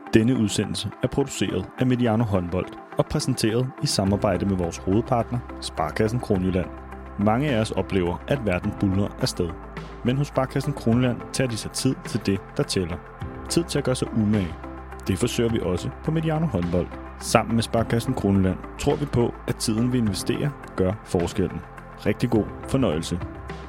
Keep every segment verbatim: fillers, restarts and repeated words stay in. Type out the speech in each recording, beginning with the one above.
Denne udsendelse er produceret af Mediano Håndbold og præsenteret i samarbejde med vores hovedpartner, Sparekassen Kronjylland. Mange af os oplever, at verden buldrer afsted. Men hos Sparekassen Kronjylland tager de sig tid til det, der tæller. Tid til at gøre sig umage. Det forsøger vi også på Mediano Håndbold. Sammen med Sparekassen Kronjylland tror vi på, at tiden vi investerer gør forskellen. Rigtig god fornøjelse.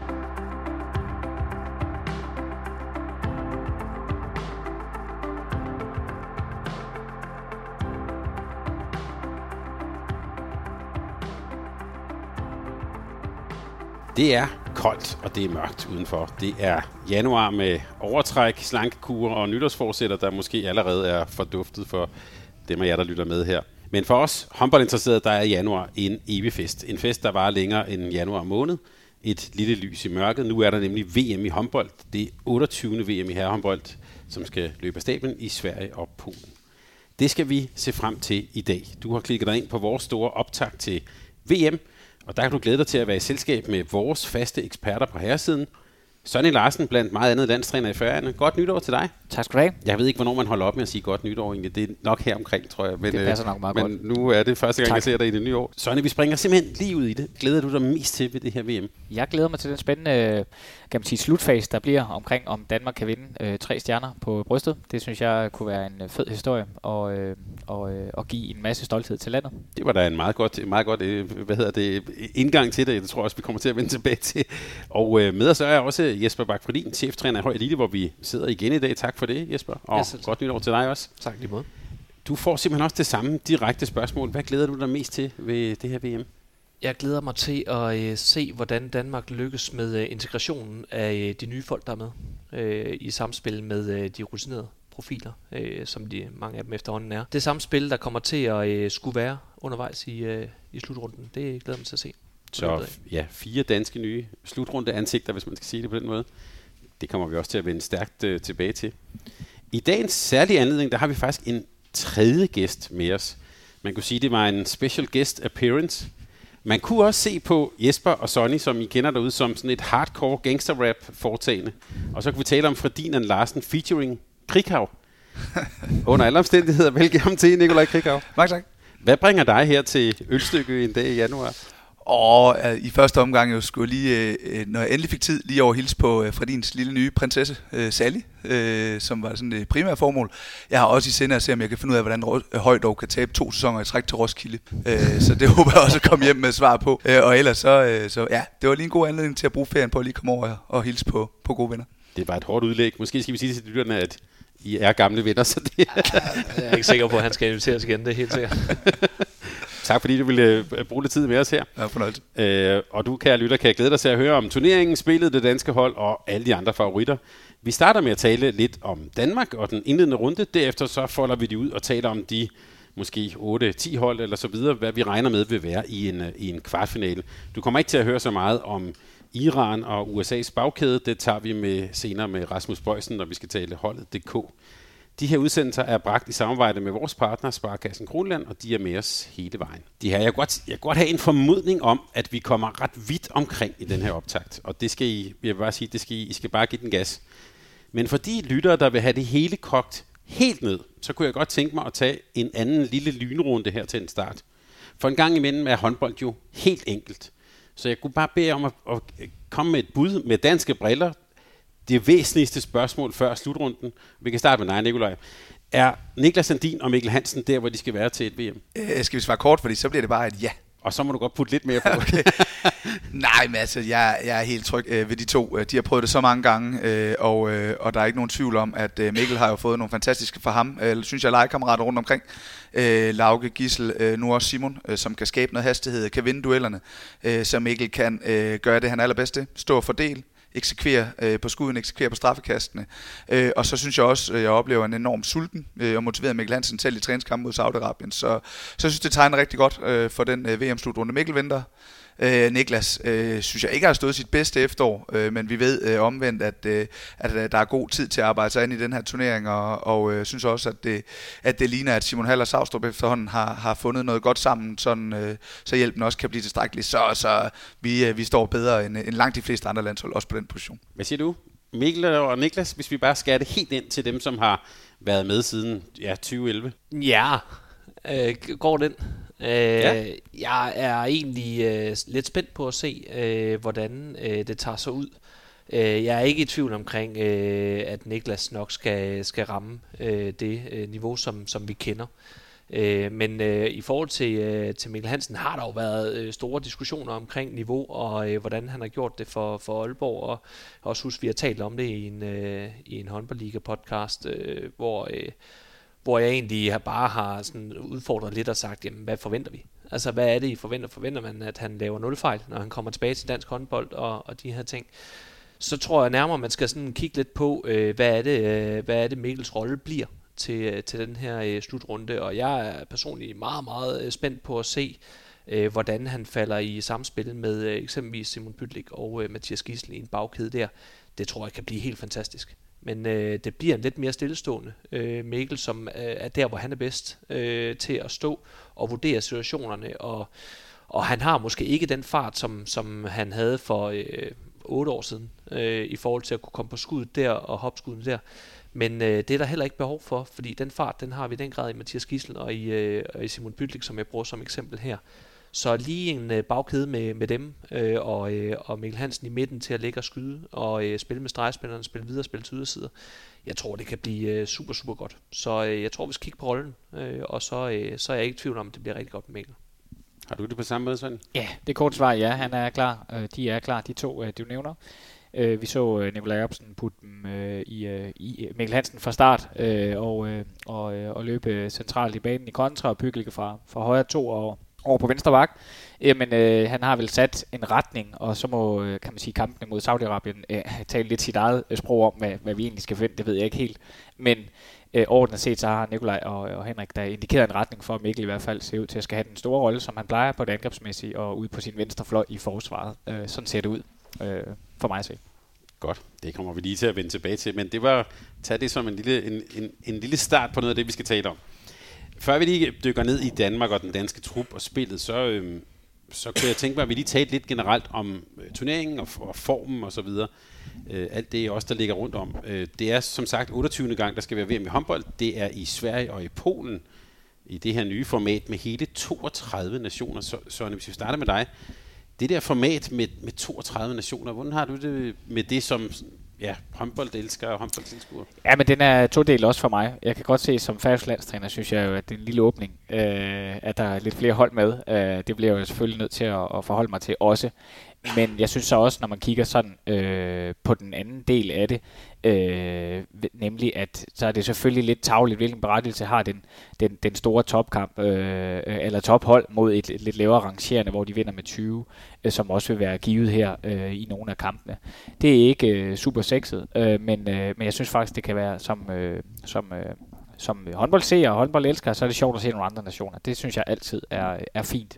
Det er koldt, og det er mørkt udenfor. Det er januar med overtræk, slankekur og nytårsforsætter, der måske allerede er forduftet for dem af jer, der lytter med her. Men for os håndboldinteresserede, der er januar en evig fest. En fest, der varer længere end januar måned. Et lille lys i mørket. Nu er der nemlig V M i håndbold. Det er otteogtyvende V M i herrehåndbold, som skal løbe af stablen i Sverige og Polen. Det skal vi se frem til i dag. Du har klikket dig ind på vores store optag til V M, og der kan du glæde dig til at være i selskab med vores faste eksperter på herresiden. Sonny Larsen, blandt meget andet landstræner i Færøerne. Godt nytår til dig. Tak skal du have. Jeg ved ikke, hvornår man holder op med at sige godt nytår egentlig. Det er nok her omkring, tror jeg. Men, det passer nok meget men godt. Men nu er det første gang, tak. Jeg ser dig i det nye år. Sonny, vi springer simpelthen lige ud i det. Glæder du dig mest til ved det her V M? Jeg glæder mig til den spændende kan man sige, slutfase, der bliver omkring, om Danmark kan vinde øh, tre stjerner på brystet. Det synes jeg kunne være en fed historie og, øh, og, øh, og give en masse stolthed til landet. Det var da en meget godt, meget godt hvad hedder det, indgang til det. Det tror jeg også, vi kommer til at vende tilbage til. Og øh, med os er også Jesper Bak-Fredin, cheftræner i Høj Elite, hvor vi sidder igen i dag. Tak for det, Jesper. Og yes, godt nytår til dig også. Tak lige måde. Du får simpelthen også det samme direkte spørgsmål. Hvad glæder du dig mest til ved det her V M? Jeg glæder mig til at øh, se, hvordan Danmark lykkes med øh, integrationen af øh, de nye folk, der er med. Øh, I samspil med øh, de rutinerede profiler, øh, som de, mange af dem efterhånden er. Det samspil, der kommer til at øh, skulle være undervejs i, øh, i slutrunden, det glæder jeg mig til at se. Så ja, fire danske nye slutrunde ansigter, hvis man skal sige det på den måde. Det kommer vi også til at vende stærkt øh, tilbage til. I dagens særlige anledning, der har vi faktisk en tredje gæst med os. Man kunne sige, det var en special guest appearance. Man kunne også se på Jesper og Sonny, som I kender derude, som sådan et hardcore gangster-rap foretagende. Og så kunne vi tale om Fredin og Larsen featuring Krikhav. Under alle omstændigheder, velkommen til Nikolaj Krikhav. Mange tak. Hvad bringer dig her til Ølstykke en dag i januar? Og uh, i første omgang jeg skulle lige, uh, når jeg endelig fik tid, lige over hilse på uh, Fredins lille nye prinsesse, uh, Sally, uh, som var sådan det primære formål. Jeg har også i sinde at se, om jeg kan finde ud af, hvordan Rø- Høj dog kan tabe to sæsoner i træk til Roskilde. Uh, så det håber jeg også at komme hjem med svar på. Uh, og ellers så, uh, så ja, det var lige en god anledning til at bruge ferien på at lige komme over og hilse på, på gode venner. Det var et hårdt udlæg. Måske skal vi sige til lytterne, at I er gamle venner, så det jeg er ikke sikker på, at han skal inviteres igen, det er helt sikkert. Tak fordi du ville bruge lidt tid med os her. Ja, fornøjelse. Øh, og du, kære lytter, kan glæde dig til at høre om turneringen, spillet, det danske hold og alle de andre favoritter. Vi starter med at tale lidt om Danmark og den indledende runde. Derefter så folder vi de ud og taler om de måske otte ti hold eller så videre, hvad vi regner med vil være i en, i en kvartfinale. Du kommer ikke til at høre så meget om Iran og U S A's bagkæde. Det tager vi med senere med Rasmus Bøjsen, når vi skal tale holdet punktum d k. De her udsendelser er bragt i samarbejde med vores partner, Sparekassen Kronjylland, og de er med os hele vejen. De her, jeg, kan godt, jeg kan godt have en formodning om, at vi kommer ret vidt omkring i den her optakt, og det skal I, jeg vil bare sige, det skal I, I skal bare give den gas. Men for de lyttere, der vil have det hele kogt helt ned, så kunne jeg godt tænke mig at tage en anden lille lynrunde her til en start. For en gang imellem er håndbold jo helt enkelt. Så jeg kunne bare bede om at, at komme med et bud med danske briller. Det væsentligste spørgsmål før slutrunden. Vi kan starte med dig, Nikolaj. Er Niklas Sandin og Mikkel Hansen der, hvor de skal være til et V M? Øh, skal vi svare kort, fordi så bliver det bare et ja. Og så må du godt putte lidt mere på. Okay. Nej, men altså, jeg, jeg er helt tryg øh, ved de to. De har prøvet det så mange gange, øh, og, øh, og der er ikke nogen tvivl om, at øh, Mikkel har jo fået nogle fantastiske fra ham. Øh, synes jeg, legekammerater rundt omkring. Øh, Lauke, Gissel, øh, nu også Simon, øh, som kan skabe noget hastighed, kan vinde duellerne. Øh, så Mikkel kan øh, gøre det, han er allerbedste. Stå og fordele. Eksekvere øh, på skuden, eksekvere på straffekastene. Øh, og så synes jeg også, at jeg oplever en enorm sulten øh, og motiveret Mikkel Hansen selv i træningskampen mod Saudi-Arabien. Så, så jeg synes, det tegner rigtig godt øh, for den øh, V M-slutrunde. Mikkel venter. Øh, Niklas øh, synes jeg ikke har stået sit bedste efterår, øh, men vi ved øh, omvendt, at, øh, at der er god tid til at arbejde sig ind i den her turnering, og, og øh, synes også, at det, at det ligner, at Simon Hall og Savstrup efterhånden har, har fundet noget godt sammen, sådan, øh, så hjælpen også kan blive tilstrækkelig. Så, så vi, øh, vi står bedre end, end langt de fleste andre landshold, også på den position. Hvad siger du? Mikkel og Niklas, hvis vi bare skærer det helt ind til dem, som har været med siden ja, tyve elleve. Ja, øh, går den. Øh, ja. Jeg er egentlig øh, lidt spændt på at se, øh, hvordan øh, det tager sig ud. Øh, jeg er ikke i tvivl omkring, øh, at Niklas nok skal, skal ramme øh, det øh, niveau, som, som vi kender. Øh, men øh, i forhold til, øh, til Mikkel Hansen har der jo været øh, store diskussioner omkring niveau og øh, hvordan han har gjort det for, for Aalborg, og også husk, vi har talt om det i en, øh, i en håndboldliga podcast, øh, hvor, øh, hvor jeg egentlig har bare har sådan udfordret lidt og sagt, jamen hvad forventer vi? Altså hvad er det I forventer? Forventer man, at han laver nul fejl, når han kommer tilbage til dansk håndbold og, og de her ting? Så tror jeg nærmere, man skal sådan kigge lidt på, øh, hvad er det, øh, hvad er det Mikkels rolle bliver til, til den her øh, slutrunde, og jeg er personligt meget, meget øh, spændt på at se, øh, hvordan han falder i samspil med øh, eksempelvis Simon Pytlik og øh, Mathias Gidsel i en bagkæde der. Det tror jeg kan blive helt fantastisk. Men øh, det bliver en lidt mere stillestående øh, Mikkel, som øh, er der, hvor han er bedst øh, til at stå og vurdere situationerne, og, og han har måske ikke den fart, som, som han havde for øh, otte år siden, øh, i forhold til at kunne komme på skuddet der og hopskuddet der. Men øh, det er der heller ikke behov for, fordi den fart, den har vi i den grad i Mathias Gidsel og i, øh, og i Simon Pytlik, som jeg bruger som eksempel her. Så lige en øh, bagkæde med, med dem, øh, og, øh, og Mikkel Hansen i midten til at ligge og skyde, og øh, spille med stregspillerne, spille videre, spille til ydersider. Jeg tror, det kan blive øh, super, super godt. Så øh, jeg tror, vi skal kigge på rollen, øh, og så, øh, så er jeg ikke i tvivl om, at det bliver rigtig godt med Mikkel. Har du det på samme måde, Svend? Ja, det korte svar, ja, han er klar. Øh, de er klar, de to, øh, du nævner. Øh, vi så øh, Nikolaj Jacobsen putte dem øh, i, øh, i Mikkel Hansen fra start, øh, og, øh, og, øh, og løbe centralt i banen i kontra, og Pytlik fra, fra højre to og over på venstre bak. Jamen, øh, han har vel sat en retning, og så må, øh, kan man sige, kampene mod Saudi-Arabien øh, tale lidt sit eget sprog om, hvad, hvad vi egentlig skal finde, det ved jeg ikke helt. Men øh, overordnet set, så har Nikolaj og, og Henrik der indikeret en retning for, at Mikkel i hvert fald ser ud til at skal have den store rolle, som han plejer på det angrebsmæssige, og ude på sin venstre fløj i forsvaret. Øh, sådan ser det ud øh, for mig at se. Godt, det kommer vi lige til at vende tilbage til, men det var, tag det som en lille, en, en, en lille start på noget af det, vi skal tale om. Før vi lige dykker ned i Danmark og den danske trup og spillet, så, øhm, så kunne jeg tænke mig, at vi lige talte lidt generelt om øh, turneringen og, og formen og så videre. Øh, alt det er også, der ligger rundt om. Øh, det er som sagt otteogtyvende gang, der skal være V M i håndbold. Det er i Sverige og i Polen i det her nye format med hele toogtredive nationer. Så, så hvis vi starter med dig, det der format med, med toogtredive nationer, hvordan har du det med det som ja, håndboldelsker og håndboldtilskuer? Ja, men den er to del også for mig. Jeg kan godt se, som færøsk landstræner, synes jeg jo, at det er en lille åbning, øh, at der er lidt flere hold med. Øh, det bliver jeg jo selvfølgelig nødt til at, at forholde mig til også. Men jeg synes så også, når man kigger sådan øh, på den anden del af det, øh, nemlig at så er det selvfølgelig lidt tarveligt, hvilken berettigelse har den, den, den store topkamp, øh, eller tophold mod et, et lidt lavere rangerende, hvor de vinder med tyve, øh, som også vil være givet her øh, i nogle af kampene. Det er ikke øh, super sexet, øh, men, øh, men jeg synes faktisk, det kan være som, øh, som, øh, som håndboldseer og håndboldelsker, så er det sjovt at se nogle andre nationer. Det synes jeg altid er, er fint.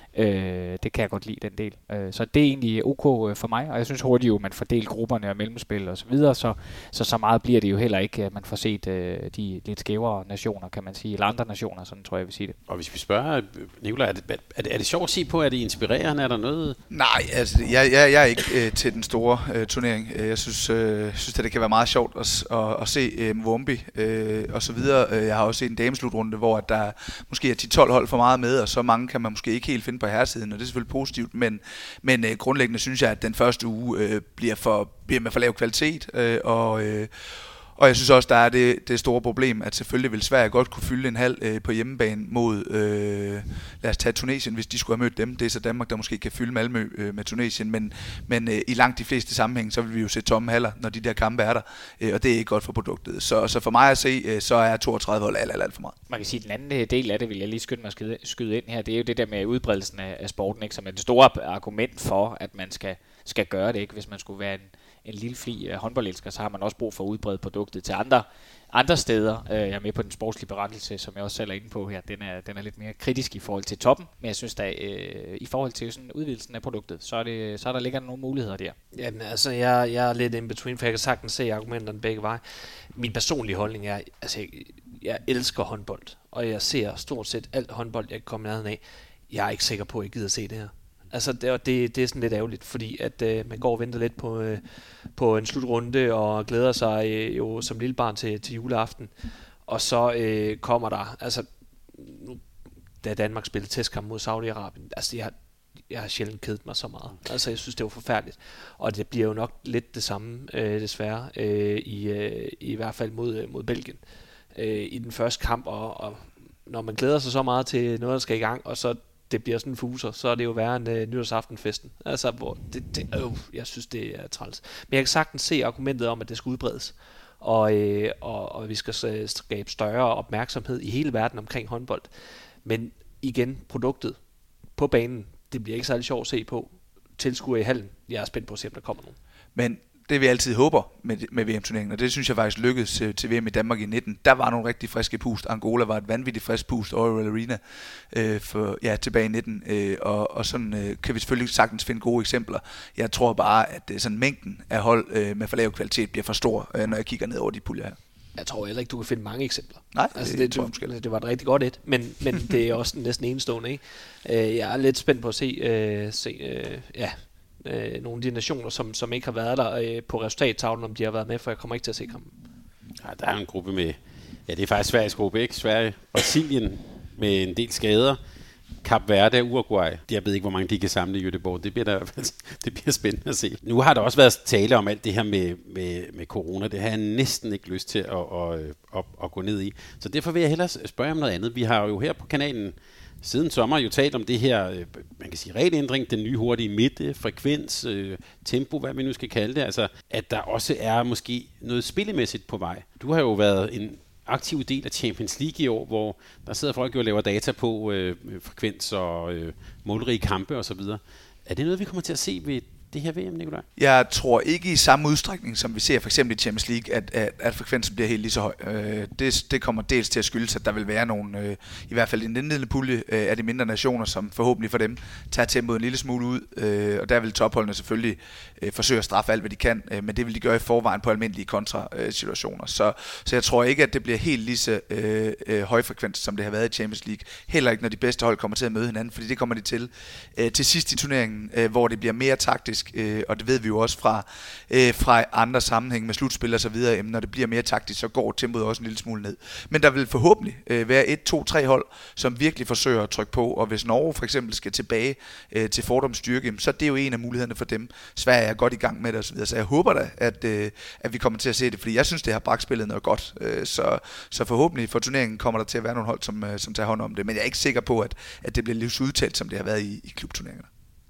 Øh, det kan jeg godt lide, den del. Øh, så det er egentlig ok for mig, og jeg synes hurtigt jo, man fordeler grupperne og mellemspil og så videre, så, så så meget bliver det jo heller ikke, at man får set øh, de lidt skævere nationer, kan man sige, eller andre nationer, sådan tror jeg, jeg vil sige det. Og hvis vi spørger, Nikolaj, er det, er det, er det sjovt at se på, er det inspirerende, er der noget? Nej, altså, jeg, jeg, jeg er ikke øh, til den store øh, turnering. Jeg synes, øh, synes at det kan være meget sjovt at, at, at se øh, Mwumbi øh, og så videre. Jeg har også set en dameslutrunde, hvor at der måske er ti tolv hold for meget med, og så mange kan man måske ikke helt finde på herresiden, og det er selvfølgelig positivt, men, men øh, grundlæggende synes jeg, at den første uge øh, bliver, for, bliver med for lav kvalitet, øh, og, øh, og jeg synes også, der er det, det store problem, at selvfølgelig vil Sverige godt kunne fylde en halv øh, på hjemmebane mod, øh, lad os tage Tunesien, hvis de skulle have mødt dem. Det er så Danmark, der måske kan fylde Malmø øh, med Tunesien, men, men øh, i langt de fleste sammenhæng, så vil vi jo se tomme haller, når de der kampe er der, øh, og det er ikke godt for produktet. Så, så for mig at se, øh, så er toogtredive hold alt, alt, alt for meget. Man kan sige, at den anden del af det, vil jeg lige skynde mig at skyde, skyde ind her, det er jo det der med udbredelsen af, af sporten, ikke, som er det store argument for, at man skal, skal gøre det, ikke, hvis man skulle være en en lille fli af håndboldelsker, så har man også brug for at udbrede produktet til andre, andre steder. Jeg er med på den sportslige berettelse, som jeg også selv er inde på her. Den er, den er lidt mere kritisk i forhold til toppen, men jeg synes, at øh, i forhold til sådan udvidelsen af produktet, så er, det, så er der ligger nogle muligheder der. Jamen altså, jeg, jeg er lidt in between, for jeg kan sagtens se argumenterne begge veje. Min personlige holdning er, altså jeg, jeg elsker håndbold, og jeg ser stort set alt håndbold, jeg kan komme ned af. Jeg er ikke sikker på, at jeg gider se det her. Altså, det, det, det er sådan lidt ærgerligt, fordi at øh, man går og venter lidt på, øh, på en slutrunde, og glæder sig øh, jo som lille barn til, til juleaften. Og så øh, kommer der, altså, nu, da Danmark spillede testkamp mod Saudi-Arabien, altså, jeg, jeg har sjældent kedet mig så meget. Altså, jeg synes, det var forfærdeligt. Og det bliver jo nok lidt det samme, øh, desværre, øh, i, øh, i hvert fald mod, mod Belgien øh, i den første kamp. Og, og når man glæder sig så meget til noget, der skal i gang, og så det bliver sådan en fuser, så er det jo værre end øh, nytårsaftenfesten. Altså, hvor det, det, øh, jeg synes, det er træls. Men jeg kan sagtens se argumentet om, at det skal udbredes. Og, øh, og, og vi skal skabe større opmærksomhed i hele verden omkring håndbold. Men igen, produktet på banen, det bliver ikke særlig sjovt at se på. Tilskuere i hallen, jeg er spændt på at se, om der kommer nogen. Men det vi altid håber med, med V M-turneringen, og det synes jeg faktisk lykkedes til, til V M i Danmark i nitten. Der var nogle rigtig friske pust. Angola var et vanvittigt frisk pust, Oriel Arena øh, for, ja, tilbage i nitten. Øh, og, og sådan øh, kan vi selvfølgelig sagtens finde gode eksempler. Jeg tror bare, at øh, sådan mængden af hold øh, med for lav kvalitet bliver for stor, øh, når jeg kigger ned over de puljer her. Jeg tror heller ikke, du kan finde mange eksempler. Nej, altså, det, det, tror det, det, det var et rigtig godt et, men, men det er også næsten enestående. Ikke? Øh, jeg er lidt spændt på at se, øh, se øh, ja, øh, nogle af de nationer, som, som ikke har været der øh, på resultattavlen, om de har været med, for jeg kommer ikke til at se kampen. Ja, der er en gruppe med, ja, det er faktisk Sveriges gruppe, ikke? Sverige, Brasilien med en del skader, Kap Verde og Uruguay. Jeg ved ikke, hvor mange de kan samle i Göteborg. Det bliver, der, det bliver spændende at se. Nu har der også været tale om alt det her med, med, med corona. Det har jeg næsten ikke lyst til at, at, at, at gå ned i. Så derfor vil jeg hellere spørge om noget andet. Vi har jo her på kanalen siden sommer jo talt om det her, man kan sige, regelændring, den nye hurtige midte, frekvens, tempo, hvad vi nu skal kalde det. Altså, at der også er måske noget spillemæssigt på vej. Du har jo været en aktiv del af Champions League i år, hvor der sidder folk og laver data på øh, frekvens og øh, målrige kampe osv. Er det noget, vi kommer til at se ved det her V M, Nikolaj? Jeg tror ikke i samme udstrækning, som vi ser for eksempel i Champions League, at, at, at frekvensen bliver helt lige så høj. Øh, det, det kommer dels til at skyldes, at der vil være nogle, øh, i hvert fald en indledende pulje øh, af de mindre nationer, som forhåbentlig for dem tager tempoet en lille smule ud, øh, og der vil topholdene selvfølgelig øh, forsøge at straffe alt, hvad de kan, øh, men det vil de gøre i forvejen på almindelige kontra-situationer. Så, så jeg tror ikke, at det bliver helt lige så øh, øh, høj frekvens, som det har været i Champions League. Heller ikke, når de bedste hold kommer til at møde hinanden, fordi det kommer de til øh, til sidst i turneringen, øh, hvor det bliver mere taktisk. Øh, og det ved vi jo også fra, øh, fra andre sammenhæng med slutspil og så videre. Når det bliver mere taktisk, så går tempoet også en lille smule ned. Men der vil forhåbentlig øh, være et, to, tre hold, som virkelig forsøger at trykke på. Og hvis Norge for eksempel skal tilbage øh, til fordomsstyrke, så er det jo en af mulighederne for dem. Sverige er godt i gang med det og så videre. Så jeg håber da, at, øh, at vi kommer til at se det, fordi jeg synes, det har bragt spillet noget godt. Øh, så, så forhåbentlig for turneringen kommer der til at være nogle hold, som, øh, som tager hånd om det. Men jeg er ikke sikker på, at, at det bliver livsudtalt, som det har været i, i klubturneringerne.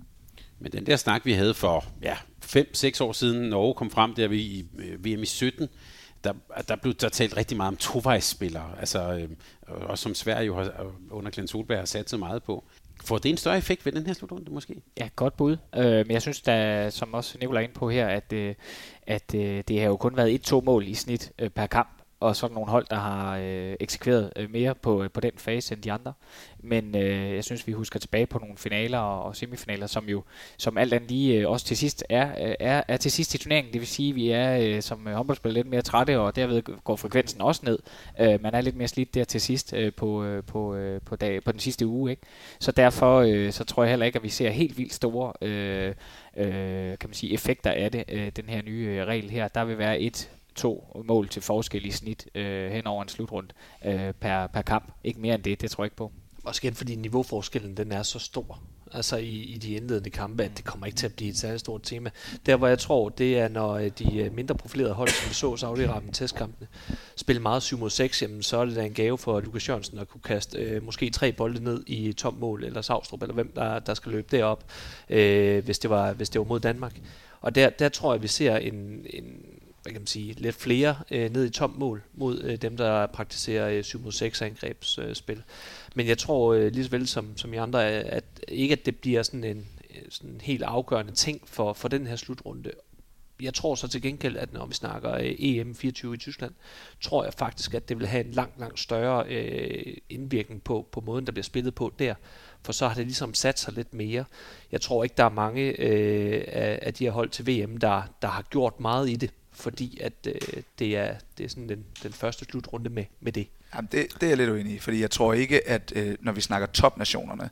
Men den der snak, vi havde for ja, fem seks år siden, Norge kom frem der i V M i sytten, der, der blev der talt rigtig meget om tovejsspillere, altså øh, også som Sverige jo har, under Glenn Solberg har sat så meget på. Får det en større effekt ved den her slutrunde måske? Ja, godt bud. Øh, men jeg synes, der, som også Nicolaj er inde på her, at, øh, at øh, det har jo kun været et-to mål i snit øh, per kamp. Og så nogle hold, der har øh, eksekveret øh, mere på, på den fase end de andre. Men øh, jeg synes, vi husker tilbage på nogle finaler og, og semifinaler, som jo som alt andet lige øh, også til sidst er, er, er til sidst i turneringen. Det vil sige, at vi er øh, som håndboldspillere lidt mere trætte, og derved går frekvensen også ned. Øh, man er lidt mere slidt der til sidst øh, på, øh, på, øh, på, dag, på den sidste uge. Ikke? Så derfor øh, så tror jeg heller ikke, at vi ser helt vildt store øh, øh, kan man sige, effekter af det, øh, den her nye øh, regel her. Der vil være et to mål til forskel i snit øh, hen over en slutrunde øh, per, per kamp. Ikke mere end det, det tror jeg ikke på. Også igen, fordi niveauforskellen den er så stor, altså i, i de indledende kampe, at det kommer ikke til at blive et særligt stort tema. Der hvor jeg tror, det er når de mindre profilerede hold, som vi så Saudi-Arabien testkampene, spiller meget syv mod seks, jamen så er det da en gave for Lukas Jørgensen at kunne kaste øh, måske tre bolde ned i tom mål, eller Savstrup, eller hvem der, der skal løbe derop, øh, hvis, det var, hvis det var mod Danmark. Og der, der tror jeg, vi ser en, en hvad kan man sige, lidt flere øh, ned i tom mål mod øh, dem, der praktiserer øh, syv mod seks angrebsspil. Øh, Men jeg tror øh, lige så vel som, som I andre, at ikke at det bliver sådan en sådan en helt afgørende ting for, for den her slutrunde. Jeg tror så til gengæld, at når vi snakker øh, E M fireogtyve i Tyskland, tror jeg faktisk, at det vil have en langt, langt større øh, indvirkning på, på måden, der bliver spillet på der. For så har det ligesom sat sig lidt mere. Jeg tror ikke, der er mange øh, af, af de her hold til V M, der, der har gjort meget i det, fordi at øh, det er det er sådan den, den første slutrunde med, med det. Jamen det, det er jeg lidt uenig i, fordi jeg tror ikke, at øh, når vi snakker topnationerne,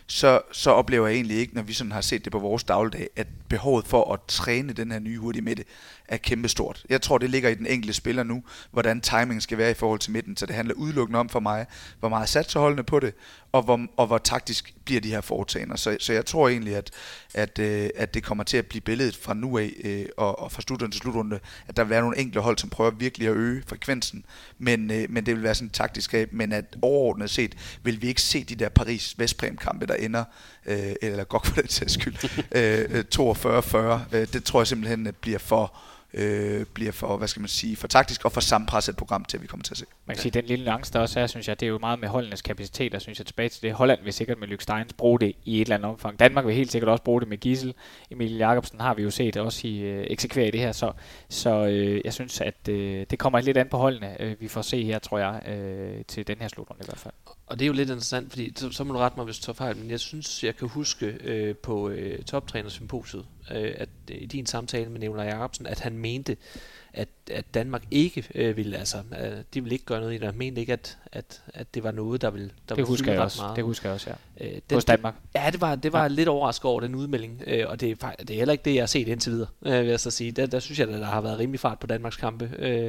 så, så oplever jeg egentlig ikke, når vi sådan har set det på vores dagligdag, at behovet for at træne den her nye hurtige midte er kæmpestort. Jeg tror, det ligger i den enkelte spiller nu, hvordan timingen skal være i forhold til midten, så det handler udelukkende om for mig, hvor meget satser holdene på det, og hvor, og hvor taktisk bliver de her foretagender. Så, så jeg tror egentlig, at, at, øh, at det kommer til at blive billedet fra nu af, øh, og, og fra slutrunde til slutrunde, at der vil være nogle enkelte hold, som prøver virkelig at øge frekvensen, men, øh, men det vil være sådan et taktisk greb, men at overordnet set vil vi ikke se de der Paris-Vestbrem-kampe, der ender, øh, eller godt for den sags skyld, øh, toogfyrre fyrre. Øh, det tror jeg simpelthen bliver for Øh, bliver for, hvad skal man sige, for taktisk og for sammenpresset et program til, at vi kommer til at se. Man kan sige, den lille nuance, der også er, synes jeg, det er jo meget med holdenes kapacitet, og synes jeg tilbage til det. Holland vil sikkert med Luc Steins bruge det i et eller andet omfang. Danmark vil helt sikkert også bruge det med Gissel. Emil Jacobsen har vi jo set også i øh, eksekvere i det her, så, så øh, jeg synes, at øh, det kommer lidt an på holdene, øh, vi får se her, tror jeg, øh, til den her slutrunde i hvert fald. Og det er jo lidt interessant, fordi så, så må du rette mig, hvis du tager fejl, men jeg synes, jeg kan huske øh, på øh, toptrænersymposiet, øh, at øh, i din samtale med Nicolai Jacobsen, at han mente, at, at Danmark ikke øh, ville, altså, øh, de ville ikke gøre noget i det. Han mente ikke, at, at, at det var noget, der ville, der det ville fylde ret også, meget. Det husker jeg også, ja. Øh, den, Hos Danmark. Ja, det var, det var ja. lidt overrasket over den udmelding, øh, og det er, det er heller ikke det, jeg har set indtil videre, øh, vil jeg så sige. Der, der synes jeg, at der har været rimelig fart på Danmarks kampe, øh,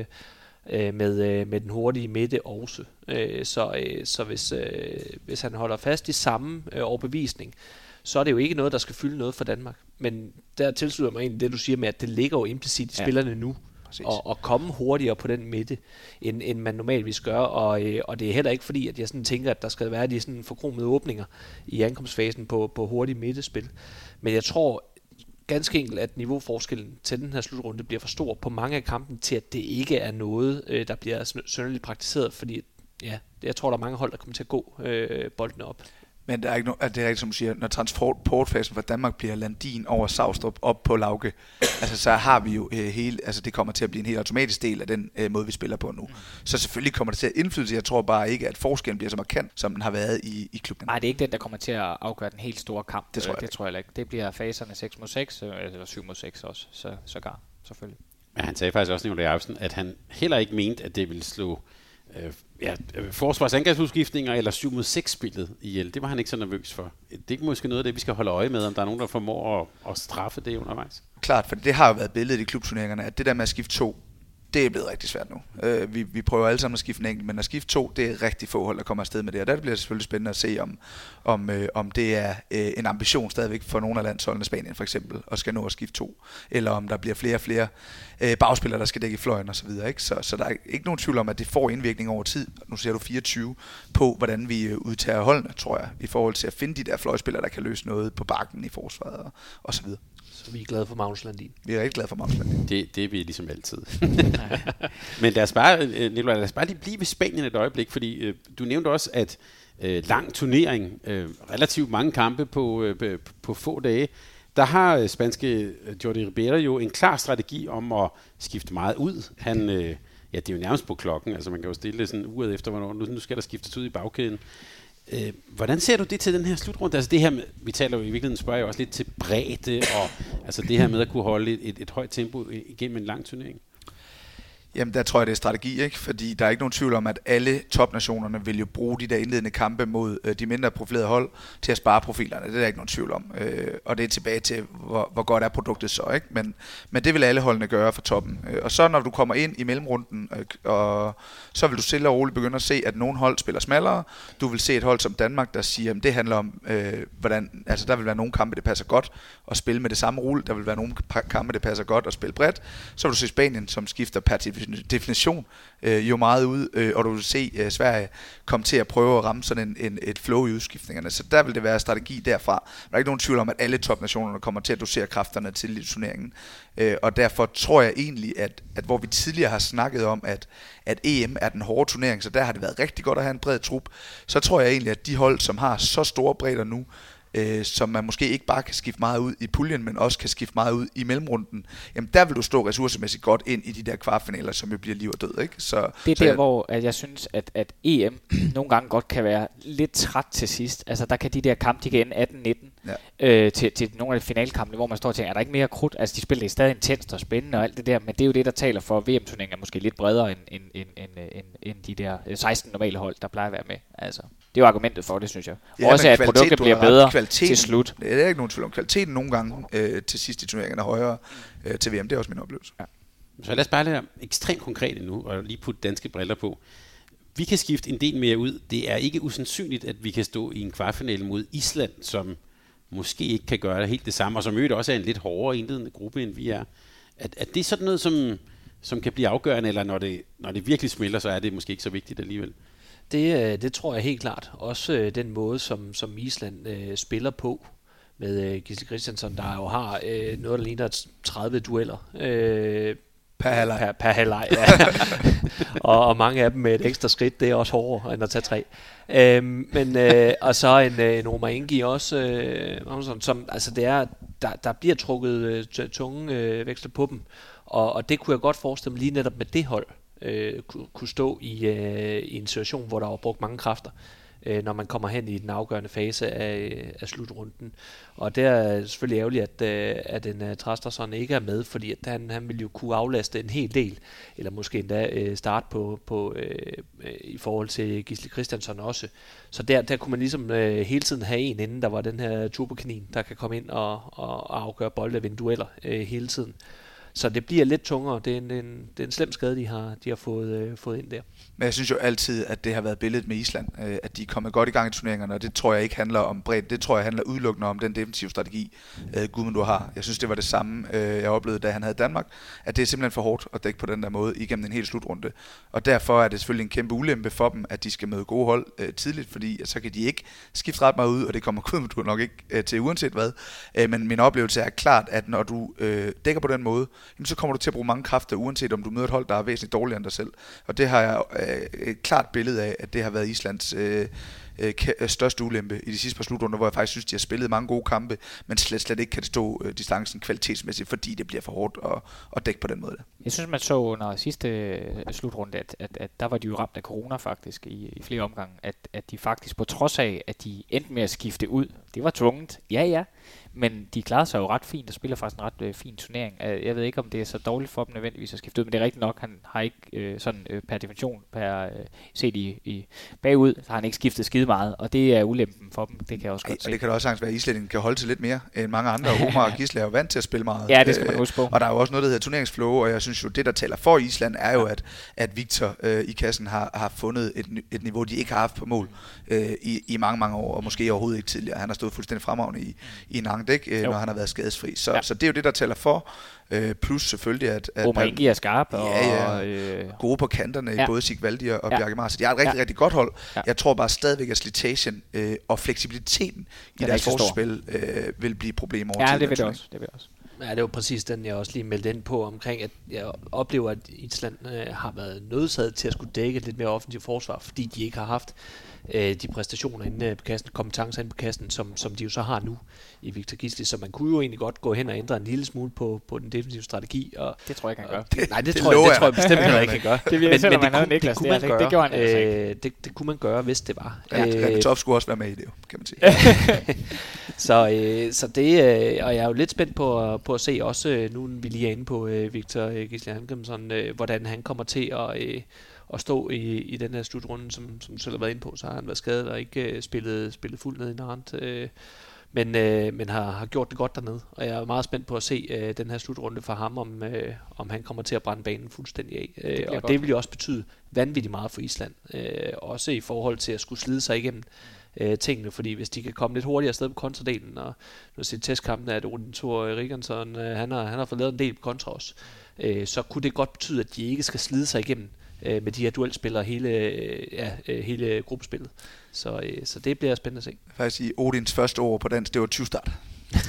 med, med den hurtige midte også. Så, så hvis, hvis han holder fast i samme overbevisning, så er det jo ikke noget, der skal fylde noget for Danmark. Men der tilslutter mig egentlig det, du siger med, at det ligger jo implicit i ja. spillerne nu, og, og komme hurtigere på den midte, end, end man normalvis gør. Og, og det er heller ikke fordi, at jeg sådan tænker, at der skal være de sådan forkromede åbninger i ankomstfasen på, på hurtig midtespil. Men jeg tror ganske enkelt, at niveauforskellen til den her slutrunde bliver for stor på mange af kampen, til at det ikke er noget, øh, der bliver synderligt praktiseret, fordi ja, jeg tror, der er mange hold, der kommer til at gå øh, bolden op. Men der er ikke no- at det er rigtigt, som du siger, når transportfasen fra Danmark bliver Landin over Savstrup op på Lauke, altså så har vi jo øh, hele, altså det kommer til at blive en helt automatisk del af den øh, måde, vi spiller på nu. Mm. Så selvfølgelig kommer det til at indflyde, jeg tror bare ikke, at forskellen bliver så markant, som den har været i, i klubben. Nej, det er ikke den, der kommer til at afgøre den helt store kamp. Det tror jeg, det tror jeg ikke. Det bliver faserne seks mod seks, eller syv mod seks også, så, sågar, selvfølgelig. Men han sagde faktisk også, Nicolai Jacobsen, at han heller ikke mente, at det ville slå øh, ja, forsvarsangrebsudskiftninger eller syv mod seks spillet ihjel. Det var han ikke så nervøs for. Det er måske noget af det, vi skal holde øje med, om der er nogen, der formår at, at straffe det undervejs. Klart, for det har jo været billedet i klubturneringerne, at det der med at skifte to, det er blevet rigtig svært nu. Uh, vi, vi prøver alle sammen at skifte en enkelt, men at skifte to, det er rigtig få hold, der kommer afsted med det. Og der bliver det selvfølgelig spændende at se, om, om, uh, om det er uh, en ambition stadigvæk for nogle af landsholdene, Spanien for eksempel, og skal nå at skifte to. Eller om der bliver flere og flere uh, bagspillere, der skal dække i fløjen osv. Ikke? Så, så der er ikke nogen tvivl om, at det får indvirkning over tid. Nu ser du fireogtyve på, hvordan vi uh, udtager holdene, tror jeg, i forhold til at finde de der fløjspillere, der kan løse noget på bakken i forsvaret og, og så videre. Så vi er glade for Magnus Landin. Vi er rigtig glade for Magnus Landin. Det, det er vi ligesom altid. Men lad os bare, Nicolai, lad os bare lige blive ved Spanien et øjeblik, fordi øh, du nævnte også, at øh, lang turnering, øh, relativt mange kampe på, øh, på få dage, der har øh, spanske Jordi Ribera jo en klar strategi om at skifte meget ud. Han, øh, ja, det er jo nærmest på klokken, altså man kan jo stille det sådan uret efter, hvornår nu, nu skal der skiftes ud i bagkæden. Øh, hvordan ser du det til den her slutrunde? Altså det her med, vi taler jo i virkeligheden, spørger jo også lidt til bredde, og altså det her med at kunne holde et, et, et højt tempo igennem en lang turnering. Jamen der tror jeg, det er strategi, ikke? Fordi der er ikke nogen tvivl om, at alle topnationerne vil jo bruge de der indledende kampe mod øh, de mindre profilerede hold til at spare profilerne. Det er der ikke nogen tvivl om. Øh, og det er tilbage til, hvor, hvor godt er produktet så, ikke? Men, men det vil alle holdene gøre for toppen. Øh, og så når du kommer ind i mellemrunden, øh, og så vil du stille og roligt begynde at se, at nogle hold spiller smallere. Du vil se et hold som Danmark, der siger, at det handler om, øh, hvordan, altså der vil være nogle kampe, det passer godt at spille med det samme rulle. Der vil være nogle kampe, det passer godt at spille bredt. Så vil du se Spanien, som skifter per definition øh, jo meget ud, øh, og du vil se øh, Sverige komme til at prøve at ramme sådan en, en, et flow i udskiftningerne. Så der vil det være strategi derfra. Der er ikke nogen tvivl om, at alle topnationerne kommer til at dosere kræfterne til i turneringen. Øh, og derfor tror jeg egentlig, at, at hvor vi tidligere har snakket om, at, at E M er den hårde turnering, så der har det været rigtig godt at have en bred trup, så tror jeg egentlig, at de hold, som har så store bredder nu, Øh, som man måske ikke bare kan skifte meget ud i puljen, men også kan skifte meget ud i mellemrunden, jamen der vil du stå ressourcemæssigt godt ind i de der kvartfinaler, som jo bliver liv og død, ikke? Så, det er så der, jeg, hvor at jeg synes, at, at E M nogle gange godt kan være lidt træt til sidst. Altså der kan de der kampe, de kan ende atten nitten ja. øh, til, til nogle af de finalkampene, hvor man står og tænker, er der ikke mere krudt? Altså de spiller det stadig intenst og spændende og alt det der, men det er jo det, der taler for, at V M-turneringen er måske lidt bredere end, end, end, end, end, end de der seksten normale hold, der plejer at være med. Altså. det er jo argumentet for det, synes jeg. Ja, også at produktet bliver bedre til slut. Det er ikke nogen tvivl om. Kvaliteten nogle gange øh, til sidst i turneringen er højere øh, til V M. Det er også min oplevelse. Ja. Så lad os bare være ekstremt konkret nu, og lige putte danske briller på. Vi kan skifte en del mere ud. Det er ikke usandsynligt, at vi kan stå i en kvartfinale mod Island, som måske ikke kan gøre helt det samme, og som øvrigt også er en lidt hårdere indledende gruppe, end vi er. At, at det er sådan noget, som, som kan blive afgørende, eller når det, når det virkelig smelter, så er det måske ikke så vigtigt alligevel? Det, det tror jeg helt klart. Også øh, den måde, som, som Island øh, spiller på, med øh, Gisle Kristjansson, der jo har øh, noget, der ligner tredive dueller. Øh, Per halvleg. Per, per halvleg, ja. og, og mange af dem med et ekstra skridt, det er også hårdere end at tage tre. Øhm, men, øh, og så en, en Omar Ingi også, øh, som, altså det er, der, der bliver trukket øh, tunge øh, veksler på dem, og, og det kunne jeg godt forestille mig lige netop med det hold, øh, kunne, kunne stå i, øh, i en situation, hvor der var brugt mange kræfter, øh, når man kommer hen i den afgørende fase af, af slutrunden. Og det er selvfølgelig ærgerligt, at, øh, at en uh, Trastason ikke er med, fordi at han, han ville jo kunne aflaste en hel del, eller måske endda øh, starte på, på øh, øh, i forhold til Gisle Kristjansson også. Så der, der kunne man ligesom øh, hele tiden have en inden, der var den her turbokanin, der kan komme ind og, og, og afgøre bolde og vinde dueller øh, hele tiden. Så det bliver lidt tungere. Det er en, en, det er en slem skade, de har, de har fået, øh, fået ind der. Men jeg synes jo altid, at det har været billedet med Island, øh, at de er kommet godt i gang i turneringerne, og det tror jeg ikke handler om bredt. Det tror jeg handler udelukkende om den defensive strategi, øh, Gudmundur har. Jeg synes, det var det samme, øh, jeg oplevede, da han havde Danmark, at det er simpelthen for hårdt at dække på den der måde igennem en hel slutrunde. Og derfor er det selvfølgelig en kæmpe ulempe for dem, at de skal møde gode hold øh, tidligt, fordi så kan de ikke skifte ret meget ud, og det kommer Gudmundur nok ikke øh, til uanset hvad. Øh, men min oplevelse er klart, at når du øh, dækker på den måde, jamen, så kommer du til at bruge mange kræfter, uanset om du møder et hold, der er væsentligt dårligere end dig selv. Og det har jeg øh, et klart billede af, at det har været Islands øh, øh, største ulempe i de sidste par slutrunder, hvor jeg faktisk synes, de har spillet mange gode kampe, men slet, slet ikke kan det stå øh, distancen kvalitetsmæssigt, fordi det bliver for hårdt at, at dække på den måde. Jeg synes, man så under sidste slutrunde, at, at, at der var de jo ramt af corona faktisk i, i flere omgange, at, at de faktisk på trods af, at de endte med at skifte ud, det var tvunget, ja ja, men de klarede sig jo ret fint og spiller faktisk en ret øh, fin turnering. Jeg ved ikke, om det er så dårligt for dem nødvendigvis at skifte ud, men det er rigtigt nok, han har ikke øh, sådan øh, per definition, per øh, set i, i bagud, så har han ikke skiftet skide meget, og det er ulempen for dem, det kan jeg også godt se. Og det kan da også sagtens være, at islændingen kan holde til lidt mere end mange andre. Omar og Gisle er jo vant til at spille meget. Ja, det skal man huske på. Og der er jo også noget, der hedder turneringsflow, og jeg synes jo, det der taler for Island er jo, at, at Victor øh, i kassen har, har fundet et, et niveau, de ikke har haft på mål øh, i, i mange, mange år, og måske overhovedet ikke tidligere. Han har stået fuldstændig fremragende i, i en Angdæk, øh, når han har været skadesfri. Så, ja. så det er jo det, der taler for. Øh, plus selvfølgelig, at... at Omar Ingi er skarp. Ja, ja. Og, øh, gode på kanterne, ja. både Sigvaldi og ja. Bjarke Marsen. De har et rigtig, ja. rigtig godt hold. Ja. Jeg tror bare stadigvæk, at slitagen øh, og fleksibiliteten i deres forsvarsspil øh, vil blive problemer over ja, tid. Det vil det også. Det vil også. Ja, det var præcis den, jeg også lige meldte ind på omkring, at jeg oplever, at Island øh, har været nødsaget til at skulle dække lidt mere offensiv forsvar, fordi de ikke har haft øh, de præstationer inde på kassen, kompetencer inde på kassen, som, som de jo så har nu i Victor Gisle. Så man kunne jo egentlig godt gå hen og ændre en lille smule på, på den defensive strategi. Og, det tror jeg ikke, han gør. Det, nej, det, det, tror, jeg, det tror jeg bestemt ikke, han kan gøre. Det virker, selvom man havde Niklas. Det, det, det, det gjorde han altså ikke. Øh, det, det kunne man gøre, hvis det var. Ja, øh, Top skulle også være med i det, kan man sige. så, øh, så det, øh, og jeg er jo lidt spændt på, på at se også, øh, nu vi lige er inde på øh, Victor øh, Gisle Halgrimsson, øh, hvordan han kommer til at, øh, at stå i, i den her slutrunde, som, som du selv har været inde på. Så har han været skadet og ikke øh, spillet, spillet fuldt ned i Nantes, øh, men, øh, men har, har gjort det godt dernede. Og jeg er meget spændt på at se øh, den her slutrunde for ham, om, øh, om han kommer til at brænde banen fuldstændig af. Øh, det og godt. Det vil jo også betyde vanvittigt meget for Island, øh, også i forhold til at skulle slide sig igennem øh, tingene, fordi hvis de kan komme lidt hurtigere afsted på kontradelen, og nu ser testkampen, at Odin Thor Rigansson, øh, han, har, han har fået lavet en del på kontra også, øh, så kunne det godt betyde, at de ikke skal slide sig igennem øh, med de her duelspillere hele, øh, ja, øh, hele gruppespillet. Så, øh, så det bliver spændende at se. Faktisk i Odins første år på dansk, det var tyve start.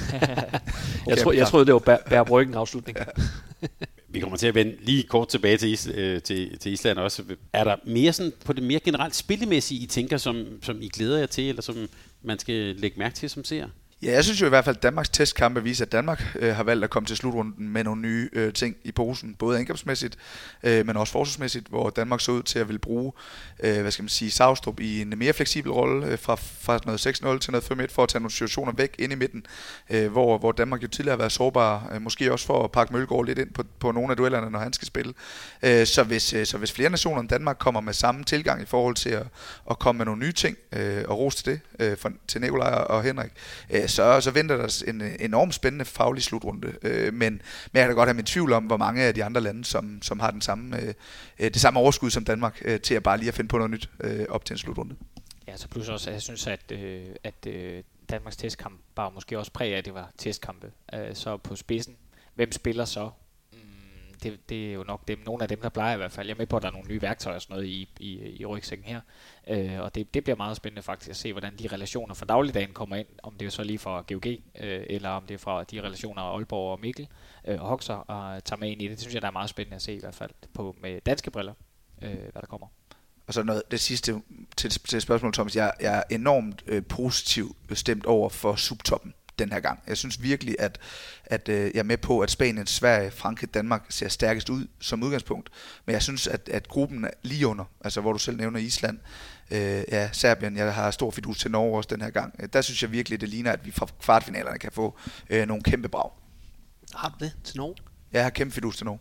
jeg, tro, jeg troede, det var Bær, Bær Bryggen afslutning. Vi kommer til at vende lige kort tilbage til, is, øh, til, til Island også. Er der mere sådan, på det mere generelt spillemæssige, I tænker, som, som I glæder jer til, eller som man skal lægge mærke til som ser? Ja, jeg synes jo i hvert fald, at Danmarks testkampe viser, at Danmark øh, har valgt at komme til slutrunden med nogle nye øh, ting i posen, både angrebsmæssigt, øh, men også forsvarsmæssigt, hvor Danmark så ud til at ville bruge, øh, hvad skal man sige, Saustrup i en mere fleksibel rolle øh, fra, fra noget seks nul til noget fem et for at tage nogle situationer væk ind i midten, øh, hvor, hvor Danmark jo tidligere har været sårbar, øh, måske også for at pakke Mølgaard lidt ind på, på nogle af duellerne, når han skal spille. Øh, så, hvis, øh, så hvis flere nationer end Danmark kommer med samme tilgang i forhold til at, at komme med nogle nye ting, øh, og ros til det, øh, for, til Nikolaj og Henrik, øh, Så, så venter der en enormt spændende faglig slutrunde. Øh, men, men jeg kan da godt have min tvivl om, hvor mange af de andre lande, som, som har den samme, øh, det samme overskud som Danmark, øh, til at bare lige at finde på noget nyt øh, op til en slutrunde. Ja, så plus også, at jeg synes, at, øh, at øh, Danmarks testkamp var måske også præg af, at det var testkampe. Øh, så på spidsen, hvem spiller så? Det, det er jo nok dem, nogle af dem, der plejer i hvert fald. Jeg er med på, at der er nogle nye værktøjer og sådan noget i, i, i rygsækken her. Øh, og det, det bliver meget spændende faktisk at se, hvordan de relationer fra dagligdagen kommer ind. Om det er så lige fra G O G, øh, eller om det er fra de relationer af Aalborg og Mikkel øh, og Hoxer og tager med ind i det. Det synes jeg, der er meget spændende at se i hvert fald på, med danske briller, øh, hvad der kommer. Og så noget, det sidste til, til spørgsmålet, Thomas. Jeg, jeg er enormt øh, positivt stemt over for subtoppen den her gang. Jeg synes virkelig, at, at øh, jeg er med på, at Spanien, Sverige, Frankrig, Danmark ser stærkest ud som udgangspunkt. Men jeg synes, at, at gruppen er lige under, altså hvor du selv nævner Island, øh, ja, Serbien, jeg har stor fidus til Norge også den her gang. Der synes jeg virkelig, det ligner, at vi fra kvartfinalerne kan få øh, nogle kæmpe brag. Har du det til Norge? Jeg har kæmpe fidus til Norge.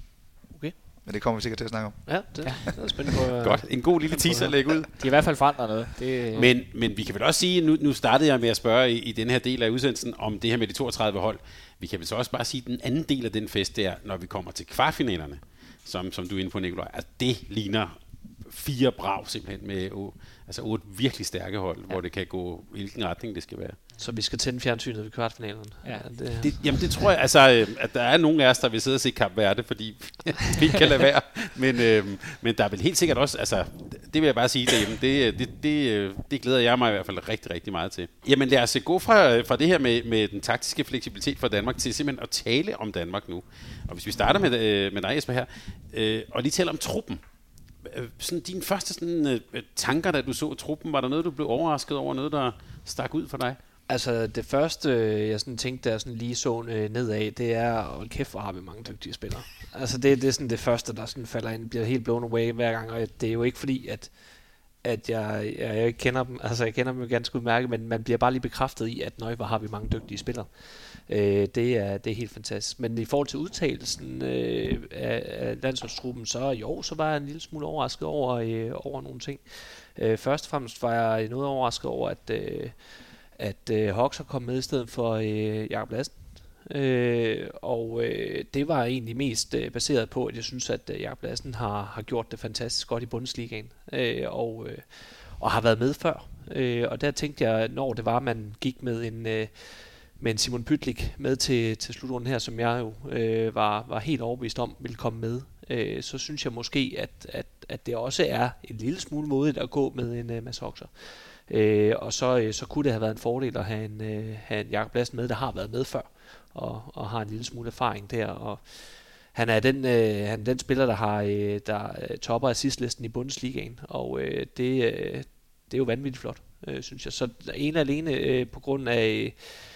Okay. Men det kommer vi sikkert til at snakke om. Ja, det, ja. det er spændende på. Godt, en god lille teaser at lægge ud. De har i hvert fald forandret noget. Det... Men, men vi kan vel også sige, nu, nu startede jeg med at spørge i, i den her del af udsendelsen om det her med de toogtredive hold. Vi kan vel så også bare sige, at den anden del af den fest der, når vi kommer til kvartfinalerne, som, som du er inde på, Nikolaj, altså det ligner fire brag simpelthen med oh, altså otte virkelig stærke hold, ja. Hvor det kan gå hvilken retning det skal være. Så vi skal tænde fjernsynet ved kvartfinalen. Ja. Det, det, jamen det tror jeg, altså, at der er nogen af os, der vil sidde og se Kap Verde, fordi vi ikke kan lade være. Men, øh, men der er vel helt sikkert også, altså, det vil jeg bare sige derhjemme, det, det, det, det glæder jeg mig i hvert fald rigtig, rigtig meget til. Jamen lad os gå fra, fra det her med, med den taktiske fleksibilitet for Danmark til simpelthen at tale om Danmark nu. Og hvis vi starter med, øh, med dig, Jesper, her, øh, og lige tale om truppen. Sådan dine første sådan, øh, tanker, da du så truppen, var der noget, du blev overrasket over, noget, der stak ud for dig? Altså det første, jeg sådan tænkte, der sådan lige så nedad, det er, hold kæft, hvor har vi mange dygtige spillere. Altså det, det er sådan det første, der sådan falder ind, bliver helt blown away hver gang, og det er jo ikke fordi, at, at jeg, jeg, jeg ikke kender dem, altså jeg kender dem jo ganske udmærket, men man bliver bare lige bekræftet i, at nøj, hvor har vi mange dygtige spillere. Øh, det, er, det er helt fantastisk. Men i forhold til udtalelsen øh, af, af landsholdstruppen, så jo, så var jeg en lille smule overrasket over, øh, over nogle ting. Øh, først og fremmest var jeg noget overrasket over, at øh, at øh, Hoxer kom med i stedet for øh, Jakob Lassen. Øh, og øh, det var egentlig mest øh, baseret på, at jeg synes, at øh, Jakob Lassen har, har gjort det fantastisk godt i Bundesligaen, øh, og, øh, og har været med før. Øh, og der tænkte jeg, når det var, man gik med en, øh, med en Simon Pytlik med til, til slutrunden her, som jeg jo øh, var, var helt overbevist om ville komme med, øh, så synes jeg måske, at, at, at det også er en lille smule modigt at gå med en øh, Mads Hoxer. Øh, og så, øh, så kunne det have været en fordel at have en, øh, have en Jakob Lassen med, der har været med før, og, og har en lille smule erfaring der. Og han er den, øh, han er den spiller, der har øh, der topper assistlisten i Bundesligaen, og øh, det, øh, det er jo vanvittigt flot, øh, synes jeg. Så en alene øh, på grund af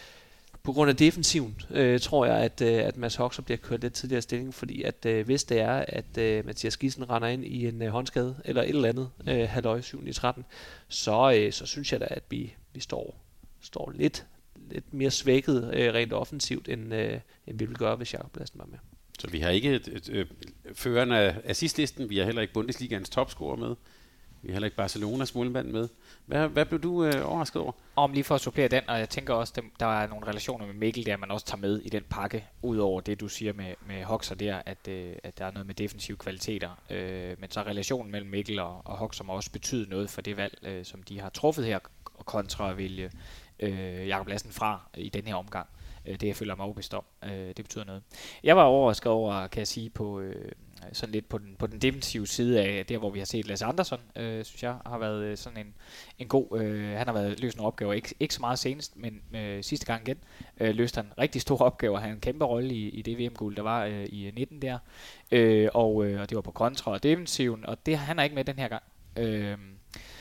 på grund af defensiven, øh, tror jeg, at, øh, at Mads Hoxer bliver kørt lidt tidligere stilling, fordi at øh, hvis det er, at øh, Mathias Gissen render ind i en øh, håndskade, eller et eller andet, øh, halvøj syv i tretten, så, øh, så synes jeg da, at vi, vi står, står lidt, lidt mere svækket øh, rent offensivt, end, øh, end vi ville gøre, hvis Jakob Lassen var med. Så vi har ikke et, et, et, føreren af assistlisten, vi har heller ikke Bundesligaens topscorer med, vi har heller ikke Barcelonas målmand med. Hvad, hvad blev du øh, overrasket over? Om lige for at supplere den, og jeg tænker også, dem, der er nogle relationer med Mikkel, der man også tager med i den pakke, udover det, du siger med, med Hoxer der, at, øh, at der er noget med defensive kvaliteter. Øh, men så relationen mellem Mikkel og, og Hoxer må også betyde noget for det valg, øh, som de har truffet her, kontra at vælge øh, Jakob Lassen fra i den her omgang. Øh, det jeg føler mig overbevist om. Øh, det betyder noget. Jeg var overrasket over, kan jeg sige, på... Øh, sådan lidt på den, på den defensive side af der, hvor vi har set Lasse Andersson, øh, synes jeg, har været øh, sådan en, en god, øh, han har været løst nogle opgaver, ikke, ikke så meget senest, men øh, sidste gang igen, øh, løste han rigtig store opgaver, han havde en kæmpe rolle i, i det V M-guld, der var øh, i nitten der, øh, og, øh, og det var på kontra og defensiven, og det han er ikke med den her gang. Øh,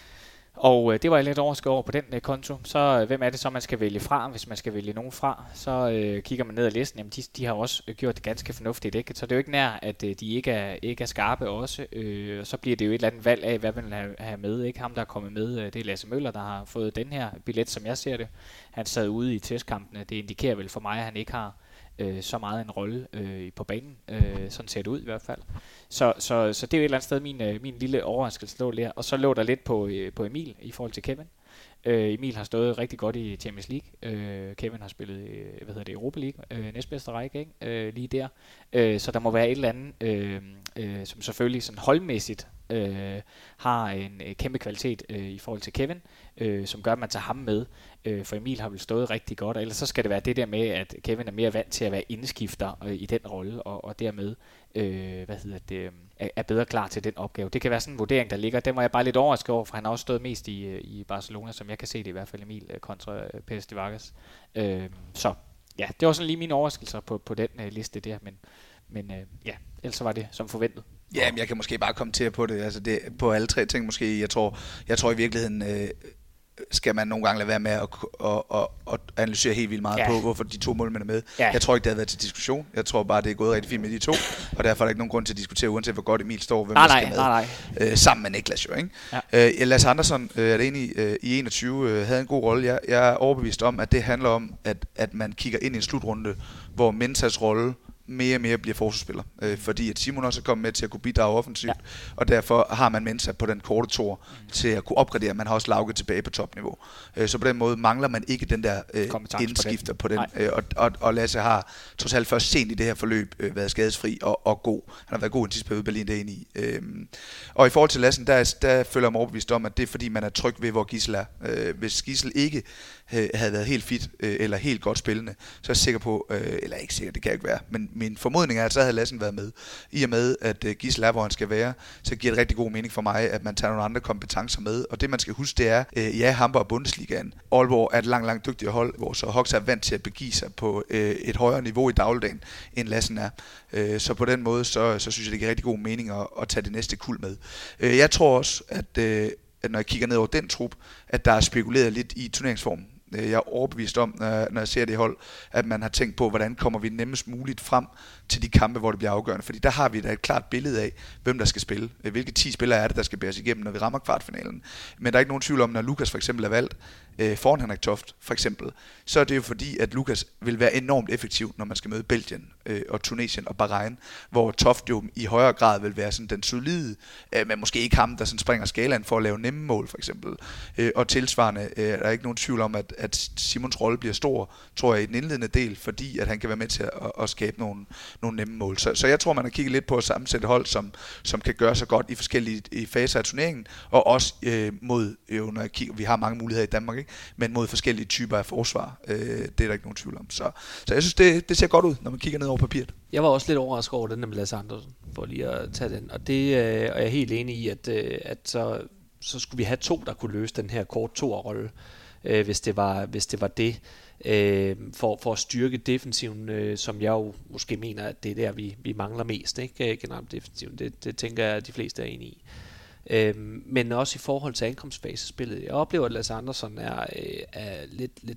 Og øh, det var jeg lidt overrasket over på den øh, konto. Så øh, hvem er det så, man skal vælge fra? Hvis man skal vælge nogen fra, så øh, kigger man ned ad listen. Jamen, de, de har også øh, gjort det ganske fornuftigt, ikke? Så det er jo ikke nær, at øh, de ikke er, ikke er skarpe også. Øh, så bliver det jo et eller andet valg af, hvad man vil have, have med, ikke? Ham, der er kommet med, øh, det er Lasse Møller, der har fået den her billet, som jeg ser det. Han sad ude i testkampene. Det indikerer vel for mig, at han ikke har øh, så meget en rolle øh, på banen. Øh, sådan ser det ud i hvert fald. Så, så, så det er jo et eller andet sted min, øh, min lille overraskelse lå der. Og så lå der lidt på, øh, på Emil i forhold til Kevin. Øh, Emil har stået rigtig godt i Champions League. Øh, Kevin har spillet øh, hvad hedder det, Europa League, øh, næstbedste række, ikke? Øh, lige der. Øh, så der må være et eller andet, øh, øh, som selvfølgelig sådan holdmæssigt øh, har en øh, kæmpe kvalitet øh, i forhold til Kevin, øh, som gør, at man tager ham med. Øh, for Emil har vel stået rigtig godt, og ellers så skal det være det der med, at Kevin er mere vant til at være indskifter øh, i den rolle, og, og dermed øh, hvad hedder det, er, er bedre klar til den opgave. Det kan være sådan en vurdering, der ligger. Den var jeg bare lidt overrasket over, for han har også stået mest i, i Barcelona, som jeg kan se det i hvert fald, Emil kontra øh, Pérez de Vargas. Øh, så ja, det var sådan lige mine overraskelser på, på den øh, liste der, men, men øh, ja, ellers så var det som forventet. Ja, men jeg kan måske bare kommentere på det, altså det, på alle tre ting måske. Jeg tror, jeg tror i virkeligheden øh, skal man nogle gange lade være med at, at, at, at analysere helt vildt meget ja. på, hvorfor de to målmænd er med. Ja. Jeg tror ikke, det har været til diskussion. Jeg tror bare, det er gået rigtig fint med de to, og derfor er der ikke nogen grund til at diskutere, uanset hvor godt Emil står, hvem nej, der skal nej, med. Nej, nej. Øh, sammen med Niklas jo, ikke? Ja. Øh, Lasse Andersson øh, er det enig øh, i enogtyve øh, havde en god rolle. Jeg, jeg er overbevist om, at det handler om, at, at man kigger ind i en slutrunde, hvor Mensahs rolle mere og mere bliver forsvarsspiller, øh, fordi at Simon også er kommet med til at kunne bidrage offensivt, ja. og derfor har man Mensah på den korte tor mm. til at kunne opgradere. Man har også Lauke tilbage på topniveau. Øh, så på den måde mangler man ikke den der øh, indskifter på den. På den. Øh, og, og, og Lasse har trods alt først sent i det her forløb øh, været skadesfri og, og god. Han har været god i en sidste periode i Berlin, det er enig i. Øh, og i forhold til Lassen, der, der føler jeg mig overbevist om, at det er fordi, man er tryg ved, hvor Gidsel er. Øh, hvis Gidsel ikke øh, havde været helt fit øh, eller helt godt spillende, så er jeg sikker på, øh, eller ikke sikker, det kan jeg ikke være, men min formodning er, at så havde Lassen været med. I og med, at uh, Gidsel er, hvor han skal være, så giver det rigtig god mening for mig, at man tager nogle andre kompetencer med. Og det, man skal huske, det er, uh, ja, Hamburg og Bundesligaen. Aalborg er et langt, langt dygtigere hold, hvor så Hox er vant til at begive sig på uh, et højere niveau i dagligdagen, end Lassen er. Uh, så på den måde, så, så synes jeg, det giver rigtig god mening at, at tage det næste kuld med. Uh, jeg tror også, at, uh, at når jeg kigger ned over den trup, at der er spekuleret lidt i turneringsformen. Jeg er overbevist om, når jeg ser det hold, at man har tænkt på, hvordan kommer vi nemmest muligt frem til de kampe, hvor det bliver afgørende. Fordi der har vi da et klart billede af, hvem der skal spille. Hvilke ti spillere er det, der skal bæres igennem, når vi rammer kvartfinalen. Men der er ikke nogen tvivl om, når Lukas for eksempel er valgt øh, foran Henrik Toft, for eksempel, så er det jo fordi, at Lukas vil være enormt effektiv, når man skal møde Belgien øh, og Tunesien og Bahrain, hvor Toft jo i højere grad vil være sådan den solide, øh, men måske ikke ham, der sådan springer skalaen for at lave nemme mål, for eksempel. Øh, og tilsvarende øh, er der ikke nogen tvivl om, at, at Simons rolle bliver stor, tror jeg, i den indledende del, fordi at han kan være med til at, at skabe nogle, nogle nemme mål. Så, så jeg tror, man har kigget lidt på at sammensætte hold, som, som kan gøre sig godt i forskellige i faser af turneringen, og også øh, mod, jo, når jeg kigger, vi har mange muligheder i Danmark, ikke? Men mod forskellige typer af forsvar. Øh, det er der ikke nogen tvivl om. Så, så jeg synes, det, det ser godt ud, når man kigger ned over papiret. Jeg var også lidt overrasket over den der med Lasse Andersen, for lige at tage den. Og det øh, er jeg helt enig i, at, øh, at så, så skulle vi have to, der kunne løse den her kort to-rolle, øh, hvis, det var, hvis det var det. Øh, for, for at styrke defensiven, øh, som jeg jo måske mener, at det er der, vi, vi mangler mest, ikke? Generelt defensiven. Det, det tænker jeg, at de fleste er enige i. Øh, men også i forhold til ankomstfasespillet. Jeg oplever, at Lasse Andersen er, øh, er lidt, lidt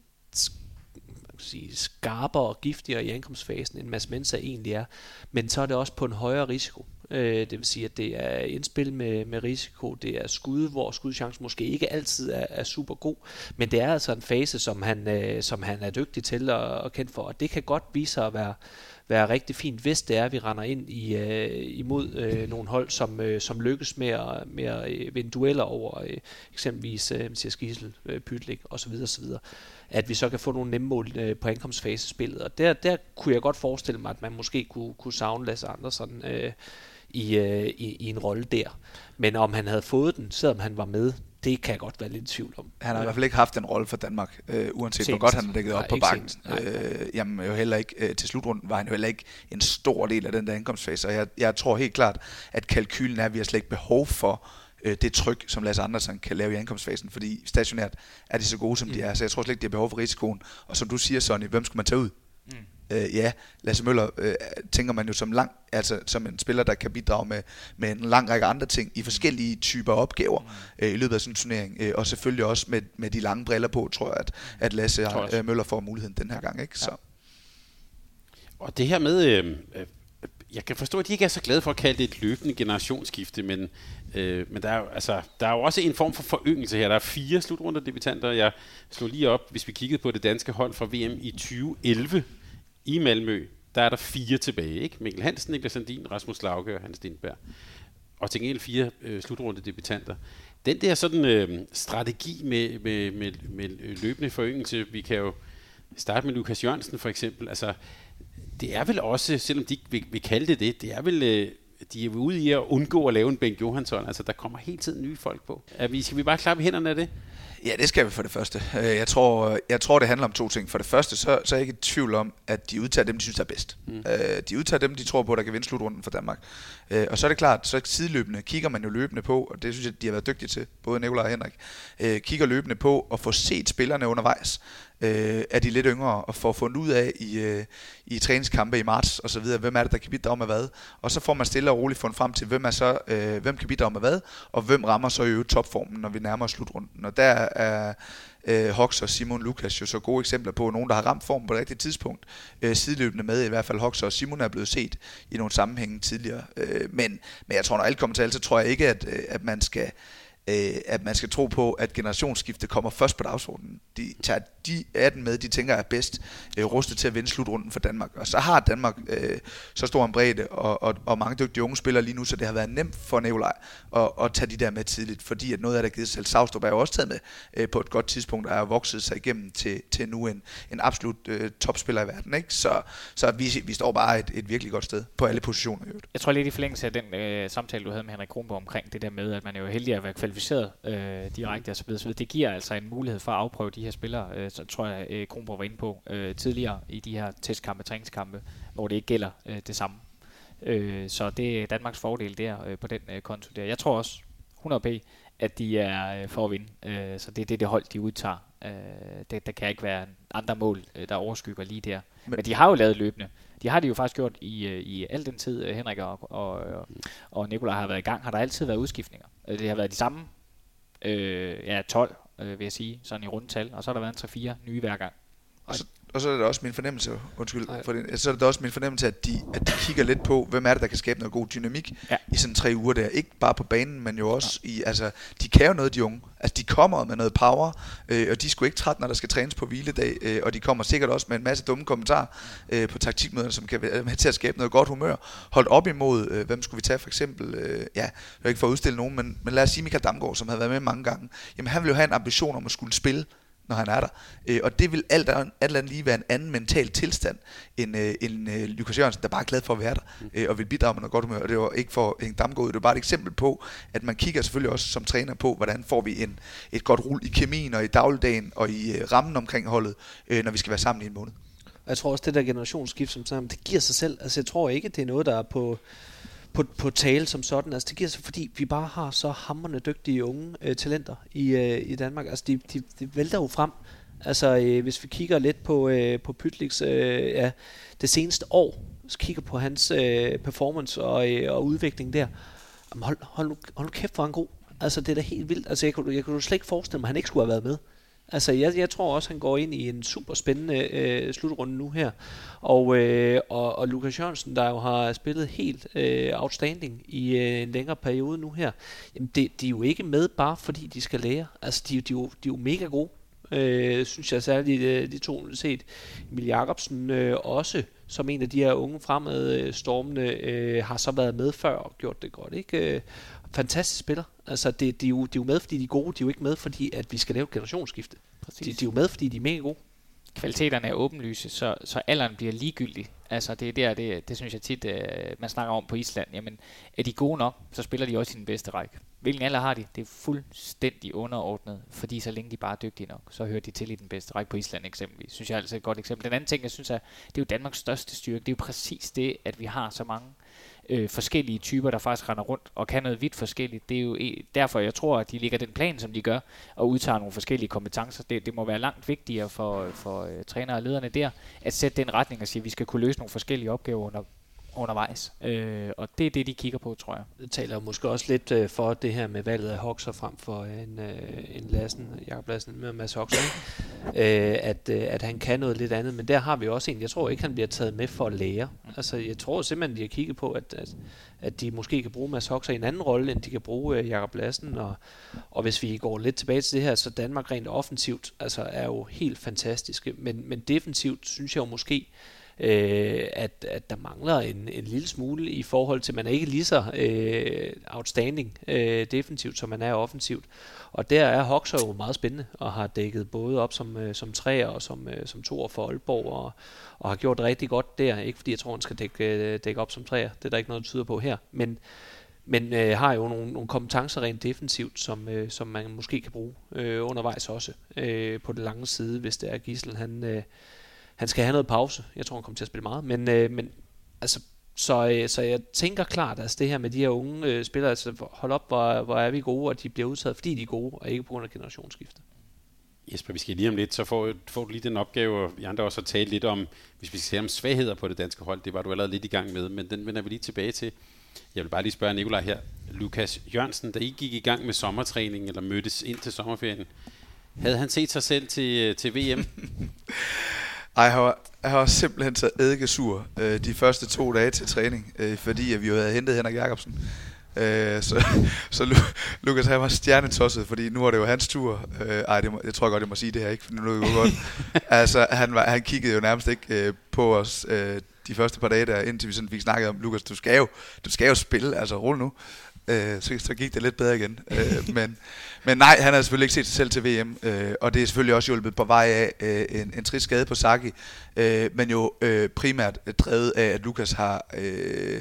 sige, skarpere og giftigere i ankomstfasen, end Mads Mensah egentlig er. Men så er det også på en højere risiko. Øh, det vil sige, at det er indspil med, med risiko, det er skud, hvor skudchancen måske ikke altid er, er super god, men det er altså en fase, som han, øh, som han er dygtig til at, at kende for, og det kan godt vise sig at være, være rigtig fint, hvis det er, at vi render ind i, øh, imod øh, nogle hold, som, øh, som lykkes med at, med at øh, vinde dueller over øh, eksempelvis øh, Mathias Gidsel, øh, Pytlik osv. osv., at vi så kan få nogle nemme mål øh, på ankomstfasespillet, og der, der kunne jeg godt forestille mig, at man måske kunne, kunne savne Lasse Andersen øh, i, øh, i, i en rolle der. Men om han havde fået den, selvom han var med, det kan jeg godt være lidt i tvivl om. Han har i hvert fald ikke haft en rolle for Danmark, øh, uanset hvor godt han har dækket op nej, på bakken. Øh, jamen jo heller ikke øh, til slutrunden var han jo heller ikke en stor del af den der indkomstfase, og jeg, jeg tror helt klart, at kalkylen er, at vi har slet ikke behov for øh, det tryk, som Lasse Andersen kan lave i indkomstfasen, fordi stationært er de så gode, som mm. de er, så jeg tror slet ikke, de har behov for risikoen. Og som du siger, Sonny, hvem skal man tage ud? Mm. Øh, ja, Lasse Møller øh, tænker man jo som lang, altså som en spiller, der kan bidrage med, med en lang række andre ting i forskellige typer opgaver øh, i løbet af sådan en turnering, øh, og selvfølgelig også med, med de lange briller på, tror jeg, at, at Lasse øh, Møller får muligheden den her gang, ikke? Så. Ja. Og det her med, øh, øh, jeg kan forstå, at de ikke er så glade for at kalde det et løbende generationsskifte, men, øh, men der, er jo, altså, der er jo også en form for foryngelse her. Der er fire slutrundedebutanter. Jeg slog lige op, hvis vi kiggede på det danske hold fra V M i tyve elleve i Malmø, der er der fire tilbage, ikke? Mikkel Hansen, Niklas Sandin, Rasmus Lauke og Hans Lindberg. Og til gengæld fire øh, slutrundedebutanter. Den der sådan øh, strategi med, med, med, med løbende foryngelse, vi kan jo starte med Lukas Jørgensen for eksempel. Altså, det er vel også, selvom de ikke vil, vil kalde det det, det er vel, øh, de er ude i at undgå at lave en Bengt Johansson. Altså, der kommer hele tiden nye folk på. Er vi, skal vi bare klappe hænderne af det? Ja, det skal vi for det første. Jeg tror, jeg tror det handler om to ting. For det første, så, så er jeg ikke i tvivl om, at de udtager dem, de synes er bedst. Mm. De udtager dem, de tror på, der kan vinde slutrunden for Danmark. Og så er det klart, så sideløbende kigger man jo løbende på, og det synes jeg, de har været dygtige til, både Nikolaj og Henrik, kigger løbende på at få set spillerne undervejs. Øh, er de lidt yngre og får fundet ud af i, øh, i træningskampe i marts og så videre, hvem er det, der kan bidrage med hvad, og så får man stille og roligt fundet frem til, hvem er så, øh, hvem kan bidrage med hvad, og hvem rammer så i øvrigt topformen, når vi nærmer os slutrunden. Og der er øh, Hox og Simon Lukas jo så gode eksempler på nogen, der har ramt formen på det rigtige tidspunkt, øh, sideløbende med, i hvert fald Hox og Simon er blevet set i nogle sammenhænge tidligere. Øh, men, men jeg tror, når alt kommer til alt, så tror jeg ikke, at, at man skal Øh, at man skal tro på, at generationsskifte kommer først på dagsordenen. De tager de atten med, de tænker er bedst øh, rustet til at vinde slutrunden for Danmark. Og så har Danmark øh, så stor en bredde og, og, og mange dygtige unge spillere lige nu, så det har været nemt for Nikolaj at, at tage de der med tidligt, fordi at noget af det er givet selv. Savstrup er jo også taget med øh, på et godt tidspunkt, og er vokset sig igennem til, til nu en, en absolut øh, topspiller i verden. Ikke? Så, så vi, vi står bare et, et virkelig godt sted på alle positioner. Jeg tror lidt i forlængelse af den øh, samtale, du havde med Henrik Kronborg omkring det der med, at man er jo heldig at være kvalificeret øh, direkte og så videre, så videre. Det giver altså en mulighed for at afprøve de her spillere, øh, så tror jeg, øh, Kronborg var inde på øh, tidligere i de her testkampe, træningskampe, hvor det ikke gælder øh, det samme. Øh, så det er Danmarks fordel der øh, på den øh, konto der. Jeg tror også hundrede p, at de er øh, for at vinde, øh, så det er det, det hold, de udtager. Øh, det, der kan ikke være andre mål, øh, der overskygger lige der. Men, Men de har jo lavet løbende. De har det jo faktisk gjort i, i al den tid, Henrik og, og, og Nikolaj har været i gang, har der altid været udskiftninger. Det har været de samme øh, ja, tolv, øh, vil jeg sige, sådan i rundtal, og så har der været en tre fire nye hver gang. Og så, og så er det også min fornemmelse, undskyld, for det, så er det også min fornemmelse, at de, at de kigger lidt på, hvem er det, der kan skabe noget god dynamik ja. i sådan tre uger der. Ikke bare på banen, men jo også ja. i, altså, de kan jo noget, de unge. Altså, de kommer med noget power, øh, og de er sgu ikke træt, når der skal trænes på hviledag, øh, og de kommer sikkert også med en masse dumme kommentarer øh, på taktikmøderne, som kan være med til at skabe noget godt humør. Holdt op imod, øh, hvem skulle vi tage for eksempel, øh, ja, jeg vil ikke for at udstille nogen, men, men lad os sige Michael Damgaard, som havde været med mange gange. Jamen, han vil jo have en ambition om at skulle spille, når han er der. Øh, og det vil alt andet lige være en anden mental tilstand end, øh, end øh, Lukas Jørgensen, der bare er glad for at være der, øh, og vil bidrage med noget godt humør. Og det var ikke for en Damgaard, det var bare et eksempel på, at man kigger selvfølgelig også som træner på, hvordan får vi en, et godt rul i kemien og i dagligdagen og i øh, rammen omkring holdet, øh, når vi skal være sammen i en måned. Jeg tror også, det der generationsskift, som sammen, det giver sig selv. Altså jeg tror ikke, det er noget, der er på På, på tale som sådan. Altså det giver sig, fordi vi bare har så hamrende dygtige unge øh, talenter i, øh, i Danmark. Altså de, de, de vælter jo frem. Altså øh, hvis vi kigger lidt på, øh, på Pytliks øh, ja, det seneste år, så kigger på hans øh, performance og, øh, og udvikling der. Jamen hold, hold, nu, hold nu kæft, hvor han god. Altså det er da helt vildt. Altså jeg kunne, jeg kunne slet ikke forestille mig, at han ikke skulle have været med. Altså jeg, jeg tror også, han går ind i en super spændende øh, slutrunde nu her. Og, øh, og, og Lukas Jørgensen, der jo har spillet helt øh, outstanding i øh, en længere periode nu her, jamen det, de er jo ikke med bare fordi de skal lære. Altså de, de, de, de er jo mega gode, øh, synes jeg særligt, de, de to set. Emil Jacobsen øh, også, som en af de her unge fremadstormende, øh, har så været med før og gjort det godt, ikke? Øh, fantastisk spiller. Altså det, de, er jo, de er jo med, fordi de er gode. De er jo ikke med, fordi at vi skal lave et generationsskifte. De, de er jo med, fordi de er mega gode. Kvaliteterne er åbenlyse, så, så alderen bliver ligegyldig. Altså det er der, det, det synes jeg tit, uh, man snakker om på Island. Jamen, er de gode nok, så spiller de også i den bedste række. Hvilken alder har de? Det er fuldstændig underordnet, fordi så længe de bare er dygtige nok, så hører de til i den bedste række på Island eksempelvis. Synes jeg altså er et godt eksempel. Den anden ting, jeg synes, er, det er jo Danmarks største styrke. Det er jo præcis det, at vi har så mange øh, forskellige typer, der faktisk render rundt og kan noget vidt forskelligt. Det er jo e- derfor, jeg tror, at de ligger den plan, som de gør, og udtager nogle forskellige kompetencer. Det, det må være langt vigtigere for, for uh, trænere og lederne der, at sætte den retning og sige, at vi skal kunne løse nogle forskellige opgaver under undervejs. Øh, og det er det, de kigger på, tror jeg. Det taler måske også lidt øh, for det her med valget af Hoxer frem for en, øh, en Lassen, Jakob Lassen med Mads Hoxer, øh, at, øh, at han kan noget lidt andet. Men der har vi også en, jeg tror ikke, han bliver taget med for at lære. Altså, jeg tror simpelthen, de har kigget på, at, at, at de måske kan bruge Mads Hoxer i en anden rolle, end de kan bruge øh, Jakob Lassen. Og, og hvis vi går lidt tilbage til det her, så Danmark rent offensivt altså, er jo helt fantastiske. Men, men defensivt synes jeg jo måske, Øh, at, at der mangler en, en lille smule i forhold til, man er ikke lige så øh, outstanding øh, defensivt, som man er offensivt. Og der er Hoxer jo meget spændende, og har dækket både op som, øh, som træer og som, øh, som toer for Aalborg, og, og har gjort det rigtig godt der. Ikke fordi jeg tror, han skal dække, dække op som træer, det er der ikke noget, der tyder på her. Men, men øh, har jo nogle, nogle kompetencer rent defensivt, som, øh, som man måske kan bruge øh, undervejs også øh, på det lange side, hvis det er Gisel, han... Øh, Han skal have noget pause. Jeg tror, han kommer til at spille meget. Men, øh, men altså, så, øh, så jeg tænker klart, at altså, det her med de her unge øh, spillere, altså hold op, hvor, hvor er vi gode, og de bliver udtaget, fordi de er gode, og ikke på grund af generationsskifte. Jesper, vi skal lige om lidt, så får, får du lige den opgave, og vi andre også har talt lidt om, hvis vi skal se om svagheder på det danske hold, det var du allerede lidt i gang med, men den vender vi lige tilbage til. Jeg vil bare lige spørge Nikolaj her. Lukas Jørgensen, da I gik i gang med sommertræning, eller mødtes ind til sommerferien, havde han set sig selv til, til V M? Ej, jeg har, jeg har simpelthen taget eddikesur øh, de første to dage til træning, øh, fordi at vi jo havde hentet Henrik Jacobsen. Øh, så så Lu- Lukas han var stjernetosset, fordi nu var det jo hans tur. Øh, ej, det må, jeg tror godt, jeg må sige det her, ikke? For nu er det jo godt. Altså, han, var, han kiggede jo nærmest ikke øh, på os øh, de første par dage der, indtil vi sådan fik snakket om, Lukas, du skal jo, du skal jo spille, altså rulle nu. Øh, så, så gik det lidt bedre igen. øh, men, men nej, han har selvfølgelig ikke set sig selv til V M, øh, og det er selvfølgelig også hjulpet på vej af øh, en, en trist skade på Saki, øh, men jo øh, primært drevet af, at Lukas har øh,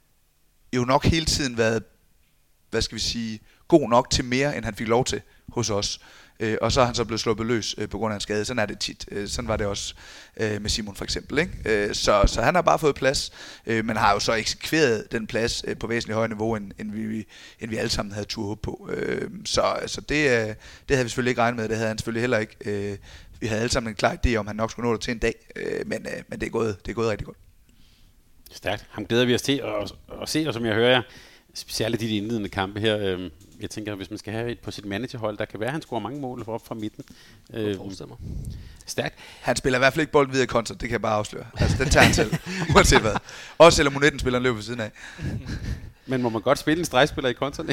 jo nok hele tiden været, hvad skal vi sige, god nok til mere, end han fik lov til hos os. Øh, og så er han så blevet sluppet løs øh, på grund af en skade. Sådan er det tit. Øh, sådan var det også øh, med Simon for eksempel. Ikke? Øh, så, så han har bare fået plads, øh, men har jo så eksekveret den plads øh, på væsentligt højere niveau, end, end, vi, end vi alle sammen havde tur på. Øh, så altså det, øh, det havde vi selvfølgelig ikke regnet med. Det havde han selvfølgelig heller ikke. Øh, vi havde alle sammen en klar idé om, han nok skulle nå det til en dag. Øh, men øh, men det, er gået, det er gået rigtig godt. Stærkt. Ham glæder vi os til at, at se, og som jeg hører jer, specielt de indledende kampe her. Øh, jeg tænker, hvis man skal have et på sit managerhold, der kan være, at han scorer mange mål op fra midten. Øh, Stærkt. Han spiller i hvert fald ikke bolden videre i kontra, det kan jeg bare afsløre. Altså, den tager han selv, uanset hvad. Også selvom Monetten spiller en løb ved siden af. Men må man godt spille en stregspiller i kontra?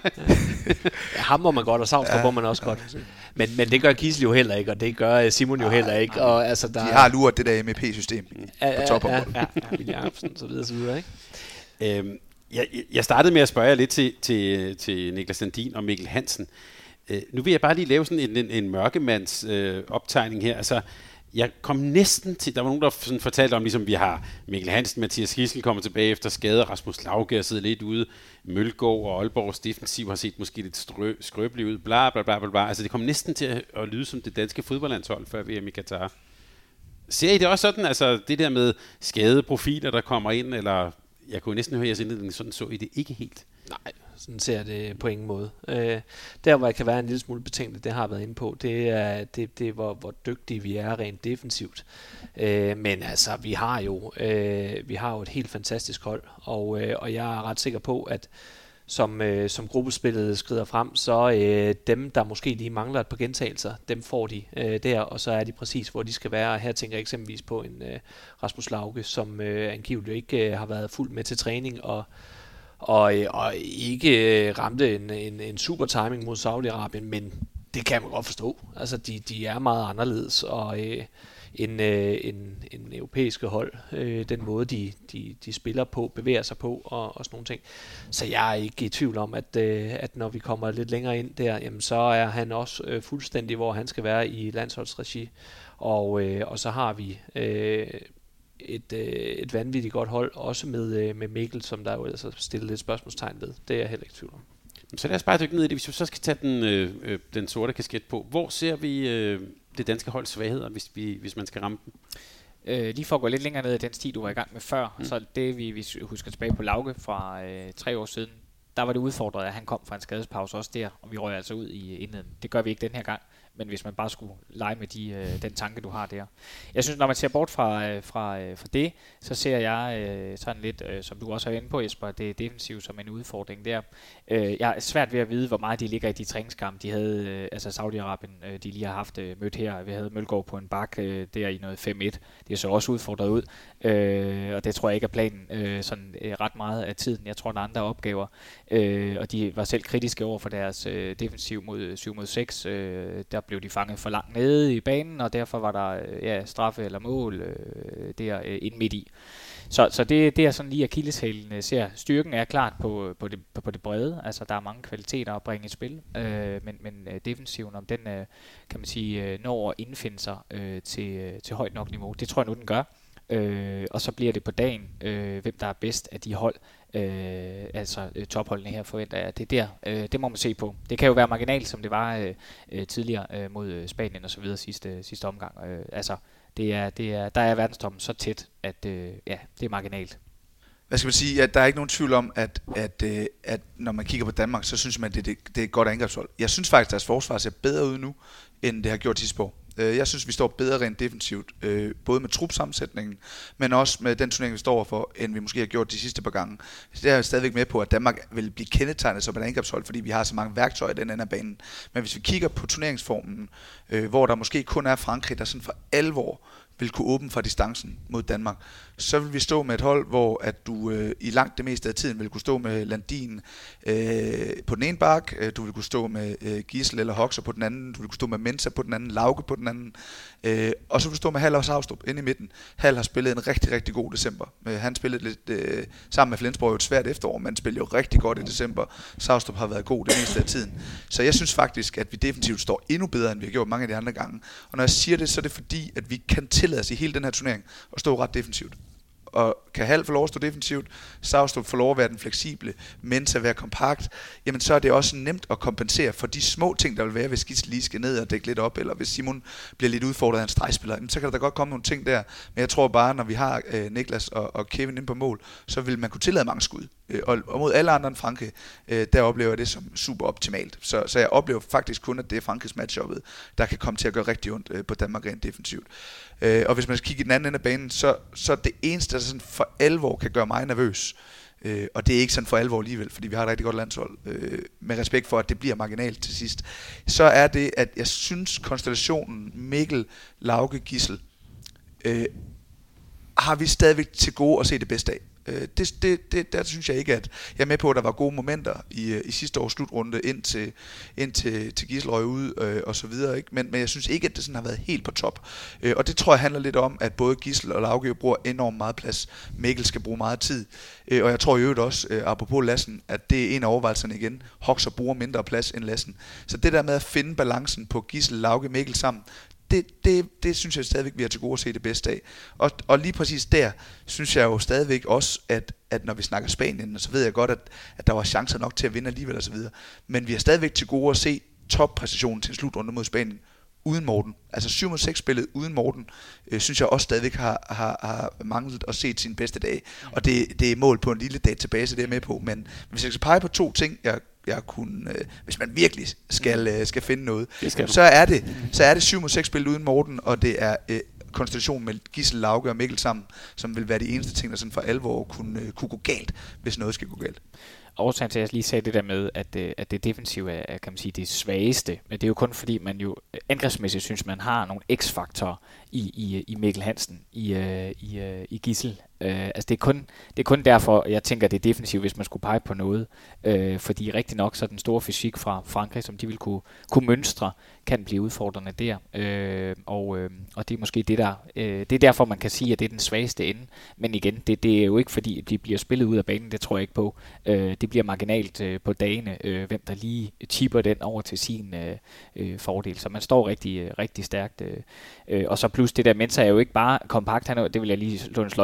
Ja, ham må man godt, og Savstrup ja, må man også ja, godt. Men, men det gør Gisel jo heller ikke, og det gør Simon jo ja, heller ikke. Og, altså, der de har luret det der M E P-system ja, på topområdet. Ja, ja, ja, Jacobsen, så videre, så videre, ikke? Øhm, jeg, jeg startede med at spørge jer lidt til, til, til Niklas Sandin og Mikkel Hansen. Øh, nu vil jeg bare lige lave sådan en, en, en mørkemands øh, optegning her. Altså, jeg kom næsten til, der var nogen, der sådan fortalte om, ligesom vi har Mikkel Hansen, Mathias Gisel kommer tilbage efter skade, Rasmus Lauge er siddet lidt ude, Mølgaard og Aalborgs defensiv har set måske lidt strø, skrøbeligt ud, bla bla bla bla. Altså det kom næsten til at, at lyde som det danske fodboldlandshold før V M i Katar. Ser I det også sådan, altså det der med skadede profiler, der kommer ind, eller jeg kunne næsten høre jeres indledning, sådan så I det ikke helt? Nej, sådan ser jeg det på ingen måde. Øh, der, hvor jeg kan være en lille smule betænkt, det har jeg været inde på, det er, det, det er hvor, hvor dygtige vi er rent defensivt. Øh, men altså, vi har jo øh, vi har jo et helt fantastisk hold, og, øh, og jeg er ret sikker på, at som, øh, som gruppespillet skrider frem, så øh, dem, der måske lige mangler et par gentagelser, dem får de øh, der, og så er de præcis, hvor de skal være. Her tænker jeg eksempelvis på en øh, Rasmus Lauge, som øh, angiveligt ikke øh, har været fuldt med til træning, og Og, og ikke ramte en, en, en super timing mod Saudi-Arabien, men det kan man godt forstå. Altså, de, de er meget anderledes, og øh, en, øh, en, en europæiske hold, øh, den måde, de, de, de spiller på, bevæger sig på, og, og sådan nogle ting. Så jeg er ikke i tvivl om, at, øh, at når vi kommer lidt længere ind der, jamen, så er han også øh, fuldstændig, hvor han skal være i landsholdsregi. Og, øh, og så har vi... Øh, Et, øh, et vanvittigt godt hold, også med, øh, med Mikkel, som der jo altså stillet lidt spørgsmålstegn ved. Det er jeg heller ikke tvivl om. Så lad os bare dykke ned i det. Hvis vi så skal tage den, øh, den sorte kasket på, hvor ser vi øh, det danske holds svagheder, hvis, vi, hvis man skal ramme dem? Øh, lige for at gå lidt længere ned i den sti, du var i gang med før, Mm. så det vi, vi husker tilbage på Lauke fra øh, tre år siden, der var det udfordret, at han kom fra en skadespause også der, og vi røg altså ud i indledningen. Det gør vi ikke den her gang, men hvis man bare skulle lege med de, øh, den tanke, du har der. Jeg synes, når man ser bort fra, øh, fra, øh, fra det, så ser jeg øh, sådan lidt, øh, som du også er inde på, Jesper, det er defensivt som en udfordring der. Øh, jeg er svært ved at vide, hvor meget de ligger i de træningskampe, de havde, øh, altså Saudi-Arabien, øh, de lige har haft øh, mødt her. Vi havde Mølgaard på en bak øh, der i noget fem et. Det er så også udfordret ud, øh, og det tror jeg ikke er planen øh, sådan øh, ret meget af tiden. Jeg tror, der er andre opgaver, øh, og de var selv kritiske over for deres øh, defensiv mod syv mod seks. Øh, der blev de fanget for langt nede i banen, og derfor var der øh, ja, straffe eller mål øh, der øh, ind midt i. Så, så det, det er sådan lige akilleshælen ser. Styrken er klart på, på, det, på, på det brede, altså der er mange kvaliteter at bringe i spil, øh, men, men øh, defensiven, om den øh, kan man sige øh, når at indfinde sig øh, til, øh, til højt nok niveau, det tror jeg nu den gør. Øh, og så bliver det på dagen, øh, hvem der er bedst af de hold, øh, altså øh, topholdene her forventer jeg, det er der, øh, det må man se på. Det kan jo være marginalt, som det var øh, øh, tidligere øh, mod øh, Spanien og så videre sidste, sidste omgang. Øh, altså, det er, det er, der er verdenstoppen så tæt, at øh, ja, det er marginalt. Hvad skal man sige? At der er ikke nogen tvivl om, at, at, at, at når man kigger på Danmark, så synes man, at det, det, det er et godt angrebshold. Jeg synes faktisk, at deres forsvar ser bedre ud nu, end det har gjort sidste år. Jeg synes, vi står bedre rent defensivt, både med trupsammensætningen, men også med den turnering, vi står for, end vi måske har gjort de sidste par gange. Så det er jeg stadigvæk med på, at Danmark vil blive kendetegnet som et angrebshold, fordi vi har så mange værktøjer i den anden af banen. Men hvis vi kigger på turneringsformen, hvor der måske kun er Frankrig, der sådan for alvor vil kunne åbne fra distancen mod Danmark, så vil vi stå med et hold, hvor at du øh, i langt det meste af tiden vil kunne stå med Landin øh, på den ene bak, øh, du vil kunne stå med øh, Gisel eller Hoxer på den anden, du vil kunne stå med Mensa på den anden, Lauke på den anden, øh, og så vil du stå med Hall og Savstrup inde i midten. Hall har spillet en rigtig, rigtig god december. Øh, han spillede lidt øh, sammen med Flensborg et svært efterår, men spillede jo rigtig godt i december. Savstrup har været god det meste af tiden. Så jeg synes faktisk, at vi definitivt står endnu bedre, end vi har gjort mange af de andre gange. Og når jeg siger det, så er det fordi, at vi kan tillade os i hele den her turnering at stå ret defensivt. Og kan Hall få lov at stå defensivt, Savstrup få lov at være den fleksible, Mensa være kompakt, jamen så er det også nemt at kompensere for de små ting, der vil være, hvis Gisle lige skal ned og dække lidt op, eller hvis Simon bliver lidt udfordret af en stregspiller, jamen så kan der da godt komme nogle ting der. Men jeg tror bare, når vi har øh, Niklas og, og Kevin inde på mål, så vil man kunne tillade mange skud. Øh, og, og mod alle andre end Frankrig, øh, der oplever jeg det som super optimalt. Så, så jeg oplever faktisk kun, at det er Frankrigs matchuppet, der kan komme til at gøre rigtig ondt øh, på Danmark rent defensivt. Øh, og hvis man skal kigge i den anden ende af banen, så, så det eneste, der sådan for alvor kan gøre mig nervøs, øh, og det er ikke sådan for alvor alligevel, fordi vi har et rigtig godt landshold, øh, med respekt for, at det bliver marginalt til sidst, så er det, at jeg synes, konstellationen Mikkel, Lauke, Gisel, øh, har vi stadigvæk til gode at se det bedste af. Det, det, det, der synes jeg ikke, at jeg er med på, at der var gode momenter i, i sidste års slutrunde ind til, ind til, til Gislerøj ude øh, og så videre, ikke? Men, men jeg synes ikke, at det sådan har været helt på top. Øh, og det tror jeg handler lidt om, at både Gisle og Lauke bruger enormt meget plads. Mikkel skal bruge meget tid. Øh, og jeg tror i øvrigt også, øh, apropos Lassen, at det er en af overvejelserne igen. Hoxer bruger mindre plads end Lassen. Så det der med at finde balancen på Gisle, Lauke, Mikkel sammen, Det, det, det synes jeg stadigvæk, vi har til gode at se det bedste af. Og, og lige præcis der, synes jeg jo stadigvæk også, at, at når vi snakker Spanien, så ved jeg godt, at, at der var chancer nok til at vinde alligevel og så videre. Men vi har stadigvæk til gode at se toppræstationen til en slutrunde mod Spanien uden Morten. Altså syv mod seks spillet uden Morten, øh, synes jeg også stadigvæk har, har, har manglet at se sin bedste dag. Og det, det er mål på en lille database, det er med på. Men hvis jeg skal pege på to ting, jeg jeg kunne, øh, hvis man virkelig skal, øh, skal finde noget, så er det så er det syv mod seks spil uden Morten, og det er øh, konstellationen med Gisle, Lauke og Mikkel sammen, som vil være de eneste ting, der sådan for alvor kunne, øh, kunne gå galt, hvis noget skal gå galt. Årsagen til, at jeg lige sagde det der med, at, at det defensive er, kan man sige, det svageste, men det er jo kun fordi, man jo angrebsmæssigt synes, man har nogle x-faktorer i, i, i Mikkel Hansen, i, i, i Gisel. Uh, altså det er, kun, det er kun derfor, jeg tænker, det er defensivt, hvis man skulle pege på noget. Uh, fordi rigtig nok, så den store fysik fra Frankrig, som de vil kunne, kunne mønstre, kan blive udfordrende der. Uh, og, uh, og det er måske det der, uh, det er derfor, man kan sige, at det er den svageste ende. Men igen, det, det er jo ikke fordi, de bliver spillet ud af banen, det tror jeg ikke på. Uh, det bliver marginalt uh, på dagene, uh, hvem der lige chipper den over til sin uh, uh, fordel. Så man står rigtig, uh, rigtig stærkt. Uh, uh, og så plus det der Mensa er jo ikke bare kompakt, han er, det vil jeg lige slå en sløjfe for, han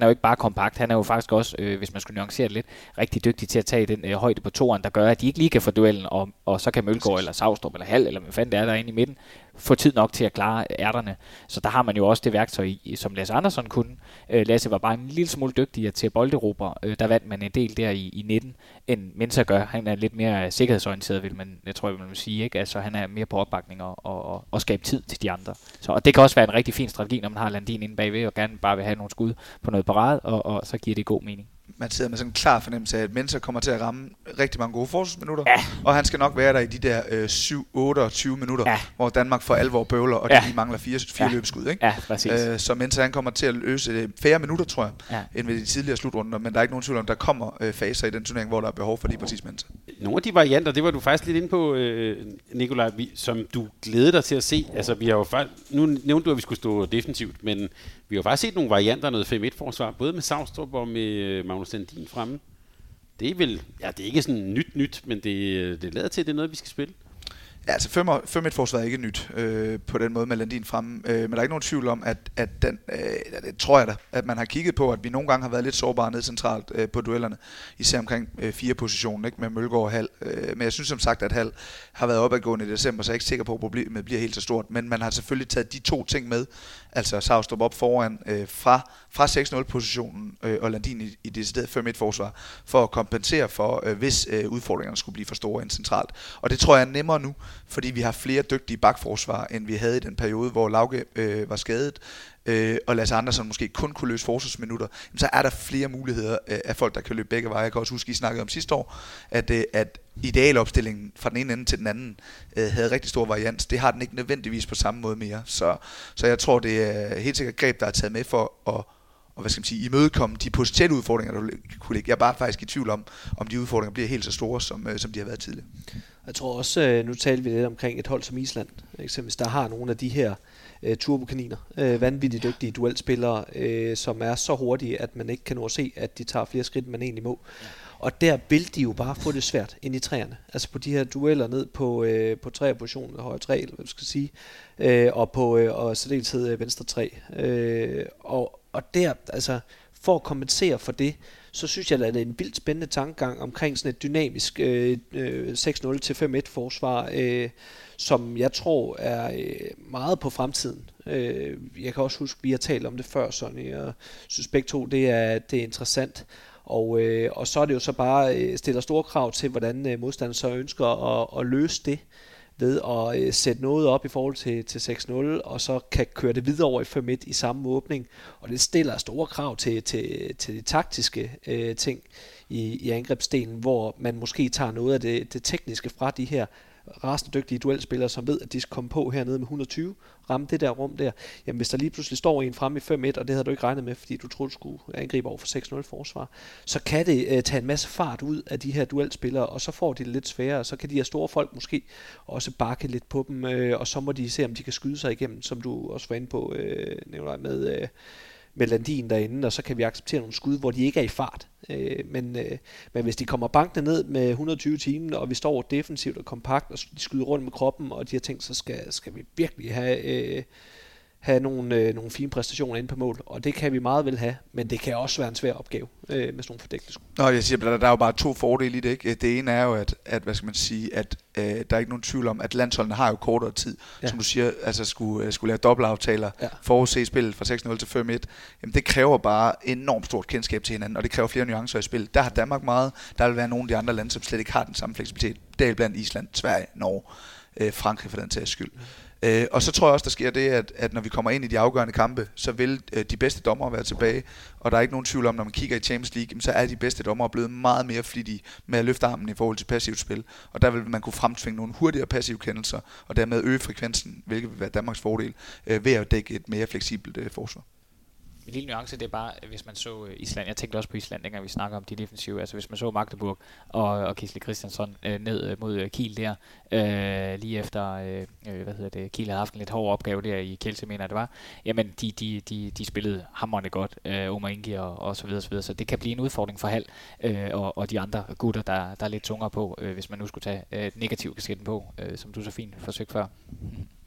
han er jo ikke bare kompakt, han er jo faktisk også, øh, hvis man skulle nuancere det lidt, rigtig dygtig til at tage den øh, højde på toeren, der gør, at de ikke lige kan få duellen, og, og så kan Mølgaard eller Savstrup eller Hal, eller hvad fanden det er derinde i midten, få tid nok til at klare ærterne. Så der har man jo også det værktøj, i, som Lasse Andersson kunne. Øh, Lasse var bare en lille smule dygtigere til bolderober. Øh, der vandt man en del der i, i nitten, end Mensah gør. Han er lidt mere sikkerhedsorienteret, vil man, jeg tror, jeg vil sige. Ikke? Altså, han er mere på opbakning og, og, og, og skabe tid til de andre. Så, og det kan også være en rigtig fin strategi, når man har Landin inde bagved, og gerne bare vil have nogle skud på noget parade, og, og så giver det god mening. Man sidder med sådan en klar fornemmelse af, at Mensah kommer til at ramme rigtig mange gode forsvarsminutter, ja. Og han skal nok være der i de der øh, syv otteogtyve minutter, ja. Hvor Danmark for alvor bøvler, og ja. De mangler fire, fire ja. løbeskud. Ikke? Ja, præcis. Øh, så Mensah han kommer til at løse færre minutter, tror jeg, ja. End ved de tidligere slutrunder, men der er ikke nogen tvivl om, der kommer øh, faser i den turnering, hvor der er behov for lige præcis Mensah. Nogle af de varianter, det var du faktisk lidt inde på, øh, Nikolaj, vi, som du glæder dig til at se. Altså, vi har jo faktisk, nu nævnte du, at vi skulle stå defensivt, men vi har faktisk set nogle varianter af noget fem et-forsvar, både med Savstrup og med Magnus Landin fremme. Det er vel, ja, det er ikke sådan nyt nyt, men det, det lader til, at det er noget, vi skal spille. Ja, altså fem et-forsvar er ikke nyt øh, på den måde med Landin fremme, øh, men der er ikke nogen tvivl om, at, at den, øh, det tror jeg da, at man har kigget på, at vi nogle gange har været lidt sårbare ned centralt øh, på duellerne, især omkring øh, fire positionen, ikke, med Mølgaard og Hal. Øh, men jeg synes som sagt, at Hal har været opadgående i december, så jeg er ikke sikker på, at problemet bliver helt så stort, men man har selvfølgelig taget de to ting med, altså Savstrup op foran øh, fra, fra seks nul-positionen øh, og Landin i, i det stedet fem et-forsvar, for at kompensere for, øh, hvis øh, udfordringerne skulle blive for store ind centralt. Og det tror jeg er nemmere nu, fordi vi har flere dygtige bakforsvar, end vi havde i den periode, hvor Lauke øh, var skadet, øh, og Lasse Andersson måske kun kunne løse forsvarsminutter. Jamen, så er der flere muligheder øh, af folk, der kan løbe begge veje. Jeg kan også huske, I snakkede om sidste år, at, øh, at idealopstillingen fra den ene ende til den anden øh, havde rigtig stor varians. Det har den ikke nødvendigvis på samme måde mere. Så, så jeg tror, det er helt sikkert greb, der er taget med for at og hvad skal man sige, imødekomme de potentielle udfordringer, der kunne ligge. Jeg er bare faktisk i tvivl om, om de udfordringer bliver helt så store, som, som de har været tidligere. Jeg tror også, nu talte vi lidt omkring et hold som Island, eksempelvis, der har nogle af de her uh, turbokaniner, uh, vanvittigt dygtige duelspillere, uh, som er så hurtige, at man ikke kan nå at se, at de tager flere skridt, man egentlig må. Ja. Og der vil de jo bare få det svært ind i træerne. Altså på de her dueller ned på, øh, på træerpositionen, højre tre, eller hvad man skal sige, øh, og på øh, og særdeleshed venstre tre. Øh, og, og der, altså for at kompensere for det, så synes jeg, at det er en vildt spændende tankegang omkring sådan et dynamisk øh, øh, seks nul til fem et-forsvar, øh, som jeg tror er øh, meget på fremtiden. Øh, jeg kan også huske, at vi har talt om det før, Sonny, og synes begge to, det er, det er interessant. Og, øh, og så er det jo så bare øh, stiller store krav til, hvordan øh, modstanderen så ønsker at, at løse det ved at øh, sætte noget op i forhold til, til seks nul, og så kan køre det videre over i fem et i samme åbning. Og det stiller store krav til, til, til de taktiske øh, ting i, i angrebsdelen, hvor man måske tager noget af det, det tekniske fra de her rasende dygtige duelspillere, som ved, at de skal komme på hernede med et hundrede og tyve, ramme det der rum der. Jamen hvis der lige pludselig står en fremme i fem et, og det havde du ikke regnet med, fordi du troede, du skulle angribe over for seks nul forsvar, så kan det uh, tage en masse fart ud af de her duelspillere, og så får de det lidt sværere, og så kan de her store folk måske også bakke lidt på dem, uh, og så må de se, om de kan skyde sig igennem, som du også var inde på, uh, nævner med... Uh, med Landin derinde, og så kan vi acceptere nogle skud, hvor de ikke er i fart. Øh, men, øh, men hvis de kommer bankende ned med et hundrede og tyve timer, og vi står defensivt og kompakt, og de skyder rundt med kroppen, og de har tænkt, så skal, skal vi virkelig have, øh, have nogle, øh, nogle fine præstationer inde på mål. Og det kan vi meget vel have, men det kan også være en svær opgave øh, med sådan nogle fordækte skud. Nå, jeg siger, der, der er jo bare to fordele i det, ikke? Det ene er jo, at, at hvad skal man sige, at øh, der er ikke nogen tvivl om, at landsholdene har jo kortere tid, ja. Som du siger, altså skulle, skulle lave dobbeltaftaler, ja. Forudse spillet fra seks nul til fem et. Jamen det kræver bare enormt stort kendskab til hinanden, og det kræver flere nuancer i spil. Der har Danmark meget, der vil være nogle af de andre lande, som slet ikke har den samme fleksibilitet. Det er blandt Island, Sverige, Norge, øh, Frankrig for den sags skyld. Ja. Øh, og så tror jeg også, der sker det, at, at når vi kommer ind i de afgørende kampe, så vil øh, de bedste dommere være tilbage. Og der er ikke nogen tvivl om, når man kigger i Champions League, så er de bedste dommere blevet meget mere flittige med at løfte armen i forhold til passivt spil. Og der vil man kunne fremtvinge nogle hurtigere passive kendelser, og dermed øge frekvensen, hvilket vil være Danmarks fordel, øh, ved at dække et mere fleksibelt øh, forsvar. En lille nuance, det er bare, hvis man så Island, jeg tænkte også på Island, dengang vi snakker om de defensive, altså hvis man så Magdeburg og, og Kisle Christiansson øh, ned mod Kiel der, øh, lige efter, øh, hvad hedder det, Kiel havde haft en lidt hård opgave der i Kielse, mener det var, jamen de, de, de, de spillede hamrende godt, øh, Omar Ingi og, og så videre, så videre, så det kan blive en udfordring for Hal øh, og, og de andre gutter, der, der er lidt tungere på, øh, hvis man nu skulle tage øh, negativ kasketten på, øh, som du så fint forsøgte før.